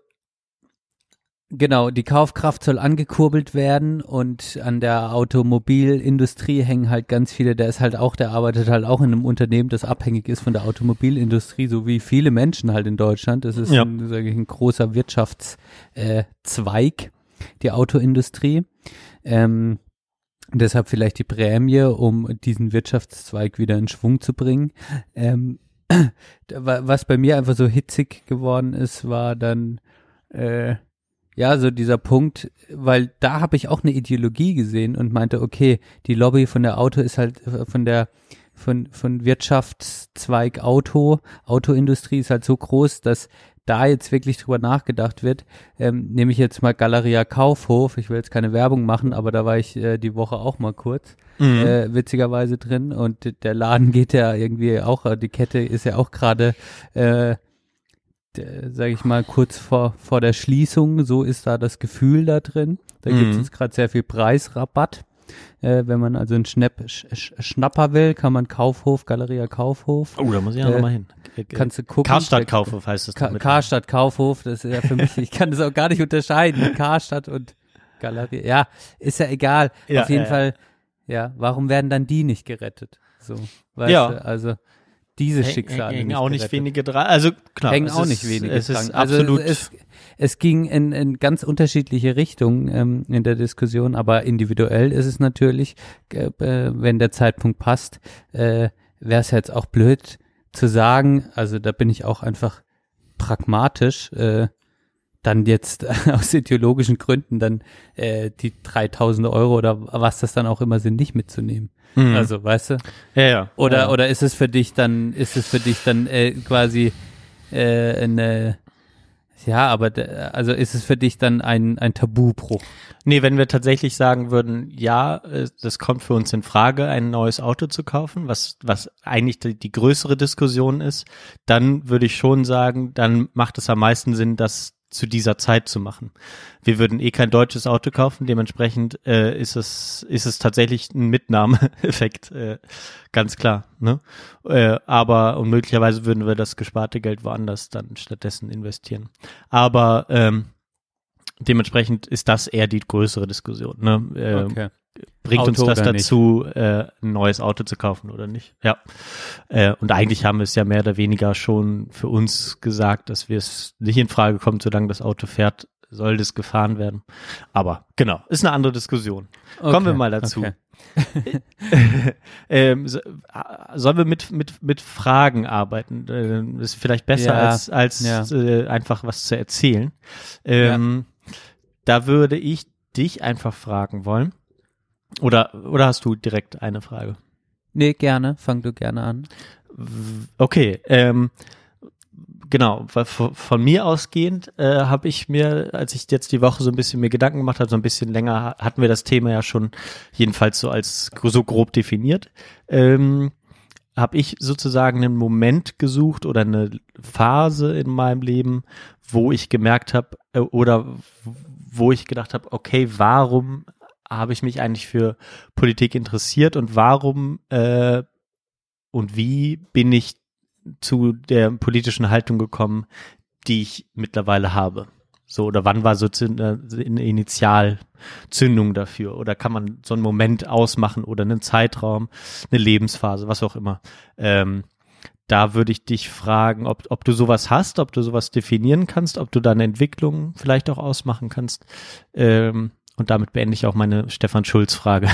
genau, die Kaufkraft soll angekurbelt werden und an der Automobilindustrie hängen halt ganz viele, der ist halt auch, der arbeitet halt auch in einem Unternehmen, das abhängig ist von der Automobilindustrie, so wie viele Menschen halt in Deutschland. Das ist, ja. ein, sag ich, ein großer Wirtschaftszweig, äh, Zweig, die Autoindustrie. Ähm, deshalb vielleicht die Prämie, um diesen Wirtschaftszweig wieder in Schwung zu bringen. Ähm, Was bei mir einfach so hitzig geworden ist, war dann äh, ja so dieser Punkt, weil da habe ich auch eine Ideologie gesehen und meinte, okay, die Lobby von der Auto ist halt von der von von Wirtschaftszweig Auto, Autoindustrie ist halt so groß, dass da jetzt wirklich drüber nachgedacht wird, ähm, nehme ich jetzt mal Galeria Kaufhof, ich will jetzt keine Werbung machen, aber da war ich äh, die Woche auch mal kurz, mhm. äh, witzigerweise drin und der Laden geht ja irgendwie auch, die Kette ist ja auch gerade, äh, sage ich mal, kurz vor vor der Schließung, so ist da das Gefühl da drin, da mhm. gibt es jetzt gerade sehr viel Preisrabatt. Äh, wenn man also einen Schnapp, Sch, Sch, Schnapper will, kann man Kaufhof, Galeria Kaufhof. Oh, da muss ich ja äh, nochmal hin. Kannst du gucken. Karstadt Kaufhof heißt es. Ka- Karstadt Kaufhof, das ist ja für mich, ich kann das auch gar nicht unterscheiden. Karstadt und Galeria. Ja, ist ja egal. Ja, Auf jeden ja, Fall, ja, warum werden dann die nicht gerettet? So, weißt ja. du, also diese Schicksale. Hängen nicht auch gerettet. nicht wenige dran. Also klar. Hängen es auch ist, nicht wenige es dran. ist Also absolut. es, es ging in, in ganz unterschiedliche Richtungen ähm, in der Diskussion, aber individuell ist es natürlich, äh, wenn der Zeitpunkt passt, äh, wäre es jetzt auch blöd zu sagen, also da bin ich auch einfach pragmatisch, äh, dann jetzt aus ideologischen Gründen dann äh, die dreitausend Euro oder was das dann auch immer sind, nicht mitzunehmen. Mhm. Also, weißt du? Ja, ja. Oder, ja. oder ist es für dich dann, ist es für dich dann äh, quasi äh, eine, ja, aber de, also ist es für dich dann ein, ein Tabubruch? Nee, wenn wir tatsächlich sagen würden, ja, das kommt für uns in Frage, ein neues Auto zu kaufen, was, was eigentlich die, die größere Diskussion ist, dann würde ich schon sagen, dann macht es am meisten Sinn, das zu dieser Zeit zu machen. Wir würden eh kein deutsches Auto kaufen, dementsprechend äh, ist es ist es tatsächlich ein Mitnahmeeffekt, äh, ganz klar. Ne? Äh, aber und möglicherweise würden wir das gesparte Geld woanders dann stattdessen investieren. Aber ähm, dementsprechend ist das eher die größere Diskussion. Ne? Äh, okay. Bringt Auto uns das oder dazu, äh, ein neues Auto zu kaufen oder nicht? Ja. Äh, und eigentlich haben wir es ja mehr oder weniger schon für uns gesagt, dass wir es nicht in Frage kommt, solange das Auto fährt, soll das gefahren werden. Aber genau, ist eine andere Diskussion. Okay, Kommen wir mal dazu. Okay. ähm, so, sollen wir mit, mit, mit Fragen arbeiten? Ähm, ist vielleicht besser, Ja, als, als ja. äh, einfach was zu erzählen. Ähm, Da würde ich dich einfach fragen wollen. Oder, oder hast du direkt eine Frage? Nee, gerne. Fang du gerne an. Okay, ähm, genau, weil von, von mir ausgehend äh, habe ich mir, als ich jetzt die Woche so ein bisschen mir Gedanken gemacht habe, so ein bisschen länger hatten wir das Thema ja schon jedenfalls so als so grob definiert, ähm, habe ich sozusagen einen Moment gesucht oder eine Phase in meinem Leben, wo ich gemerkt habe äh, oder wo ich gedacht habe, okay, warum habe ich mich eigentlich für Politik interessiert und warum äh, und wie bin ich zu der politischen Haltung gekommen, die ich mittlerweile habe? So, oder wann war so eine Initialzündung dafür? Oder kann man so einen Moment ausmachen oder einen Zeitraum, eine Lebensphase, was auch immer? Ähm, da würde ich dich fragen, ob, ob du sowas hast, ob du sowas definieren kannst, ob du da eine Entwicklung vielleicht auch ausmachen kannst. Ähm, Und damit beende ich auch meine Stefan Schulz-Frage.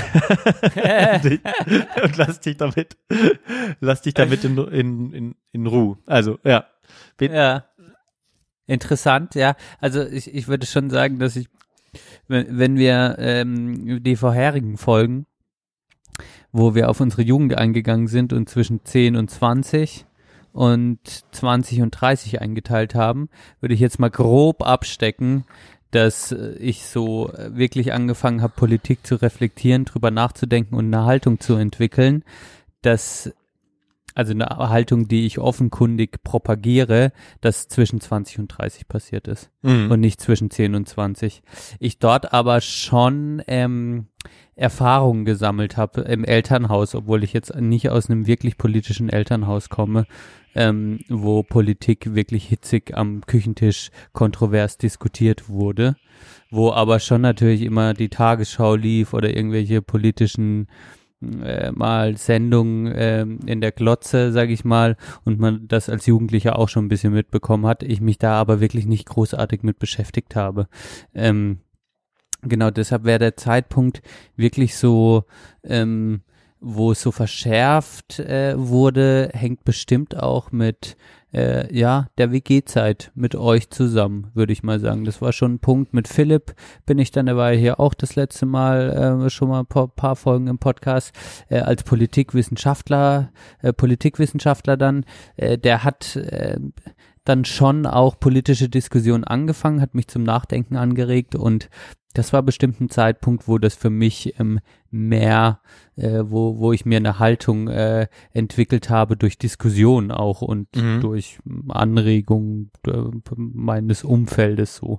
Und lass dich damit, lass dich damit in, in, in, in Ruhe. Also, ja. Bin, Ja. Interessant, ja. Also ich, ich würde schon sagen, dass ich, wenn, wenn wir ähm, die vorherigen Folgen, wo wir auf unsere Jugend eingegangen sind und zwischen zehn und zwanzig und zwanzig und dreißig eingeteilt haben, würde ich jetzt mal grob abstecken, dass ich so wirklich angefangen habe, Politik zu reflektieren, drüber nachzudenken und eine Haltung zu entwickeln, dass, also eine Haltung, die ich offenkundig propagiere, dass zwischen zwanzig und dreißig passiert ist Mhm. und nicht zwischen zehn und zwanzig. Ich dort aber schon ähm, Erfahrungen gesammelt habe im Elternhaus, obwohl ich jetzt nicht aus einem wirklich politischen Elternhaus komme, ähm, wo Politik wirklich hitzig am Küchentisch kontrovers diskutiert wurde, wo aber schon natürlich immer die Tagesschau lief oder irgendwelche politischen äh, mal Sendungen äh, in der Glotze, sage ich mal, und man das als Jugendlicher auch schon ein bisschen mitbekommen hat, ich mich da aber wirklich nicht großartig mit beschäftigt habe. Ähm, genau, deshalb wäre der Zeitpunkt wirklich so, ähm, wo es so verschärft äh, wurde, hängt bestimmt auch mit äh, ja der W G-Zeit mit euch zusammen, würde ich mal sagen. Das war schon ein Punkt. Mit Philipp bin ich dann, der war hier auch das letzte Mal äh, schon mal ein paar, paar Folgen im Podcast äh, als Politikwissenschaftler, äh, Politikwissenschaftler dann. Äh, der hat äh, dann schon auch politische Diskussionen angefangen, hat mich zum Nachdenken angeregt und das war bestimmt ein Zeitpunkt, wo das für mich ähm, mehr, äh, wo wo ich mir eine Haltung äh, entwickelt habe durch Diskussion auch und Mhm. durch Anregungen äh, meines Umfeldes so.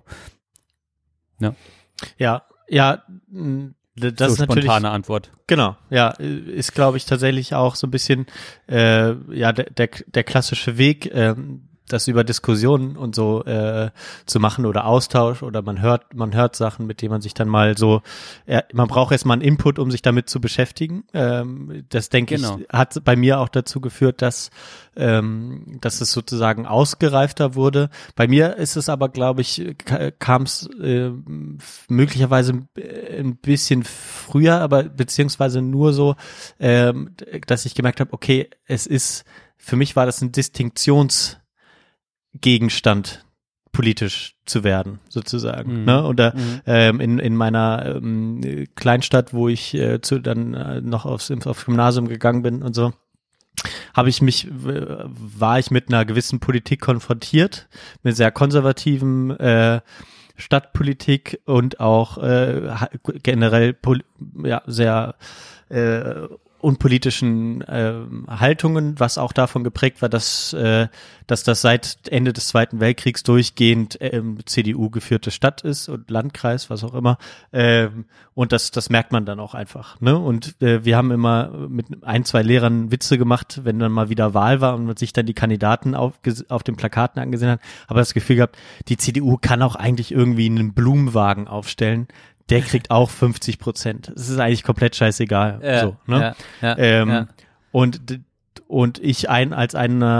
Ja, ja, mh, das so ist natürlich, spontane Antwort. genau, ja, ist glaube ich tatsächlich auch so ein bisschen, äh, ja, der, der, der klassische Weg, ähm, das über Diskussionen und so äh, zu machen oder Austausch oder man hört, man hört Sachen, mit denen man sich dann mal so, äh, man braucht erstmal einen Input, um sich damit zu beschäftigen. Ähm, das denke Genau. ich, hat bei mir auch dazu geführt, dass ähm, dass es sozusagen ausgereifter wurde. Bei mir ist es aber, glaube ich, kam es äh, möglicherweise ein bisschen früher, aber beziehungsweise nur so, ähm, dass ich gemerkt habe, okay, es ist, für mich war das ein Distinktions Gegenstand politisch zu werden, sozusagen. Mhm. Ne? Und da, Mhm. ähm, in, in meiner ähm, Kleinstadt, wo ich äh, zu, dann äh, noch aufs, aufs Gymnasium gegangen bin und so, habe ich mich, w- war ich mit einer gewissen Politik konfrontiert, mit sehr konservativen äh, Stadtpolitik und auch äh, ha- generell pol- ja, sehr äh, unpolitischen äh, Haltungen, was auch davon geprägt war, dass äh, dass das seit Ende des Zweiten Weltkriegs durchgehend ähm, C D U geführte Stadt ist und Landkreis, was auch immer. Ähm, und das das merkt man dann auch einfach. Ne? Und äh, wir haben immer mit ein, zwei Lehrern Witze gemacht, wenn dann mal wieder Wahl war und man sich dann die Kandidaten auf, auf den Plakaten angesehen hat, aber das Gefühl gehabt, die C D U kann auch eigentlich irgendwie einen Blumenwagen aufstellen. Der kriegt auch fünfzig Prozent. Es ist eigentlich komplett scheißegal. Ja, so, ne? ja, ja, ähm, ja. und, und ich ein, als einer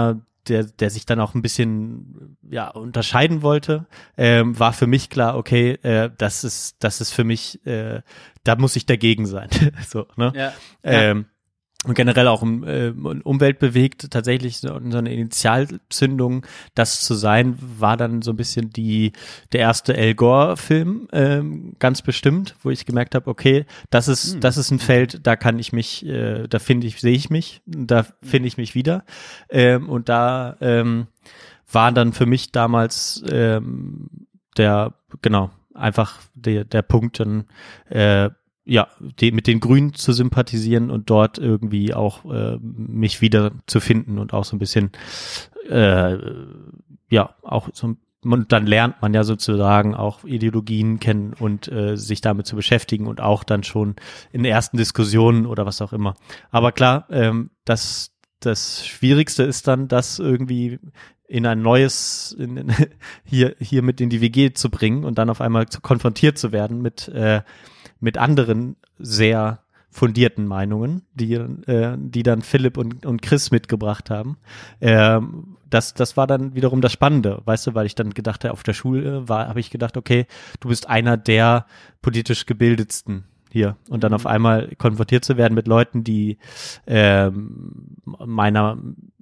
der, der sich dann auch ein bisschen ja unterscheiden wollte, ähm, war für mich klar, okay, äh, das ist, das ist für mich, äh, da muss ich dagegen sein. so, ne? Ja. Ähm, und generell auch um, äh, Umwelt bewegt, tatsächlich so, so eine Initialzündung, das zu sein, war dann so ein bisschen die der erste Al Gore-Film, ähm, ganz bestimmt, wo ich gemerkt habe, okay, das ist hm. das ist ein Feld, da kann ich mich, äh, da finde ich, sehe ich mich, da finde ich mich wieder. Ähm, und da ähm, war dann für mich damals ähm, der, genau, einfach der, der Punkt dann, äh, ja, die, mit den Grünen zu sympathisieren und dort irgendwie auch äh, mich wieder zu finden und auch so ein bisschen, äh, ja, auch so, und dann lernt man ja sozusagen auch Ideologien kennen und äh, sich damit zu beschäftigen und auch dann schon in ersten Diskussionen oder was auch immer. Aber klar, ähm, das, das Schwierigste ist dann, das irgendwie in ein neues, in, in, hier, hier mit in die W G zu bringen und dann auf einmal zu, konfrontiert zu werden mit, äh, mit anderen sehr fundierten Meinungen, die, äh, die dann Philipp und, und Chris mitgebracht haben. Ähm, das, das war dann wiederum das Spannende, weißt du, weil ich dann gedacht habe, auf der Schule war, habe ich gedacht, okay, du bist einer der politisch gebildetsten hier. Und dann auf einmal konfrontiert zu werden mit Leuten, die ähm, meiner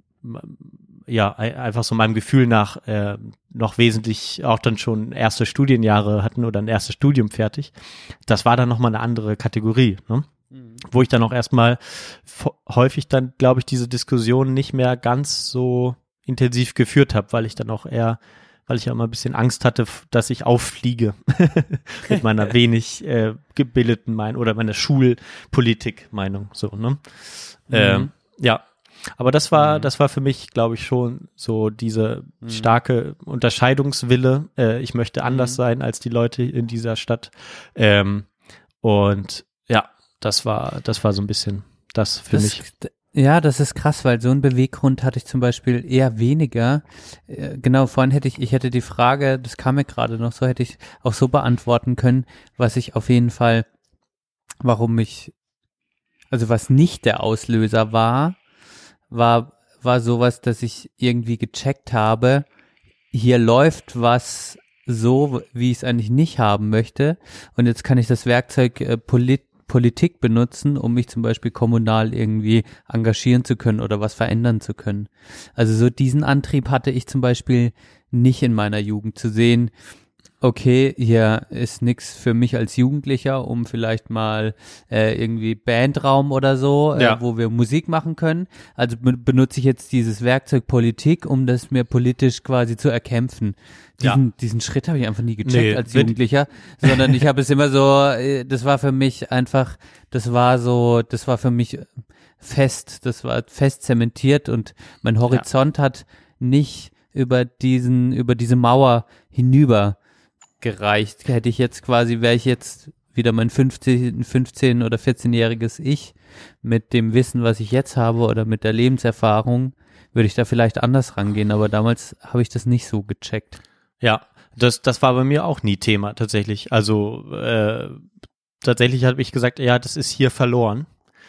ja, einfach so meinem Gefühl nach äh, noch wesentlich auch dann schon erste Studienjahre hatten oder ein erstes Studium fertig. Das war dann nochmal eine andere Kategorie, ne? Mhm. Wo ich dann auch erstmal f- häufig dann, glaube ich, diese Diskussion nicht mehr ganz so intensiv geführt habe, weil ich dann auch eher, weil ich ja immer ein bisschen Angst hatte, dass ich auffliege mit meiner wenig äh, gebildeten Meinung oder meiner Schulpolitik-Meinung, so, ne? Mhm. Ähm, ja. Aber das war, mhm. das war für mich, glaube ich, schon so diese mhm. starke Unterscheidungswille. Äh, ich möchte anders mhm. sein als die Leute in dieser Stadt. Ähm, und ja, das war, das war so ein bisschen das für das, mich. Ja, das ist krass, weil so einen Beweggrund hatte ich zum Beispiel eher weniger. Äh, genau, vorhin hätte ich, ich hätte die Frage, das kam mir gerade noch so, hätte ich auch so beantworten können, was ich auf jeden Fall, warum ich, also was nicht der Auslöser war, war war sowas, dass ich irgendwie gecheckt habe, hier läuft was so, wie ich es eigentlich nicht haben möchte und jetzt kann ich das Werkzeug äh, Polit- Politik benutzen, um mich zum Beispiel kommunal irgendwie engagieren zu können oder was verändern zu können. Also so diesen Antrieb hatte ich zum Beispiel nicht in meiner Jugend zu sehen, okay, hier ist nix für mich als Jugendlicher, um vielleicht mal äh, irgendwie Bandraum oder so, äh, ja. wo wir Musik machen können. Also be- benutze ich jetzt dieses Werkzeug Politik, um das mir politisch quasi zu erkämpfen. Diesen, ja. diesen Schritt habe ich einfach nie gecheckt nee, als Jugendlicher, sondern ich habe es immer so, äh, das war für mich einfach, das war so, das war für mich fest, das war fest zementiert und mein Horizont ja. hat nicht über diesen, über diese Mauer hinüber gereicht. Hätte ich jetzt quasi, wäre ich jetzt wieder mein fünfzehn, fünfzehn oder vierzehnjähriges Ich mit dem Wissen, was ich jetzt habe oder mit der Lebenserfahrung, würde ich da vielleicht anders rangehen, aber damals habe ich das nicht so gecheckt. Ja, das, das war bei mir auch nie Thema tatsächlich. Also äh, tatsächlich habe ich gesagt, ja, das ist hier verloren.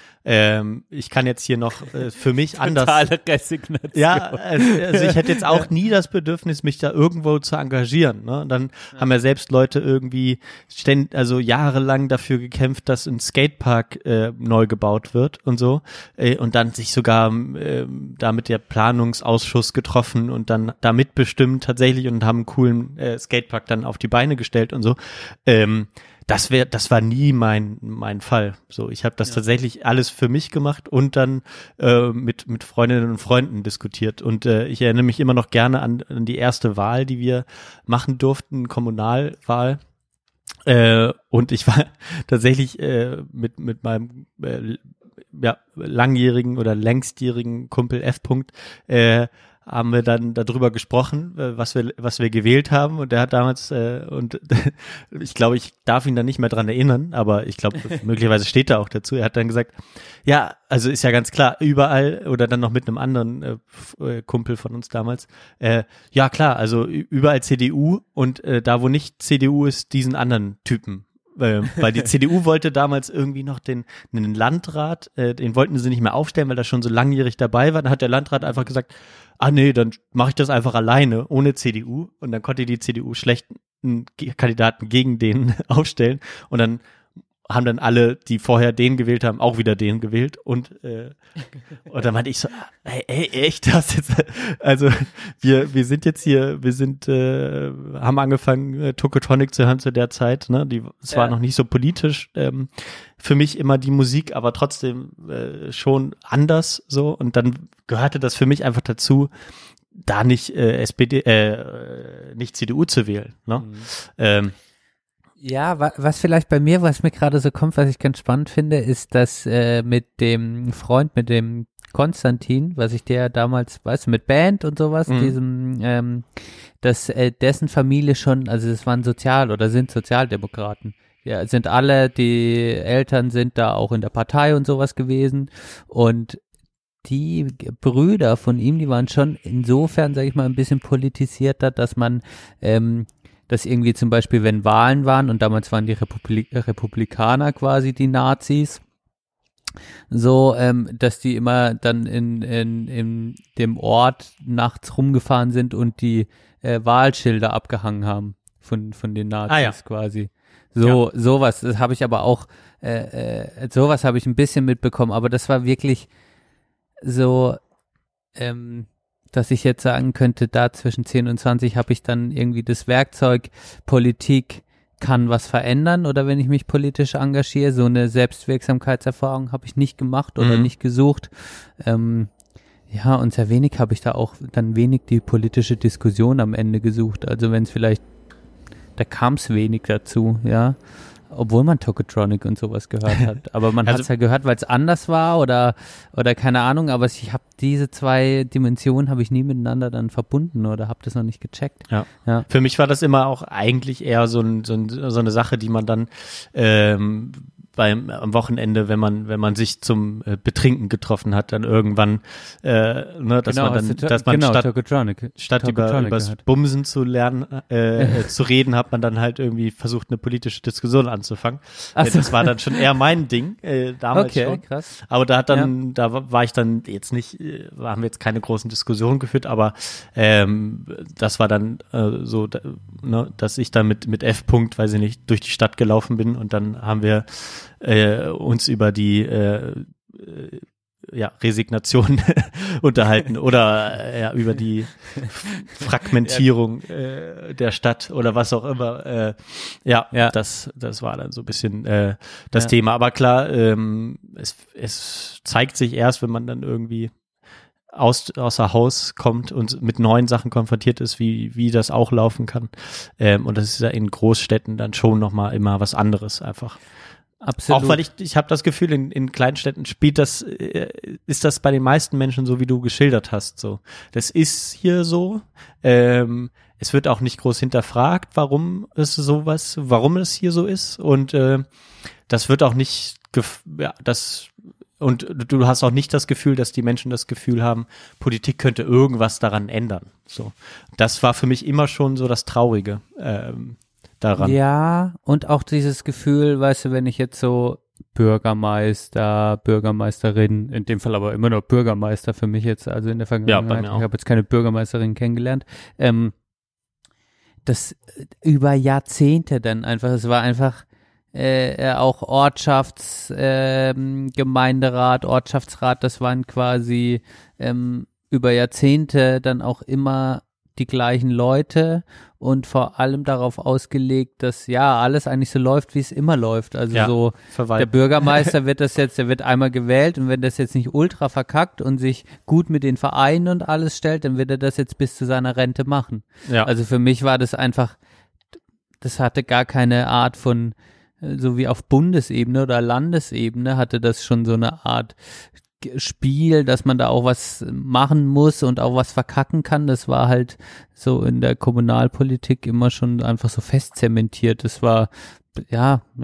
Ähm, ich kann jetzt hier noch äh, für mich anders. Totale Resignation. Ja, also, also ich hätte jetzt auch nie das Bedürfnis, mich da irgendwo zu engagieren. Ne? Und dann ja. haben ja selbst Leute irgendwie ständ, also jahrelang dafür gekämpft, dass ein Skatepark äh, neu gebaut wird und so. Äh, und dann sich sogar äh, da mit der Planungsausschuss getroffen und dann da mitbestimmt tatsächlich und haben einen coolen äh, Skatepark dann auf die Beine gestellt und so. Ähm, Das wäre, das war nie mein mein Fall. So, ich habe das ja. tatsächlich alles für mich gemacht und dann äh, mit mit Freundinnen und Freunden diskutiert. Und äh, ich erinnere mich immer noch gerne an, an die erste Wahl, die wir machen durften, Kommunalwahl. Äh, und ich war tatsächlich äh, mit mit meinem äh, ja, langjährigen oder längstjährigen Kumpel F. -Punkt, äh, haben wir dann darüber gesprochen, was wir was wir gewählt haben und der hat damals äh, und ich glaube, ich darf ihn dann nicht mehr dran erinnern, aber ich glaube, möglicherweise steht er auch dazu. Er hat dann gesagt, ja, also ist ja ganz klar, überall oder dann noch mit einem anderen äh, Kumpel von uns damals, äh, ja klar, also überall C D U und äh, da, wo nicht C D U ist, diesen anderen Typen Äh, weil die C D U wollte damals irgendwie noch den, den Landrat, äh, den wollten sie nicht mehr aufstellen, weil er schon so langjährig dabei war. Dann hat der Landrat einfach gesagt, ah nee, dann mache ich das einfach alleine, ohne C D U. Und dann konnte die C D U schlecht einen Kandidaten gegen den aufstellen. Und dann haben dann alle, die vorher den gewählt haben, auch wieder den gewählt. Und, äh, und dann meinte ich so, ey, ey echt, das jetzt, also wir wir sind jetzt hier, wir sind, äh, haben angefangen, äh, Tokotronic zu hören zu der Zeit, ne? Die, es ja. war noch nicht so politisch, ähm, für mich immer die Musik, aber trotzdem äh, schon anders so. Und dann gehörte das für mich einfach dazu, da nicht äh, S P D, äh, nicht C D U zu wählen, ne? Mhm. Ähm, Ja, wa- was vielleicht bei mir, was mir gerade so kommt, was ich ganz spannend finde, ist, dass äh, mit dem Freund, mit dem Konstantin, was ich der damals, weißt du, mit Band und sowas, Mhm. diesem, ähm, dass äh, dessen Familie schon, also das waren Sozial- oder sind Sozialdemokraten. Ja, sind alle, die Eltern sind da auch in der Partei und sowas gewesen und die Brüder von ihm, die waren schon insofern, sage ich mal, ein bisschen politisierter, dass man ähm, dass irgendwie zum Beispiel, wenn Wahlen waren und damals waren die Republik- Republikaner quasi die Nazis, so, ähm, dass die immer dann in, in, in dem Ort nachts rumgefahren sind und die äh, Wahlschilder abgehangen haben von, von den Nazis Ah, ja. quasi. So, Ja. sowas, das habe ich aber auch, äh, äh, sowas habe ich ein bisschen mitbekommen, aber das war wirklich so, ähm, dass ich jetzt sagen könnte, da zwischen zehn und zwanzig habe ich dann irgendwie das Werkzeug, Politik kann was verändern oder wenn ich mich politisch engagiere, so eine Selbstwirksamkeitserfahrung habe ich nicht gemacht oder Mhm. nicht gesucht. Ähm, ja, und sehr wenig habe ich da auch dann wenig die politische Diskussion am Ende gesucht. Also wenn es vielleicht, da kam es wenig dazu, ja. Obwohl man Tokotronic und sowas gehört hat. Aber man Also- hat es ja gehört, weil es anders war oder oder keine Ahnung. Aber ich habe diese zwei Dimensionen habe ich nie miteinander dann verbunden oder habe das noch nicht gecheckt. Ja. Ja. Für mich war das immer auch eigentlich eher so, ein, so, ein, so eine Sache, die man dann ähm, beim am Wochenende, wenn man wenn man sich zum äh, Betrinken getroffen hat, dann irgendwann, äh, ne, dass Genau, man hast dann, du to- dass man genau, statt Tokotronic, statt über Tokotronic übers gehört. Bumsen zu lernen, äh, äh, zu reden, hat man dann halt irgendwie versucht, eine politische Diskussion anzufangen. Ach Äh, so. Das war dann schon eher mein Ding äh, damals Okay, schon. krass. Aber da hat dann, da wa- war ich dann jetzt nicht, äh, haben wir jetzt keine großen Diskussionen geführt, aber ähm, das war dann äh, so, da, ne, dass ich dann mit mit F. Punkt, weiß ich nicht, durch die Stadt gelaufen bin und dann haben wir äh, uns über die äh, äh, ja, Resignation unterhalten oder äh, ja, über die Fragmentierung äh, der Stadt oder was auch immer. Äh, ja, Ja. das das war dann so ein bisschen äh, das Ja. Thema. Aber klar, ähm, es, es zeigt sich erst, wenn man dann irgendwie aus, außer Haus kommt und mit neuen Sachen konfrontiert ist, wie wie das auch laufen kann. Ähm, und das ist ja in Großstädten dann schon nochmal immer was anderes einfach. Absolut. Auch weil ich, ich habe das Gefühl, in, in Kleinstädten spielt das, äh, ist das bei den meisten Menschen so, wie du geschildert hast. So, das ist hier so. Ähm, es wird auch nicht groß hinterfragt, warum es sowas, warum es hier so ist. Und äh, das wird auch nicht, gef- ja, das und du hast auch nicht das Gefühl, dass die Menschen das Gefühl haben, Politik könnte irgendwas daran ändern. So, das war für mich immer schon so das Traurige. Ähm, daran. Ja, und auch dieses Gefühl, weißt du, wenn ich jetzt so Bürgermeister, Bürgermeisterin, in dem Fall aber immer noch Bürgermeister für mich jetzt, also in der Vergangenheit, Ja, bei mir auch. ich habe jetzt keine Bürgermeisterin kennengelernt, ähm, das über Jahrzehnte dann einfach, es war einfach äh, auch Ortschafts, ähm, Gemeinderat, Ortschaftsrat, das waren quasi ähm, über Jahrzehnte dann auch immer die gleichen Leute und vor allem darauf ausgelegt, dass ja alles eigentlich so läuft, wie es immer läuft. Also Ja, so Verwalt- der Bürgermeister wird das jetzt, der wird einmal gewählt und wenn das jetzt nicht ultra verkackt und sich gut mit den Vereinen und alles stellt, dann wird er das jetzt bis zu seiner Rente machen. Ja. Also für mich war das einfach, das hatte gar keine Art von, äh, so wie auf Bundesebene oder Landesebene hatte das schon so eine Art Spiel, dass man da auch was machen muss und auch was verkacken kann. Das war halt so in der Kommunalpolitik immer schon einfach so fest zementiert. Das war, ja, ja,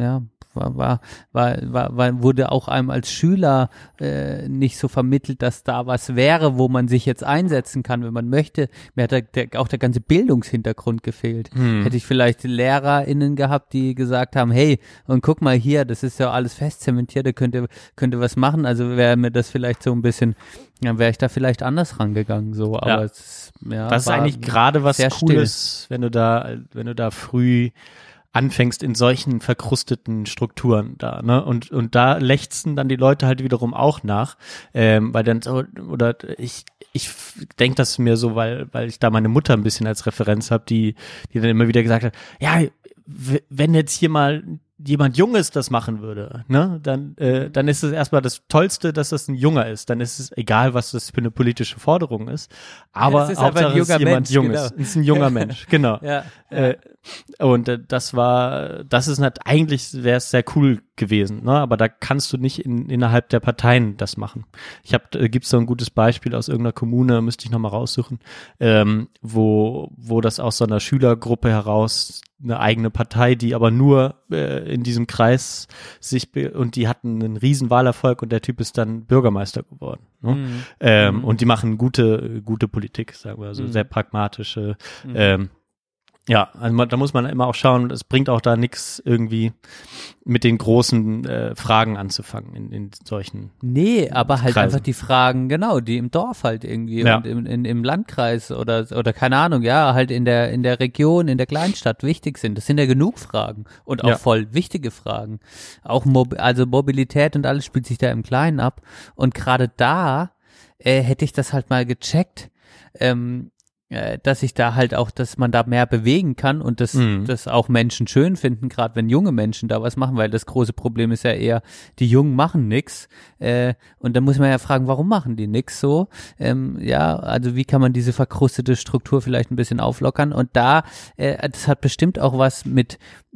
war, war, war, war, war wurde auch einem als Schüler äh, nicht so vermittelt, dass da was wäre, wo man sich jetzt einsetzen kann, wenn man möchte. Mir hat der, der, auch der ganze Bildungshintergrund gefehlt. Hm. Hätte ich vielleicht LehrerInnen gehabt, die gesagt haben, hey, und guck mal hier, das ist ja alles festzementiert, da könnt ihr, könnt ihr was machen. Also wäre mir das vielleicht so ein bisschen, dann wäre ich da vielleicht anders rangegangen, so, aber ja. es, ja, das ist eigentlich gerade was Cooles, still. wenn du da, wenn du da früh anfängst in solchen verkrusteten Strukturen da, ne? Und und da lechzen dann die Leute halt wiederum auch nach, ähm, weil dann so, oder ich ich denke das mir so, weil weil ich da meine Mutter ein bisschen als Referenz habe, die die dann immer wieder gesagt hat, ja, w- wenn jetzt hier mal jemand Junges das machen würde, ne, dann äh, dann ist es erstmal das Tollste, dass das ein Junger ist. Dann ist es egal, was das für eine politische Forderung ist. Aber ja, ist Hauptsache es ist jemand Mensch, Junges. Genau. Es ist ein junger Mensch, genau. Ja, ja. Äh, und äh, das war, das ist nicht, eigentlich wäre es sehr cool gewesen, ne? Aber da kannst du nicht in, innerhalb der Parteien das machen. Ich habe, äh, gibt's so ein gutes Beispiel aus irgendeiner Kommune, müsste ich nochmal raussuchen, ähm, wo wo das aus so einer Schülergruppe heraus eine eigene Partei, die aber nur äh, in diesem Kreis sich be- und die hatten einen riesen Wahlerfolg und der Typ ist dann Bürgermeister geworden. Ne? Mhm. Ähm, mhm. Und die machen gute gute Politik, sagen wir, also mhm. sehr pragmatische. Mhm. Ähm, ja, also man, da muss man immer auch schauen, es bringt auch da nichts irgendwie mit den großen äh, Fragen anzufangen in, in solchen Nee, aber halt Kreisen. einfach die Fragen, genau, die im Dorf halt irgendwie ja. und im, in, im Landkreis oder oder keine Ahnung, ja, halt in der in der Region, in der Kleinstadt wichtig sind. Das sind ja genug Fragen und auch ja. voll wichtige Fragen. Auch Mob- also Mobilität und alles spielt sich da im Kleinen ab. Und gerade da äh, hätte ich das halt mal gecheckt, ähm, dass ich da halt auch, dass man da mehr bewegen kann und dass mhm. das auch Menschen schön finden, gerade wenn junge Menschen da was machen, weil das große Problem ist ja eher, die Jungen machen nix äh, und dann muss man ja fragen, warum machen die nix so? Ähm, ja, also wie kann man diese verkrustete Struktur vielleicht ein bisschen auflockern und da, äh, das hat bestimmt auch was mit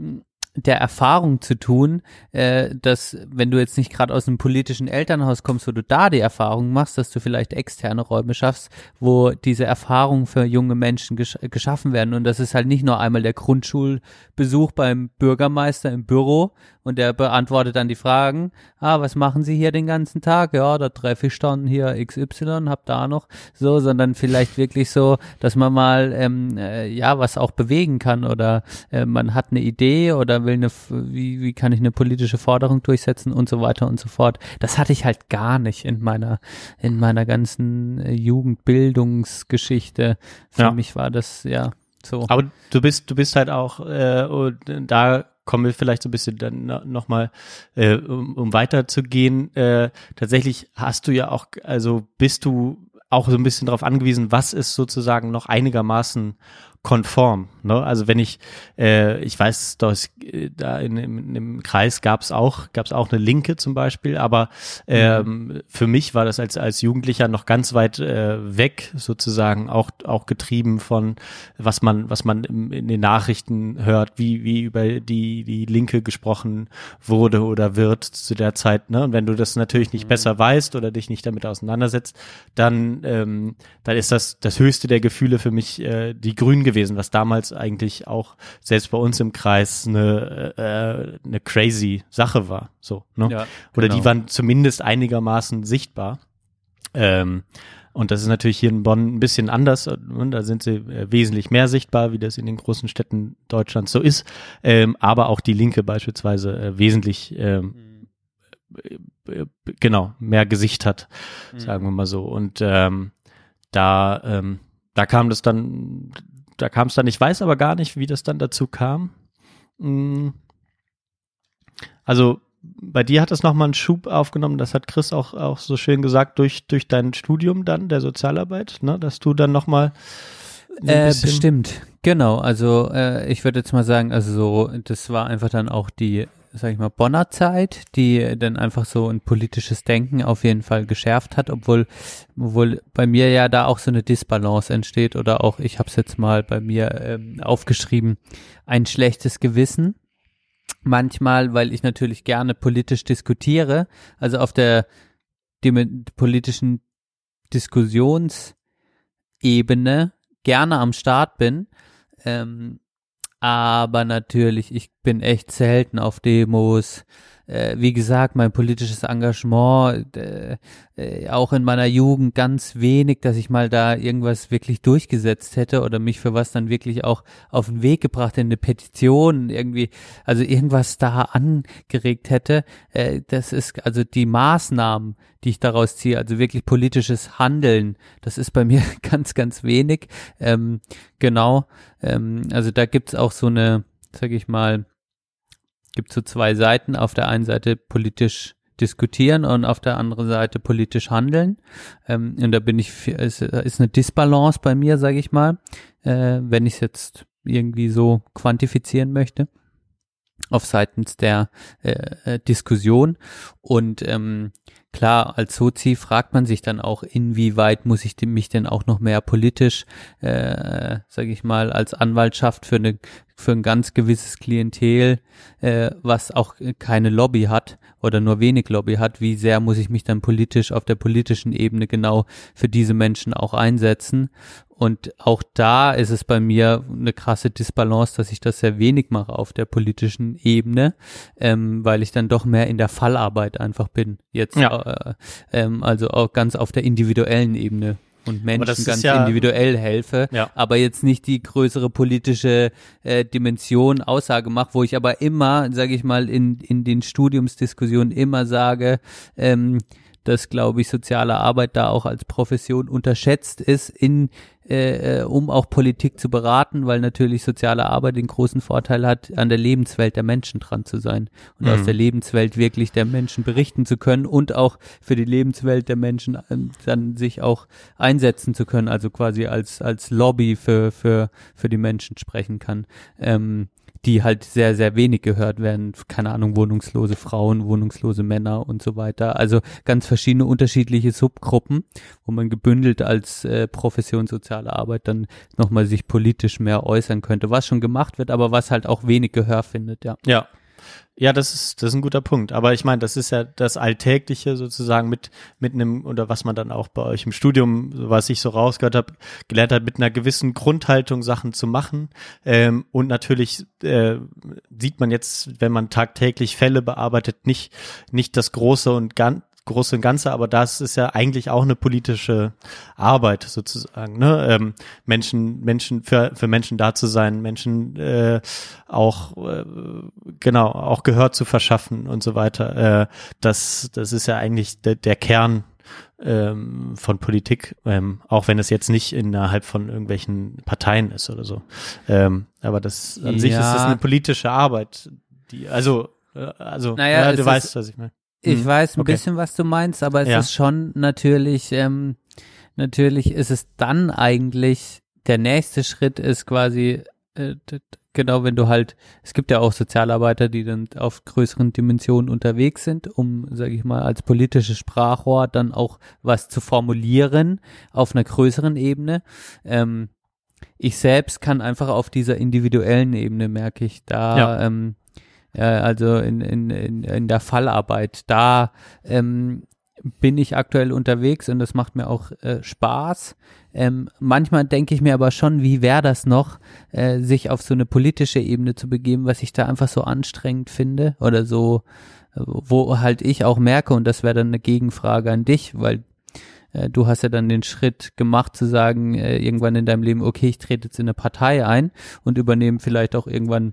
der Erfahrung zu tun, äh, dass wenn du jetzt nicht gerade aus einem politischen Elternhaus kommst, wo du da die Erfahrung machst, dass du vielleicht externe Räume schaffst, wo diese Erfahrungen für junge Menschen gesch- geschaffen werden und das ist halt nicht nur einmal der Grundschulbesuch beim Bürgermeister im Büro und der beantwortet dann die Fragen, ah, was machen Sie hier den ganzen Tag? Ja, da treffe ich dann hier X Y, hab da noch so, sondern vielleicht wirklich so, dass man mal ähm, äh, ja, was auch bewegen kann oder äh, man hat eine Idee oder will eine, wie, wie kann ich eine politische Forderung durchsetzen und so weiter und so fort. Das hatte ich halt gar nicht in meiner, in meiner ganzen äh, Jugendbildungsgeschichte. Für ja. mich war das, ja, so. Aber du bist, du bist halt auch, äh, und da kommen wir vielleicht so ein bisschen dann nochmal, äh, um, um weiterzugehen. Äh, tatsächlich hast du ja auch, also bist du auch so ein bisschen darauf angewiesen, was ist sozusagen noch einigermaßen konform, ne? Also wenn ich, äh, ich weiß, dass, äh, da in, in, in dem Kreis gab es auch, gab es auch eine Linke zum Beispiel, aber ähm, mhm. für mich war das als als Jugendlicher noch ganz weit äh, weg, sozusagen auch auch getrieben von was man was man im, in den Nachrichten hört, wie wie über die die Linke gesprochen wurde oder wird zu der Zeit, ne? Und wenn du das natürlich nicht mhm. besser weißt oder dich nicht damit auseinandersetzt, dann ähm, dann ist das das höchste der Gefühle für mich äh, die Grünen gewesen. gewesen, was damals eigentlich auch selbst bei uns im Kreis eine äh, eine crazy Sache war, so, ne? Ja, oder genau. Die waren zumindest einigermaßen sichtbar. Ähm, und das ist natürlich hier in Bonn ein bisschen anders. Und da sind sie äh, wesentlich mehr sichtbar, wie das in den großen Städten Deutschlands so ist. Ähm, aber auch die Linke beispielsweise äh, wesentlich ähm, mhm. äh, genau mehr Gesicht hat, mhm. sagen wir mal so. Und ähm, da ähm, da kam das dann Da kam es dann, ich weiß aber gar nicht, wie das dann dazu kam. Also bei dir hat das nochmal einen Schub aufgenommen, das hat Chris auch, auch so schön gesagt, durch, durch dein Studium dann der Sozialarbeit, ne, dass du dann nochmal so äh, bestimmt, genau, also äh, ich würde jetzt mal sagen, also so, das war einfach dann auch die, sag ich mal, Bonner Zeit, die dann einfach so ein politisches Denken auf jeden Fall geschärft hat, obwohl obwohl bei mir ja da auch so eine Disbalance entsteht oder auch, ich habe es jetzt mal bei mir ähm, aufgeschrieben, ein schlechtes Gewissen. Manchmal, weil ich natürlich gerne politisch diskutiere, also auf der die, politischen Diskussionsebene gerne am Start bin, ähm, aber natürlich, ich bin echt selten auf Demos. Äh, wie gesagt, mein politisches Engagement, äh, äh, auch in meiner Jugend ganz wenig, dass ich mal da irgendwas wirklich durchgesetzt hätte oder mich für was dann wirklich auch auf den Weg gebracht in eine Petition, irgendwie, also irgendwas da angeregt hätte. Äh, das ist also die Maßnahmen, die ich daraus ziehe, also wirklich politisches Handeln, das ist bei mir ganz, ganz wenig. Ähm, genau, ähm, also da gibt's auch so eine, sag ich mal, gibt so zwei Seiten, auf der einen Seite politisch diskutieren und auf der anderen Seite politisch handeln. Ähm, und da bin ich, ist, ist eine Disbalance bei mir, sage ich mal, äh, wenn ich es jetzt irgendwie so quantifizieren möchte, auf seitens der äh, äh, Diskussion. Und ähm, klar, als Sozi fragt man sich dann auch, inwieweit muss ich mich denn auch noch mehr politisch, äh, sage ich mal, als Anwaltschaft für eine für ein ganz gewisses Klientel, äh, was auch keine Lobby hat oder nur wenig Lobby hat, wie sehr muss ich mich dann politisch auf der politischen Ebene genau für diese Menschen auch einsetzen. Und auch da ist es bei mir eine krasse Disbalance, dass ich das sehr wenig mache auf der politischen Ebene, ähm, weil ich dann doch mehr in der Fallarbeit einfach bin. Jetzt ja. äh, ähm, also auch ganz auf der individuellen Ebene. Und Menschen ganz ja, individuell helfe, ja. aber jetzt nicht die größere politische äh, Dimension Aussage mache, wo ich aber immer, sage ich mal, in in den Studiumsdiskussionen immer sage, ähm, dass, glaube ich, soziale Arbeit da auch als Profession unterschätzt ist, in äh, um auch Politik zu beraten, weil natürlich soziale Arbeit den großen Vorteil hat, an der Lebenswelt der Menschen dran zu sein und mhm. aus der Lebenswelt wirklich der Menschen berichten zu können und auch für die Lebenswelt der Menschen äh, dann sich auch einsetzen zu können, also quasi als als Lobby für für für die Menschen sprechen kann. Ähm, die halt sehr, sehr wenig gehört werden, keine Ahnung, wohnungslose Frauen, wohnungslose Männer und so weiter. Also ganz verschiedene unterschiedliche Subgruppen, wo man gebündelt als äh, Profession soziale Arbeit dann nochmal sich politisch mehr äußern könnte, was schon gemacht wird, aber was halt auch wenig Gehör findet, ja. Ja. Ja, das ist, das ist ein guter Punkt. Aber ich meine, das ist ja das Alltägliche sozusagen mit, mit einem, oder was man dann auch bei euch im Studium, was ich so rausgehört habe, gelernt hat, mit einer gewissen Grundhaltung Sachen zu machen. Ähm, und natürlich äh, sieht man jetzt, wenn man tagtäglich Fälle bearbeitet, nicht, nicht das Große und ganz, Große und Ganze, aber das ist ja eigentlich auch eine politische Arbeit sozusagen, ne? Ähm, Menschen, Menschen für für Menschen da zu sein, Menschen äh, auch äh, genau auch Gehör zu verschaffen und so weiter. Äh, das das ist ja eigentlich de, der Kern ähm, von Politik, ähm, auch wenn es jetzt nicht innerhalb von irgendwelchen Parteien ist oder so. Ähm, aber das an ja. sich ist das eine politische Arbeit, die also äh, also naja, ja, du weißt, was ich meine. Ich hm. weiß ein okay. bisschen, was du meinst, aber es ja. ist schon natürlich, ähm, natürlich ist es dann eigentlich, der nächste Schritt ist quasi, äh, genau, wenn du halt, es gibt ja auch Sozialarbeiter, die dann auf größeren Dimensionen unterwegs sind, um, sage ich mal, als politisches Sprachrohr dann auch was zu formulieren auf einer größeren Ebene. Ähm, ich selbst kann einfach auf dieser individuellen Ebene, merke ich, da ja. ähm, Ja, also in, in, in, in der Fallarbeit, da ähm, bin ich aktuell unterwegs und das macht mir auch äh, Spaß. Ähm, manchmal denke ich mir aber schon, wie wäre das noch, äh, sich auf so eine politische Ebene zu begeben, was ich da einfach so anstrengend finde oder so, äh, wo halt ich auch merke, und das wäre dann eine Gegenfrage an dich, weil äh, du hast ja dann den Schritt gemacht zu sagen, äh, irgendwann in deinem Leben, okay, ich trete jetzt in eine Partei ein und übernehme vielleicht auch irgendwann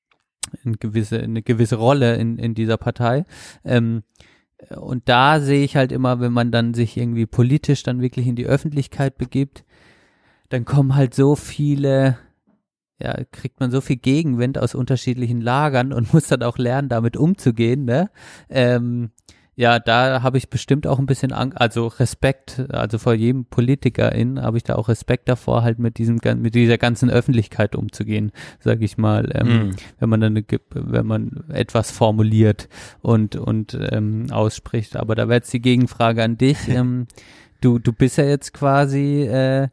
eine gewisse, eine gewisse Rolle in, in dieser Partei. Ähm, und da sehe ich halt immer, wenn man dann sich irgendwie politisch dann wirklich in die Öffentlichkeit begibt, dann kommen halt so viele, ja, kriegt man so viel Gegenwind aus unterschiedlichen Lagern und muss dann auch lernen, damit umzugehen, ne? Ähm, ja, da habe ich bestimmt auch ein bisschen Angst, also Respekt, also vor jedem PolitikerIn habe ich da auch Respekt davor, halt mit diesem, mit dieser ganzen Öffentlichkeit umzugehen, sage ich mal, ähm, mm. wenn man dann, eine, wenn man etwas formuliert und und ähm, ausspricht. Aber da wäre jetzt die Gegenfrage an dich. ähm, du du bist ja jetzt quasi äh,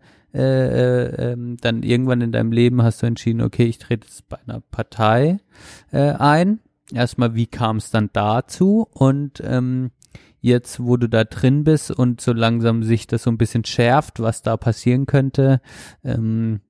äh, äh, dann irgendwann in deinem Leben hast du entschieden, okay, ich trete jetzt bei einer Partei äh, ein. Erstmal, wie kam es dann dazu? Und ähm, jetzt, wo du da drin bist und so langsam sich das so ein bisschen schärft, was da passieren könnte, ähm,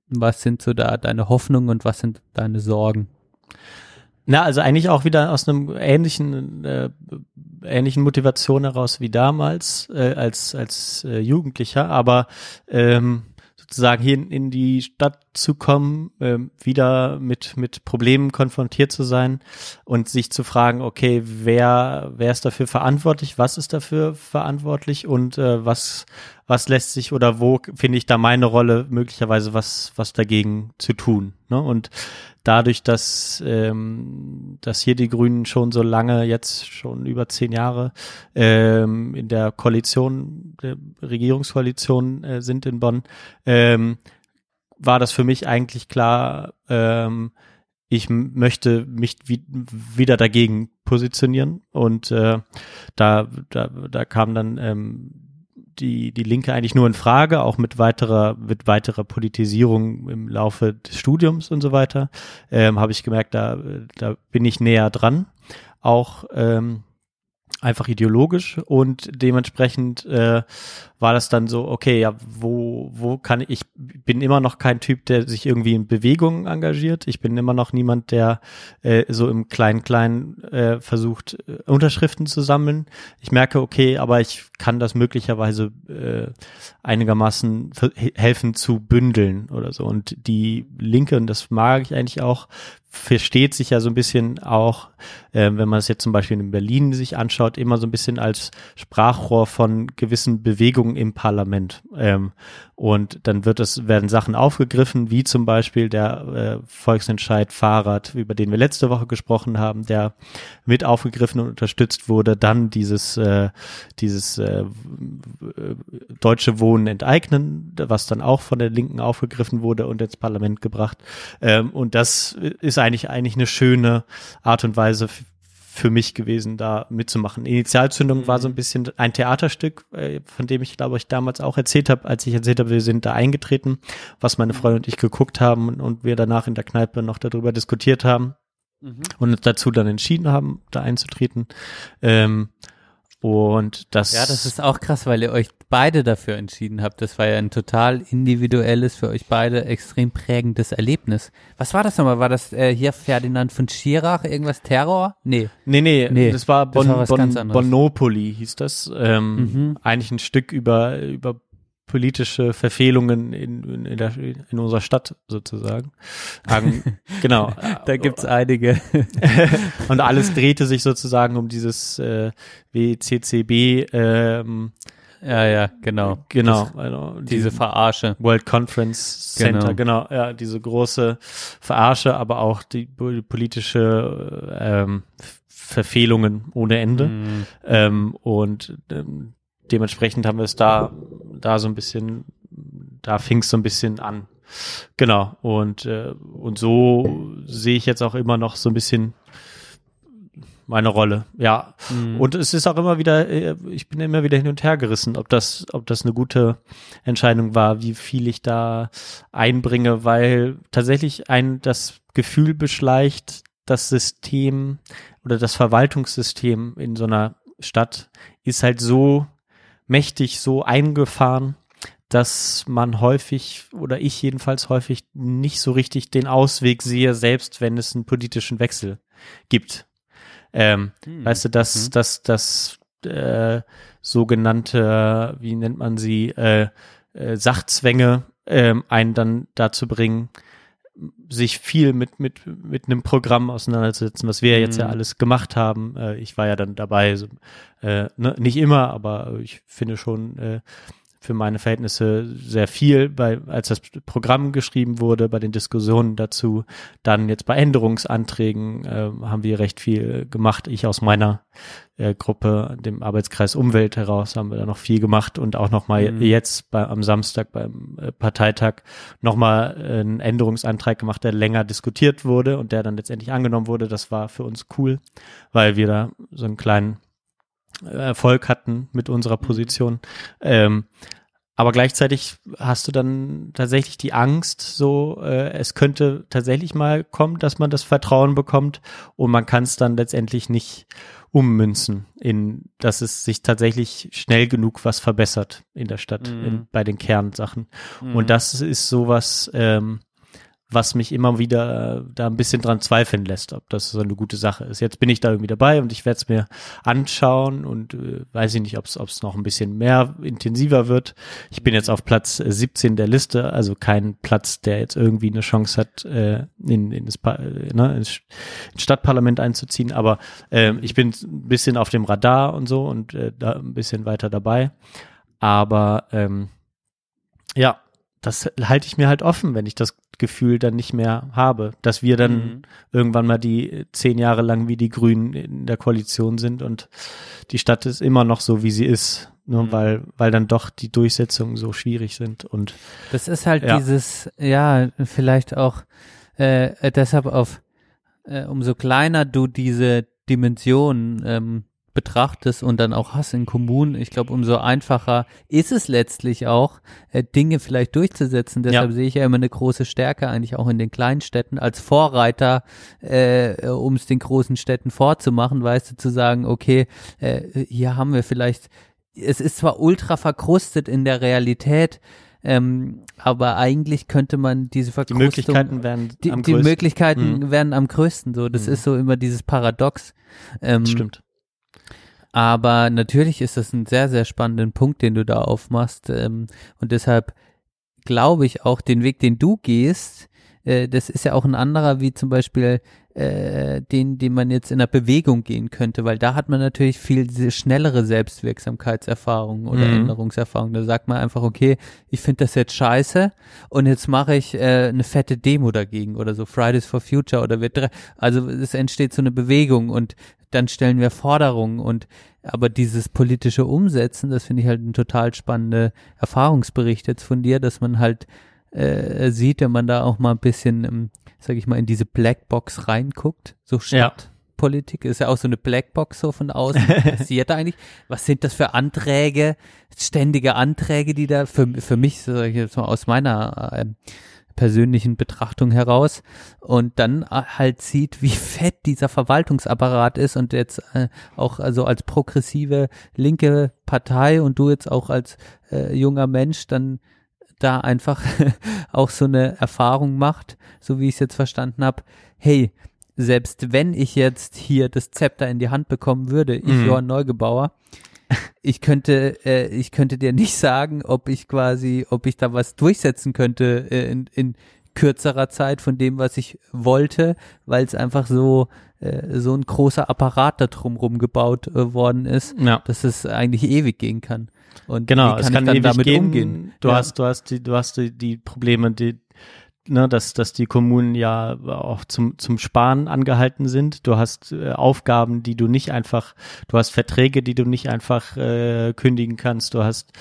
Was sind so da deine Hoffnungen und was sind deine Sorgen? Na, also eigentlich auch wieder aus einem ähnlichen, äh, ähnlichen Motivation heraus wie damals äh, als als äh, Jugendlicher, aber ähm, sozusagen hier in, in die Stadt zu kommen, ähm, wieder mit mit Problemen konfrontiert zu sein und sich zu fragen, okay, wer wer ist dafür verantwortlich, was ist dafür verantwortlich und äh, was was lässt sich oder wo finde ich da meine Rolle möglicherweise was was dagegen zu tun, ne? Und dadurch, dass ähm, dass hier die Grünen schon so lange, jetzt schon über zehn Jahre ähm, in der Koalition, der Regierungskoalition äh, sind in Bonn, ähm, war das für mich eigentlich klar, ähm, ich m- möchte mich wie, wieder dagegen positionieren und äh, da, da, da kam dann ähm, die, die Linke eigentlich nur in Frage, auch mit weiterer, mit weiterer Politisierung im Laufe des Studiums und so weiter, ähm, habe ich gemerkt, da, da bin ich näher dran, auch ähm, einfach ideologisch und dementsprechend äh, war das dann so, okay, ja, wo wo kann ich, ich bin immer noch kein Typ, der sich irgendwie in Bewegungen engagiert. Ich bin immer noch niemand, der äh, so im Klein-Klein äh, versucht, äh, Unterschriften zu sammeln. Ich merke, okay, aber ich kann das möglicherweise äh, einigermaßen ver- helfen zu bündeln oder so. Und die Linke, und das mag ich eigentlich auch, versteht sich ja so ein bisschen auch, äh, wenn man es jetzt zum Beispiel in Berlin sich anschaut, immer so ein bisschen als Sprachrohr von gewissen Bewegungen im Parlament. Ähm, und dann wird es, werden Sachen aufgegriffen, wie zum Beispiel der äh, Volksentscheid Fahrrad, über den wir letzte Woche gesprochen haben, der mit aufgegriffen und unterstützt wurde. Dann dieses, äh, dieses äh, deutsche Wohnen enteignen, was dann auch von der Linken aufgegriffen wurde und ins Parlament gebracht. Ähm, und das ist eigentlich eigentlich eine schöne Art und Weise f- für mich gewesen, da mitzumachen. Initialzündung mhm. war so ein bisschen ein Theaterstück, äh, von dem ich, glaube ich, damals auch erzählt habe, als ich erzählt habe, wir sind da eingetreten, was meine Freundin und ich geguckt haben und, und wir danach in der Kneipe noch darüber diskutiert haben mhm. und uns dazu dann entschieden haben, da einzutreten. Ähm, Und das. Ja, das ist auch krass, weil ihr euch beide dafür entschieden habt. Das war ja ein total individuelles, für euch beide extrem prägendes Erlebnis. Was war das nochmal? War das äh, hier Ferdinand von Schirach, irgendwas Terror? Nee. Nee, nee, nee das war, bon, das war was bon, ganz anderes. Bonopoly hieß das. Ähm, mhm. Eigentlich ein Stück über, über politische Verfehlungen in, in, in, der, in unserer Stadt sozusagen. Um, genau. Da gibt's einige. Und alles drehte sich sozusagen um dieses äh, W C C B. Ähm, ja, ja, genau. Genau. Das, also, diese Verarsche. World Conference Center, genau. genau. Ja, diese große Verarsche, aber auch die politische ähm, Verfehlungen ohne Ende. Mhm. Ähm, und ähm, dementsprechend haben wir es da, da so ein bisschen, da fing es so ein bisschen an. Genau. Und, äh, und so sehe ich jetzt auch immer noch so ein bisschen meine Rolle. Ja. Mhm. Und es ist auch immer wieder, ich bin immer wieder hin und her gerissen, ob das, ob das eine gute Entscheidung war, wie viel ich da einbringe, weil tatsächlich ein, das Gefühl beschleicht, das System oder das Verwaltungssystem in so einer Stadt ist halt so mächtig, so eingefahren, dass man häufig, oder ich jedenfalls häufig, nicht so richtig den Ausweg sehe, selbst wenn es einen politischen Wechsel gibt. Ähm, hm. Weißt du, dass mhm. dass das äh, sogenannte, wie nennt man sie, äh, äh, Sachzwänge äh, einen dann dazu bringen, sich viel mit mit mit einem Programm auseinanderzusetzen, was wir mhm. jetzt ja alles gemacht haben. Äh, ich war ja dann dabei, so, äh, ne, nicht immer, aber ich finde schon äh, für meine Verhältnisse sehr viel, bei, als das Programm geschrieben wurde, bei den Diskussionen dazu. Dann jetzt bei Änderungsanträgen äh, haben wir recht viel gemacht. Ich aus meiner äh, Gruppe, dem Arbeitskreis Umwelt heraus, haben wir da noch viel gemacht und auch nochmal mhm. jetzt bei, am Samstag beim äh, Parteitag nochmal äh, einen Änderungsantrag gemacht, der länger diskutiert wurde und der dann letztendlich angenommen wurde. Das war für uns cool, weil wir da so einen kleinen Erfolg hatten mit unserer Position. Ähm, aber gleichzeitig hast du dann tatsächlich die Angst, so äh, es könnte tatsächlich mal kommen, dass man das Vertrauen bekommt und man kann es dann letztendlich nicht ummünzen, in dass es sich tatsächlich schnell genug was verbessert in der Stadt, Mhm. in, bei den Kernsachen. Mhm. Und das ist sowas, ähm, was mich immer wieder äh, da ein bisschen dran zweifeln lässt, ob das so eine gute Sache ist. Jetzt bin ich da irgendwie dabei und ich werde es mir anschauen und äh, weiß ich nicht, ob es noch ein bisschen mehr intensiver wird. Ich bin jetzt auf Platz äh, siebzehn der Liste, also kein Platz, der jetzt irgendwie eine Chance hat, äh, in, in das pa- äh, ne, ins Stadtparlament einzuziehen, aber äh, ich bin ein bisschen auf dem Radar und so und äh, da ein bisschen weiter dabei. Aber ähm, ja, das halte ich mir halt offen, wenn ich das Gefühl dann nicht mehr habe, dass wir dann Mhm. irgendwann mal die zehn Jahre lang wie die Grünen in der Koalition sind und die Stadt ist immer noch so, wie sie ist, nur Mhm. weil, weil dann doch die Durchsetzungen so schwierig sind und Das ist halt Ja. dieses, ja, vielleicht auch äh, deshalb auf, äh, umso kleiner du diese Dimension ähm, betrachtest und dann auch hast in Kommunen, ich glaube, umso einfacher ist es letztlich auch, äh, Dinge vielleicht durchzusetzen. Deshalb Ja. sehe ich ja immer eine große Stärke eigentlich auch in den kleinen Städten als Vorreiter, äh, um es den großen Städten vorzumachen, weißt du, zu sagen, okay, äh, hier haben wir vielleicht, es ist zwar ultra verkrustet in der Realität, ähm, aber eigentlich könnte man diese die Verkrustung, Möglichkeiten werden die, am die größten. Möglichkeiten Mhm. werden am größten so. Das Mhm. ist so immer dieses Paradox. Ähm, Stimmt. aber natürlich ist das ein sehr, sehr spannender Punkt, den du da aufmachst. Ähm, und deshalb glaube ich auch, den Weg, den du gehst, äh, das ist ja auch ein anderer, wie zum Beispiel äh, den, den man jetzt in der Bewegung gehen könnte, weil da hat man natürlich viel se- schnellere Selbstwirksamkeitserfahrungen oder Mhm. Änderungserfahrungen. Da sagt man einfach, okay, ich finde das jetzt scheiße und jetzt mache ich äh, eine fette Demo dagegen oder so, Fridays for Future oder wir dre- also es entsteht so eine Bewegung und dann stellen wir Forderungen und aber dieses politische Umsetzen, das finde ich halt ein total spannender Erfahrungsbericht jetzt von dir, dass man halt äh, sieht, wenn man da auch mal ein bisschen, ähm, sag ich mal, in diese Blackbox reinguckt, so Ja. Stadtpolitik ist ja auch so eine Blackbox so von außen, was passiert da eigentlich? Was sind das für Anträge, ständige Anträge, die da für, für mich, sag ich jetzt mal aus meiner äh, persönlichen Betrachtung heraus und dann halt sieht, wie fett dieser Verwaltungsapparat ist und jetzt äh, auch also als progressive linke Partei und du jetzt auch als äh, junger Mensch dann da einfach auch so eine Erfahrung macht, so wie ich es jetzt verstanden habe, hey, selbst wenn ich jetzt hier das Zepter in die Hand bekommen würde, ich Mhm. Johann Neugebauer, ich könnte, äh, ich könnte dir nicht sagen, ob ich quasi, ob ich da was durchsetzen könnte äh, in, in kürzerer Zeit von dem, was ich wollte, weil es einfach so äh, so ein großer Apparat da drumherum gebaut äh, worden ist, Ja. dass es eigentlich ewig gehen kann. Und Genau, wie es kann kann ich dann ewig damit gehen. umgehen? Du Ja. hast, du hast die, du hast die, die Probleme, die, ne, dass, dass die Kommunen ja auch zum, zum Sparen angehalten sind. Du hast äh, Aufgaben, die du nicht einfach, du hast Verträge, die du nicht einfach äh, kündigen kannst. Du hast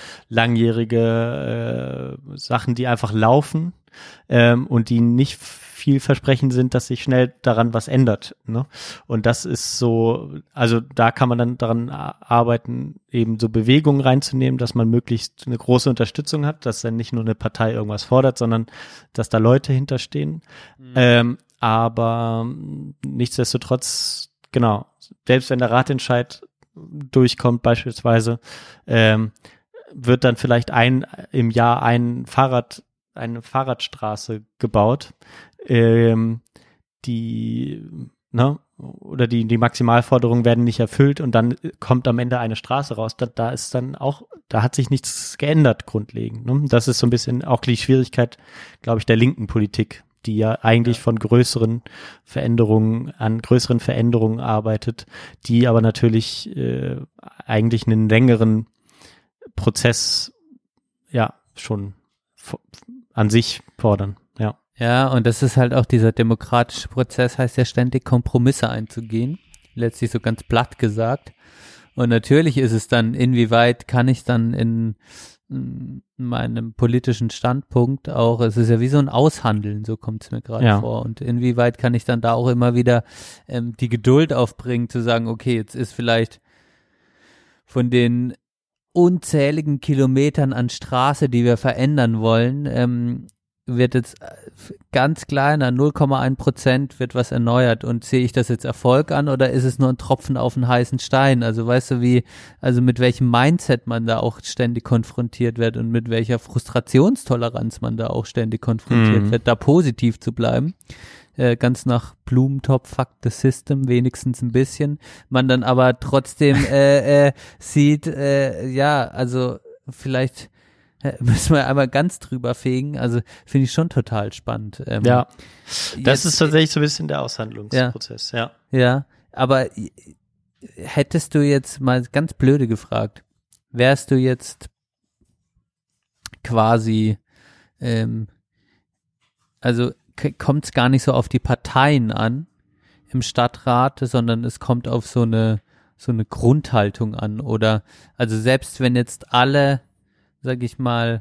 langjährige äh, Sachen, die einfach laufen ähm, und die nicht vielversprechend sind, dass sich schnell daran was ändert. Ne? Und das ist so, also da kann man dann daran arbeiten, eben so Bewegungen reinzunehmen, dass man möglichst eine große Unterstützung hat, dass dann nicht nur eine Partei irgendwas fordert, sondern dass da Leute hinterstehen. Mhm. Ähm, aber nichtsdestotrotz, genau, selbst wenn der Ratentscheid durchkommt beispielsweise, ähm, wird dann vielleicht ein im Jahr ein Fahrrad, eine Fahrradstraße gebaut, ähm, die, ne, oder die, die Maximalforderungen werden nicht erfüllt und dann kommt am Ende eine Straße raus. Da, da ist dann auch, da hat sich nichts geändert grundlegend. Ne? Das ist so ein bisschen auch die Schwierigkeit, glaube ich, der linken Politik, die ja eigentlich ja. von größeren Veränderungen, an größeren Veränderungen arbeitet, die aber natürlich äh, eigentlich einen längeren Prozess ja schon f- an sich fordern, ja. Ja, und das ist halt auch dieser demokratische Prozess, heißt ja ständig Kompromisse einzugehen, letztlich so ganz platt gesagt. Und natürlich ist es dann, inwieweit kann ich dann in, in meinem politischen Standpunkt auch, es ist ja wie so ein Aushandeln, so kommt es mir gerade ja. vor. Und inwieweit kann ich dann da auch immer wieder ähm, die Geduld aufbringen, zu sagen, okay, jetzt ist vielleicht von den unzähligen Kilometern an Straße, die wir verändern wollen, ähm, wird jetzt ganz kleiner, null Komma eins Prozent wird was erneuert, und sehe ich das jetzt Erfolg an oder ist es nur ein Tropfen auf einen heißen Stein? Also weißt du, wie, also mit welchem Mindset man da auch ständig konfrontiert wird und mit welcher Frustrationstoleranz man da auch ständig konfrontiert Mhm. wird, da positiv zu bleiben. Äh, ganz nach Blumentopf, fuck the system, wenigstens ein bisschen. Man dann aber trotzdem äh, äh, sieht, äh, ja, also vielleicht müssen wir einmal ganz drüber fegen. Also finde ich schon total spannend. Ähm, Ja, das jetzt, ist tatsächlich so ein bisschen der Aushandlungsprozess, ja. Ja, aber hättest du jetzt mal ganz blöde gefragt, wärst du jetzt quasi, ähm, also kommt es gar nicht so auf die Parteien an im Stadtrat, sondern es kommt auf so eine so eine Grundhaltung an, oder also selbst wenn jetzt alle, sag ich mal,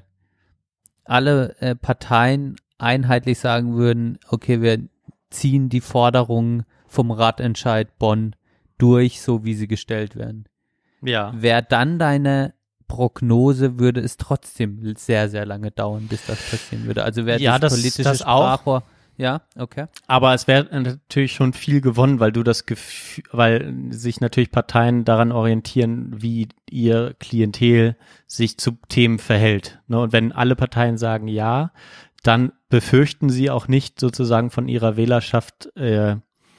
alle äh, Parteien einheitlich sagen würden, okay, wir ziehen die Forderungen vom Ratentscheid Bonn durch, so wie sie gestellt werden. Ja. Wäre dann deine Prognose, würde es trotzdem sehr, sehr lange dauern, bis das passieren würde. Also wäre Ja, das das- politische das auch. Sprachrohr. Ja, okay. Aber es wäre natürlich schon viel gewonnen, weil du das Gefühl, weil sich natürlich Parteien daran orientieren, wie ihr Klientel sich zu Themen verhält. Ne? Und wenn alle Parteien sagen ja, dann befürchten sie auch nicht sozusagen von ihrer Wählerschaft äh,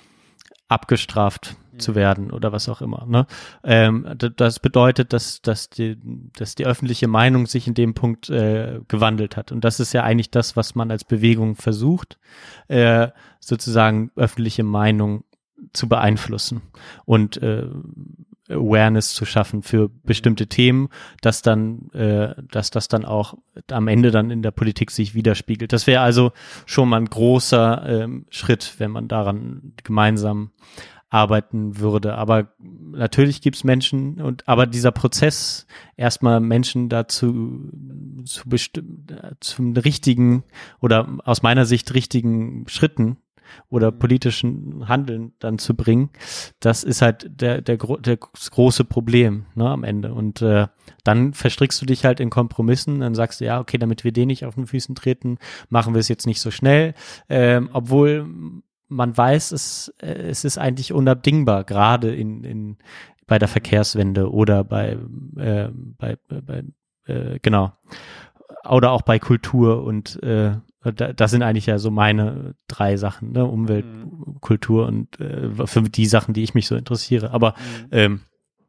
abgestraft mhm. zu werden oder was auch immer. Ne? Ähm, d- das bedeutet, dass, dass, die, dass die öffentliche Meinung sich in dem Punkt äh, gewandelt hat. Und das ist ja eigentlich das, was man als Bewegung versucht, äh, sozusagen öffentliche Meinung zu beeinflussen und äh, Awareness zu schaffen für bestimmte Themen, dass dann, äh, dass das dann auch am Ende dann in der Politik sich widerspiegelt. Das wäre also schon mal ein großer ähm, Schritt, wenn man daran gemeinsam arbeiten würde. Aber natürlich gibt's Menschen und aber dieser Prozess, erstmal Menschen dazu zu bestimmen, zum richtigen oder aus meiner Sicht richtigen Schritten oder politischen Handeln dann zu bringen, das ist halt der, der, der das große Problem, ne, am Ende. Und äh, dann verstrickst du dich halt in Kompromissen, dann sagst du, ja, okay, damit wir den nicht auf den Füßen treten, machen wir es jetzt nicht so schnell, ähm, obwohl man weiß, es, äh, es ist eigentlich unabdingbar, gerade in, in bei der Verkehrswende oder bei, äh, bei, bei äh, genau, oder auch bei Kultur und äh, das sind eigentlich ja so meine drei Sachen, ne? Umwelt, mhm. Kultur und äh, für die Sachen, die ich mich so interessiere. Aber mhm. ähm,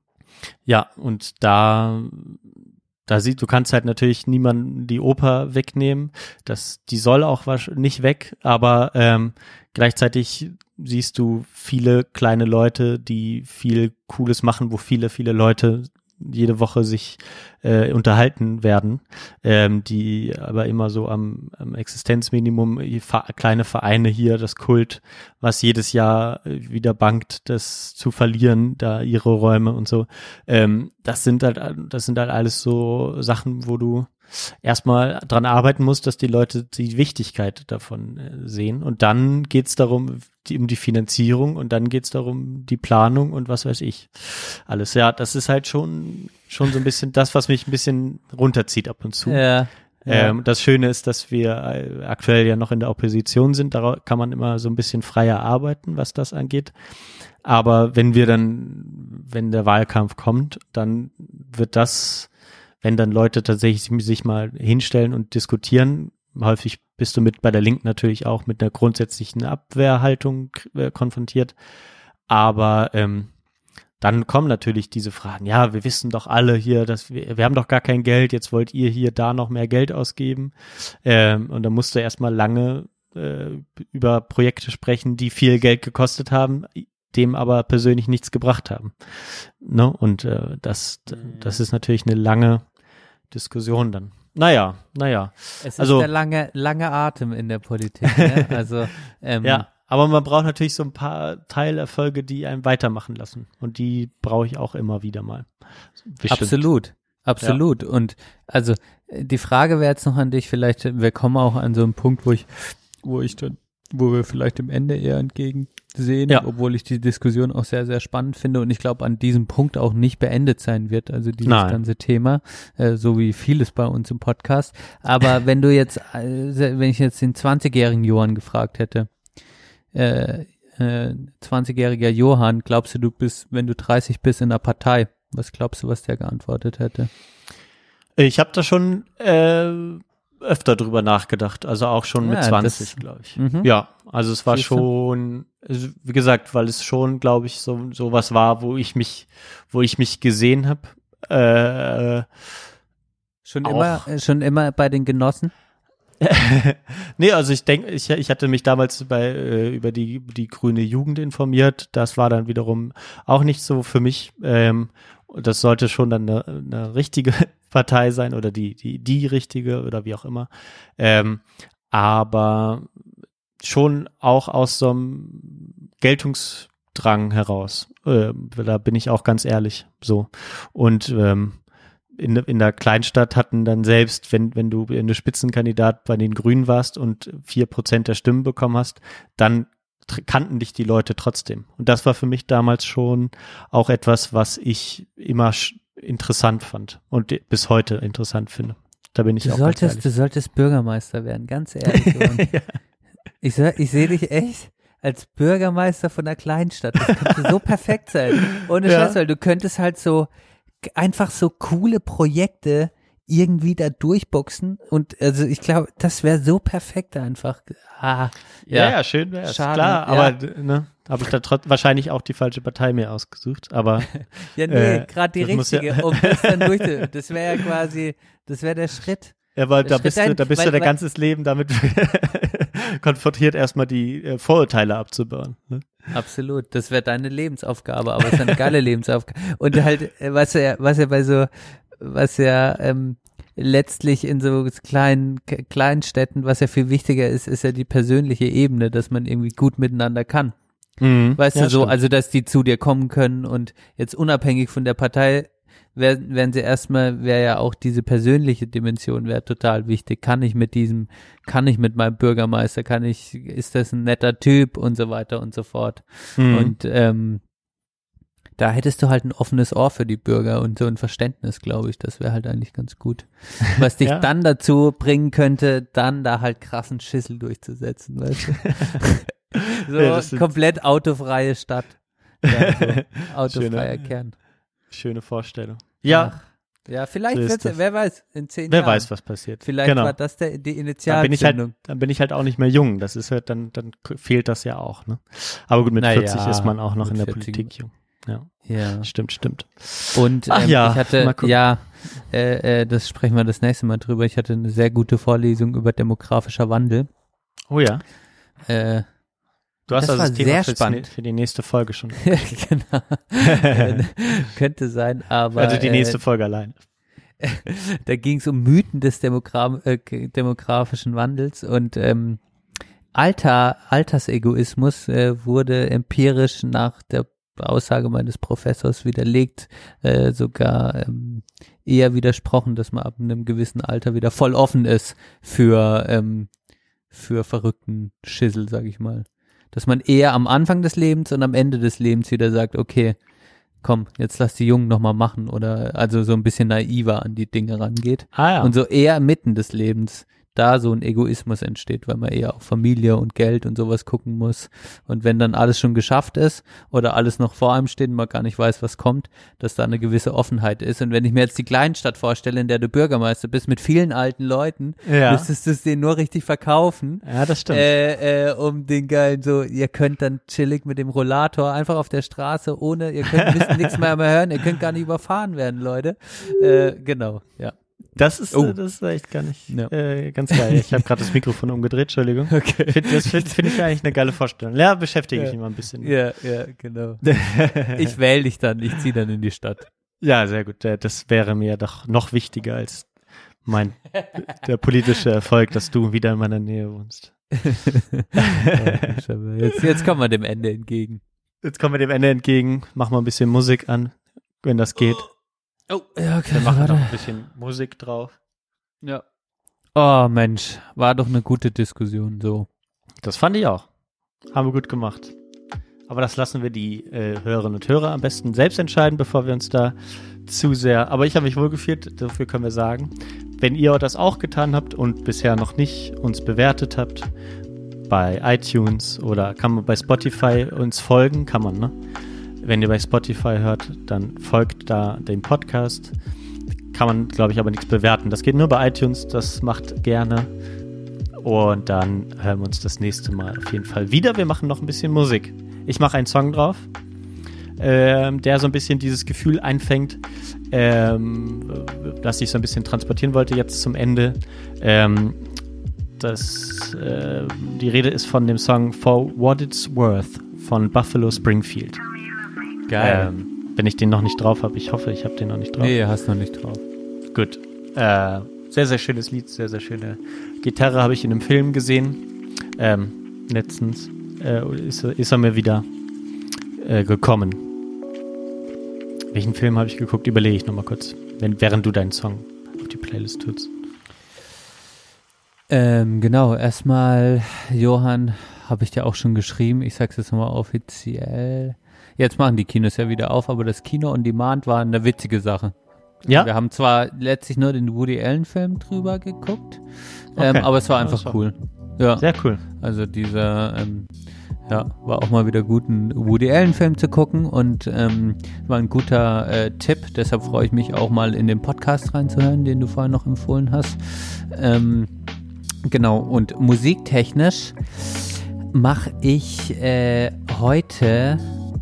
ja, und da da sieht, du kannst halt natürlich niemanden die Oper wegnehmen. Das, die soll auch nicht weg, aber ähm, gleichzeitig siehst du viele kleine Leute, die viel Cooles machen, wo viele, viele Leute jede Woche sich äh, unterhalten werden, ähm, die aber immer so am, am Existenzminimum, kleine Vereine hier, das Kult, was jedes Jahr wieder bangt, das zu verlieren, da ihre Räume und so. Ähm, das sind halt, das sind halt alles so Sachen, wo du erstmal dran arbeiten musst, dass die Leute die Wichtigkeit davon äh, sehen. Und dann geht's darum, die, um die Finanzierung und dann geht's darum, die Planung und was weiß ich. Alles. Ja, das ist halt schon, schon so ein bisschen das, was mich ein bisschen runterzieht ab und zu. Ja. Ja. Ähm, das Schöne ist, dass wir äh, aktuell ja noch in der Opposition sind. Da kann man immer so ein bisschen freier arbeiten, was das angeht. Aber wenn wir dann, wenn der Wahlkampf kommt, dann wird das, wenn dann Leute tatsächlich sich mal hinstellen und diskutieren, häufig bist du mit bei der Linken natürlich auch mit einer grundsätzlichen Abwehrhaltung äh, konfrontiert, aber ähm, dann kommen natürlich diese Fragen, ja, wir wissen doch alle hier, dass wir, wir haben doch gar kein Geld, jetzt wollt ihr hier da noch mehr Geld ausgeben, ähm, und dann musst du erstmal lange äh, über Projekte sprechen, die viel Geld gekostet haben, dem aber persönlich nichts gebracht haben. Ne? Und äh, das, das ist natürlich eine lange Diskussion dann. Naja, naja. Es ist also, der lange, lange Atem in der Politik. Ne? Also ähm, ja, aber man braucht natürlich so ein paar Teilerfolge, die einen weitermachen lassen. Und die brauche ich auch immer wieder mal. Bestimmt. Absolut, absolut. Ja. Und also die Frage wäre jetzt noch an dich, vielleicht, wir kommen auch an so einen Punkt, wo ich, wo ich dann wo wir vielleicht dem Ende eher entgegensehen, Ja. obwohl ich die Diskussion auch sehr, sehr spannend finde und ich glaube, an diesem Punkt auch nicht beendet sein wird, also dieses Nein. ganze Thema, äh, so wie vieles bei uns im Podcast. Aber wenn du jetzt, äh, wenn ich jetzt den zwanzigjährigen Johann gefragt hätte, äh, äh, zwanzigjähriger Johann, glaubst du, du bist, wenn du dreißig bist, in der Partei? Was glaubst du, was der geantwortet hätte? Ich habe da schon äh, öfter drüber nachgedacht, also auch schon Ja, mit zwanzig, das- glaube ich. Mhm. Ja, also es war Siehst du? schon, also wie gesagt, weil es schon, glaube ich, so so was war, wo ich mich, wo ich mich gesehen habe. Äh, Schon Auch. immer, äh, schon immer bei den Genossen? nee, also ich denke, ich, ich hatte mich damals bei äh, über die die grüne Jugend informiert. Das war dann wiederum auch nicht so für mich. Ähm, das sollte schon dann eine, eine richtige Partei sein oder die die die richtige oder wie auch immer. Ähm, aber schon auch aus so einem Geltungsdrang heraus. Äh, da bin ich auch ganz ehrlich so. Und ähm, in, in der Kleinstadt hatten dann selbst, wenn, wenn du eine Spitzenkandidat bei den Grünen warst und vier Prozent der Stimmen bekommen hast, dann tr- kannten dich die Leute trotzdem. Und das war für mich damals schon auch etwas, was ich immer sch- interessant fand und de- bis heute interessant finde. Da bin ich Du auch solltest, ganz du ehrlich. solltest Bürgermeister werden, ganz ehrlich. Johann. Ja. Ich, seh- ich sehe dich echt als Bürgermeister von einer Kleinstadt. Das könnte so perfekt sein. Ohne Ja. Scheiß, weil du könntest halt so g- einfach so coole Projekte irgendwie da durchboxen und also ich glaube, das wäre so perfekt einfach. Ah, Ja, ja, schön wäre es, Schade, klar, ja. aber d- ne, habe ich da trotz wahrscheinlich auch die falsche Partei mir ausgesucht, aber Ja, nee, Äh, gerade die das muss ja- richtige, um das dann durchzu. Das wäre ja quasi, das wäre der Schritt. ja, weil Der da Schritt bist du, dahin, da bist weil- du dein weil- ganzes Leben damit konfrontiert, erstmal die äh, Vorurteile abzubauen. Ne? Absolut, das wäre deine Lebensaufgabe, aber es ist eine geile Lebensaufgabe. Und halt, äh, was ja, was ja bei so, was ja ähm, letztlich in so kleinen, k- kleinen Städten, was ja viel wichtiger ist, ist ja die persönliche Ebene, dass man irgendwie gut miteinander kann. Weißt Ja, du, so, stimmt. also dass die zu dir kommen können und jetzt unabhängig von der Partei werden, werden sie erstmal, wäre ja auch diese persönliche Dimension wäre total wichtig. Kann ich mit diesem, kann ich mit meinem Bürgermeister, kann ich, ist das ein netter Typ und so weiter und so fort. Mhm. Und ähm, da hättest du halt ein offenes Ohr für die Bürger und so ein Verständnis, glaube ich. Das wäre halt eigentlich ganz gut. Was dich Ja. dann dazu bringen könnte, dann da halt krassen Schissel durchzusetzen, weißt du? So Ja, das stimmt. komplett autofreie Stadt. Ja, so autofreier Schöne- Kern. Schöne Vorstellung. Ja, Ach, ja, vielleicht so ist wird's, das. wer weiß, in zehn wer Jahren. weiß, was passiert. Vielleicht genau. war das der, die Dann bin ich halt, Initialzündung. dann bin ich halt auch nicht mehr jung. Das ist halt dann, dann fehlt das ja auch. Ne? Aber gut, mit Naja, vierzig ist man auch noch mit in der vierzig. Politik jung. Ja, Ja. stimmt, stimmt. Und Ach ähm, ja, ich hatte, mal gucken. ja, äh, äh, das sprechen wir das nächste Mal drüber. Ich hatte eine sehr gute Vorlesung über demografischer Wandel. Oh ja. Äh, Du hast Das also war das Thema sehr fürs spannend. Ne- für die nächste Folge schon. genau. Äh, könnte sein, aber also die nächste äh, Folge allein. da ging es um Mythen des Demogra äh, demografischen Wandels und ähm, Alter, Altersegoismus äh, wurde empirisch nach der Aussage meines Professors widerlegt, äh, sogar ähm, eher widersprochen, dass man ab einem gewissen Alter wieder voll offen ist für ähm, für verrückten Schissel, sag ich mal. Dass man eher am Anfang des Lebens und am Ende des Lebens wieder sagt, okay, komm, jetzt lass die Jungen nochmal machen oder also so ein bisschen naiver an die Dinge rangeht. Ah ja. Und so eher mitten des Lebens da so ein Egoismus entsteht, weil man eher auf Familie und Geld und sowas gucken muss. Und wenn dann alles schon geschafft ist oder alles noch vor einem steht und man gar nicht weiß, was kommt, dass da eine gewisse Offenheit ist. Und wenn ich mir jetzt die Kleinstadt vorstelle, in der du Bürgermeister bist, mit vielen alten Leuten, Ja. müsstest du es denen nur richtig verkaufen. ja, das stimmt. Äh, äh, um den geilen so, ihr könnt dann chillig mit dem Rollator einfach auf der Straße ohne, ihr könnt müsst nichts mehr mehr hören, ihr könnt gar nicht überfahren werden, Leute. Äh, genau, ja. Das ist, Oh. äh, das ist echt gar nicht Ja. äh, ganz geil. Ich habe gerade das Mikrofon umgedreht, Entschuldigung. Okay. Find, das finde find ich eigentlich eine geile Vorstellung. Ja, beschäftige ich Ja. mich mal ein bisschen. Ja, ja, genau. Ich wähle dich dann, ich ziehe dann in die Stadt. Ja, sehr gut. Äh, Das wäre mir doch noch wichtiger als mein der politische Erfolg, dass du wieder in meiner Nähe wohnst. Jetzt, jetzt kommen wir dem Ende entgegen. Jetzt kommen wir dem Ende entgegen. Mach mal ein bisschen Musik an, wenn das geht. Oh, ja, okay. Wir machen warte. noch ein bisschen Musik drauf. Ja. Oh Mensch, war doch eine gute Diskussion so. Das fand ich auch. Haben wir gut gemacht. Aber das lassen wir die äh, Hörerinnen und Hörer am besten selbst entscheiden, bevor wir uns da zu sehr... Aber ich habe mich wohlgefühlt, dafür können wir sagen. Wenn ihr das auch getan habt und bisher noch nicht uns bewertet habt, bei iTunes oder kann man bei Spotify uns folgen, kann man, ne? Wenn ihr bei Spotify hört, dann folgt da dem Podcast. Kann man, glaube ich, aber nichts bewerten. Das geht nur bei iTunes, das macht gerne. Und dann hören wir uns das nächste Mal auf jeden Fall wieder. Wir machen noch ein bisschen Musik. Ich mache einen Song drauf, ähm, der so ein bisschen dieses Gefühl einfängt, ähm, das ich so ein bisschen transportieren wollte jetzt zum Ende. Ähm, das, äh, die Rede ist von dem Song For What It's Worth von Buffalo Springfield. Geil. Ähm, wenn ich den noch nicht drauf habe. Ich hoffe, ich habe den noch nicht drauf. Nee, hast noch nicht drauf. Gut. Äh, sehr, sehr schönes Lied, sehr, sehr schöne Gitarre habe ich in einem Film gesehen. Ähm, letztens äh, ist, ist er mir wieder äh, gekommen. Welchen Film habe ich geguckt? Überlege ich nochmal kurz, wenn, während du deinen Song auf die Playlist tust. Ähm, genau, erstmal, Johann, habe ich dir auch schon geschrieben. Ich sag's jetzt nochmal offiziell. Jetzt machen die Kinos ja wieder auf, aber das Kino on Demand war eine witzige Sache. Ja? Wir haben zwar letztlich nur den Woody Allen-Film drüber geguckt, ähm, Okay. aber es war Ja, einfach das war- cool. Ja, Sehr cool. also dieser, ähm, ja, war auch mal wieder gut, einen Woody Allen-Film zu gucken und ähm, war ein guter äh, Tipp. Deshalb freue ich mich auch mal in den Podcast reinzuhören, den du vorhin noch empfohlen hast. Ähm, genau, und musiktechnisch mache ich äh, heute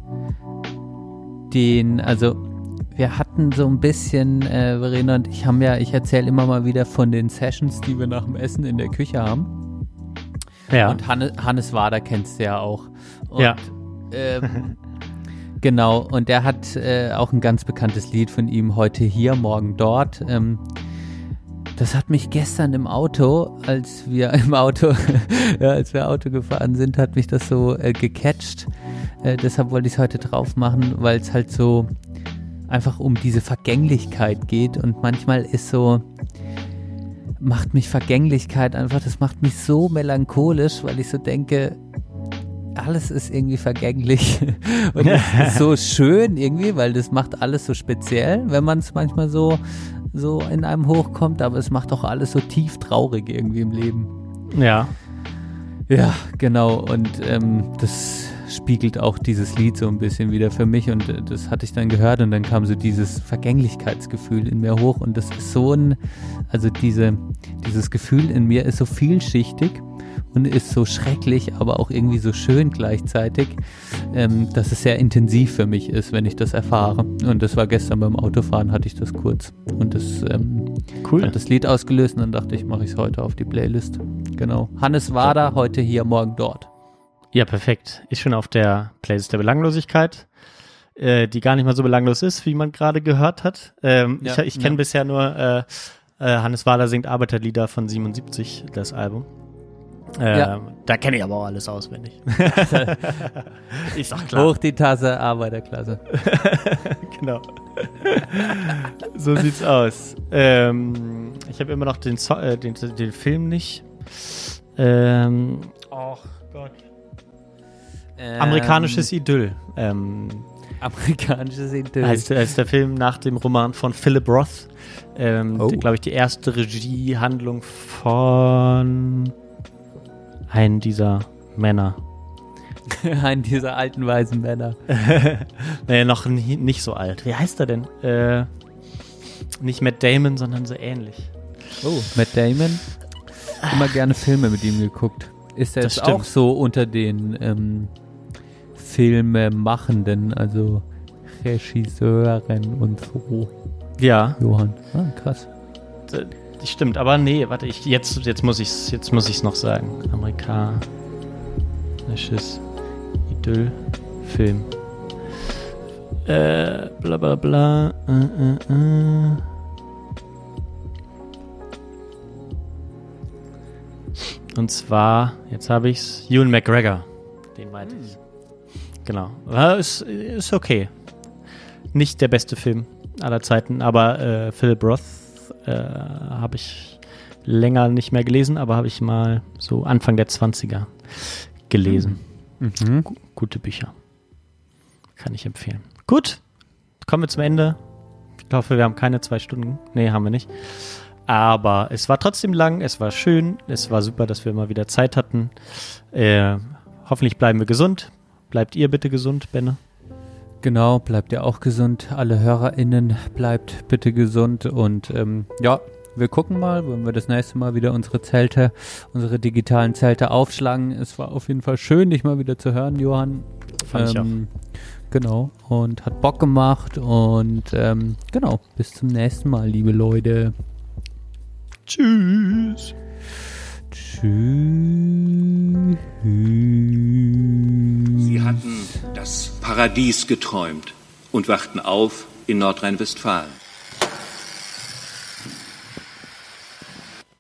den, also wir hatten so ein bisschen, äh, Verena und ich haben ja, ich erzähle immer mal wieder von den Sessions, die wir nach dem Essen in der Küche haben. Ja. Und Hannes, Hannes Wader kennst du ja auch. Und, Ja. Ähm, genau, und der hat äh, auch ein ganz bekanntes Lied von ihm, heute hier, morgen dort. Ähm, das hat mich gestern im Auto, als wir im Auto, ja, als wir Auto gefahren sind, hat mich das so äh, gecatcht. Äh, deshalb wollte ich es heute drauf machen, weil es halt so einfach um diese Vergänglichkeit geht und manchmal ist so, macht mich Vergänglichkeit einfach, das macht mich so melancholisch, weil ich so denke, alles ist irgendwie vergänglich und es ist so schön irgendwie, weil das macht alles so speziell, wenn man es manchmal so, so in einem hochkommt, aber es macht auch alles so tief traurig irgendwie im Leben. Ja. Ja, genau. Und ähm, das spiegelt auch dieses Lied so ein bisschen wieder für mich. Und äh, das hatte ich dann gehört und dann kam so dieses Vergänglichkeitsgefühl in mir hoch. Und das ist so ein, also diese, dieses Gefühl in mir ist so vielschichtig und ist so schrecklich, aber auch irgendwie so schön gleichzeitig, ähm, dass es sehr intensiv für mich ist, wenn ich das erfahre. Und das war gestern beim Autofahren, hatte ich das kurz. Und das ähm, Cool. hat das Lied ausgelöst und dann dachte ich, mache ich es heute auf die Playlist. Genau. Hannes Wader, heute hier, morgen dort. Ja, perfekt. Ist schon auf der Playlist der Belanglosigkeit, äh, die gar nicht mal so belanglos ist, wie man gerade gehört hat. Ähm, Ja, ich ich kenne ja. bisher nur äh, äh, Hannes Wader singt Arbeiterlieder von siebenundsiebzig, das Album. Ähm, Ja. Da kenne ich aber auch alles auswendig. Ist doch klar. Hoch die Tasse, Arbeiterklasse. Genau. So sieht's aus. Ähm, ich habe immer noch den, so äh, den, den Film nicht. Ähm, oh Gott. Ähm, Amerikanisches Idyll. Ähm, Amerikanisches Idyll. heißt, heißt der Film nach dem Roman von Philip Roth. Ähm, Oh. Glaube ich, die erste Regiehandlung von einem dieser Männer. Ein dieser alten weisen Männer. Nee, noch nie, nicht so alt. Wie heißt er denn? Äh, nicht Matt Damon, sondern so ähnlich. Oh, Matt Damon. Immer gerne Filme mit ihm geguckt. Ist er Das jetzt stimmt. auch so unter den ähm, Filmemachenden, also Regisseuren und so? Ja, Johann. Ah, krass. d- das stimmt. Aber nee, warte, ich, jetzt, jetzt muss ich es jetzt muss ich's noch sagen. Amerikanisches Idyll-Film. Äh, bla bla bla. Äh, äh, äh. Und zwar, jetzt habe ich's, Ewan McGregor. Den meinte ich. Genau. Ja, ist, ist okay. Nicht der beste Film aller Zeiten, aber äh, Philip Roth äh, habe ich länger nicht mehr gelesen, aber habe ich mal so Anfang der zwanziger gelesen. Mhm. G- gute Bücher. Kann ich empfehlen. Gut, kommen wir zum Ende. Ich hoffe, wir haben keine zwei Stunden. Nee, haben wir nicht. Aber es war trotzdem lang, es war schön, es war super, dass wir mal wieder Zeit hatten. Äh, hoffentlich bleiben wir gesund. Bleibt ihr bitte gesund, Benne? Genau, bleibt ihr auch gesund. Alle HörerInnen, bleibt bitte gesund. Und ähm, ja, wir gucken mal, wenn wir das nächste Mal wieder unsere Zelte, unsere digitalen Zelte aufschlagen. Es war auf jeden Fall schön, dich mal wieder zu hören, Johann. Fand ich auch. Genau, und hat Bock gemacht. Und ähm, genau, bis zum nächsten Mal, liebe Leute. Tschüss. Tschüss. Sie hatten das Paradies geträumt und wachten auf in Nordrhein-Westfalen.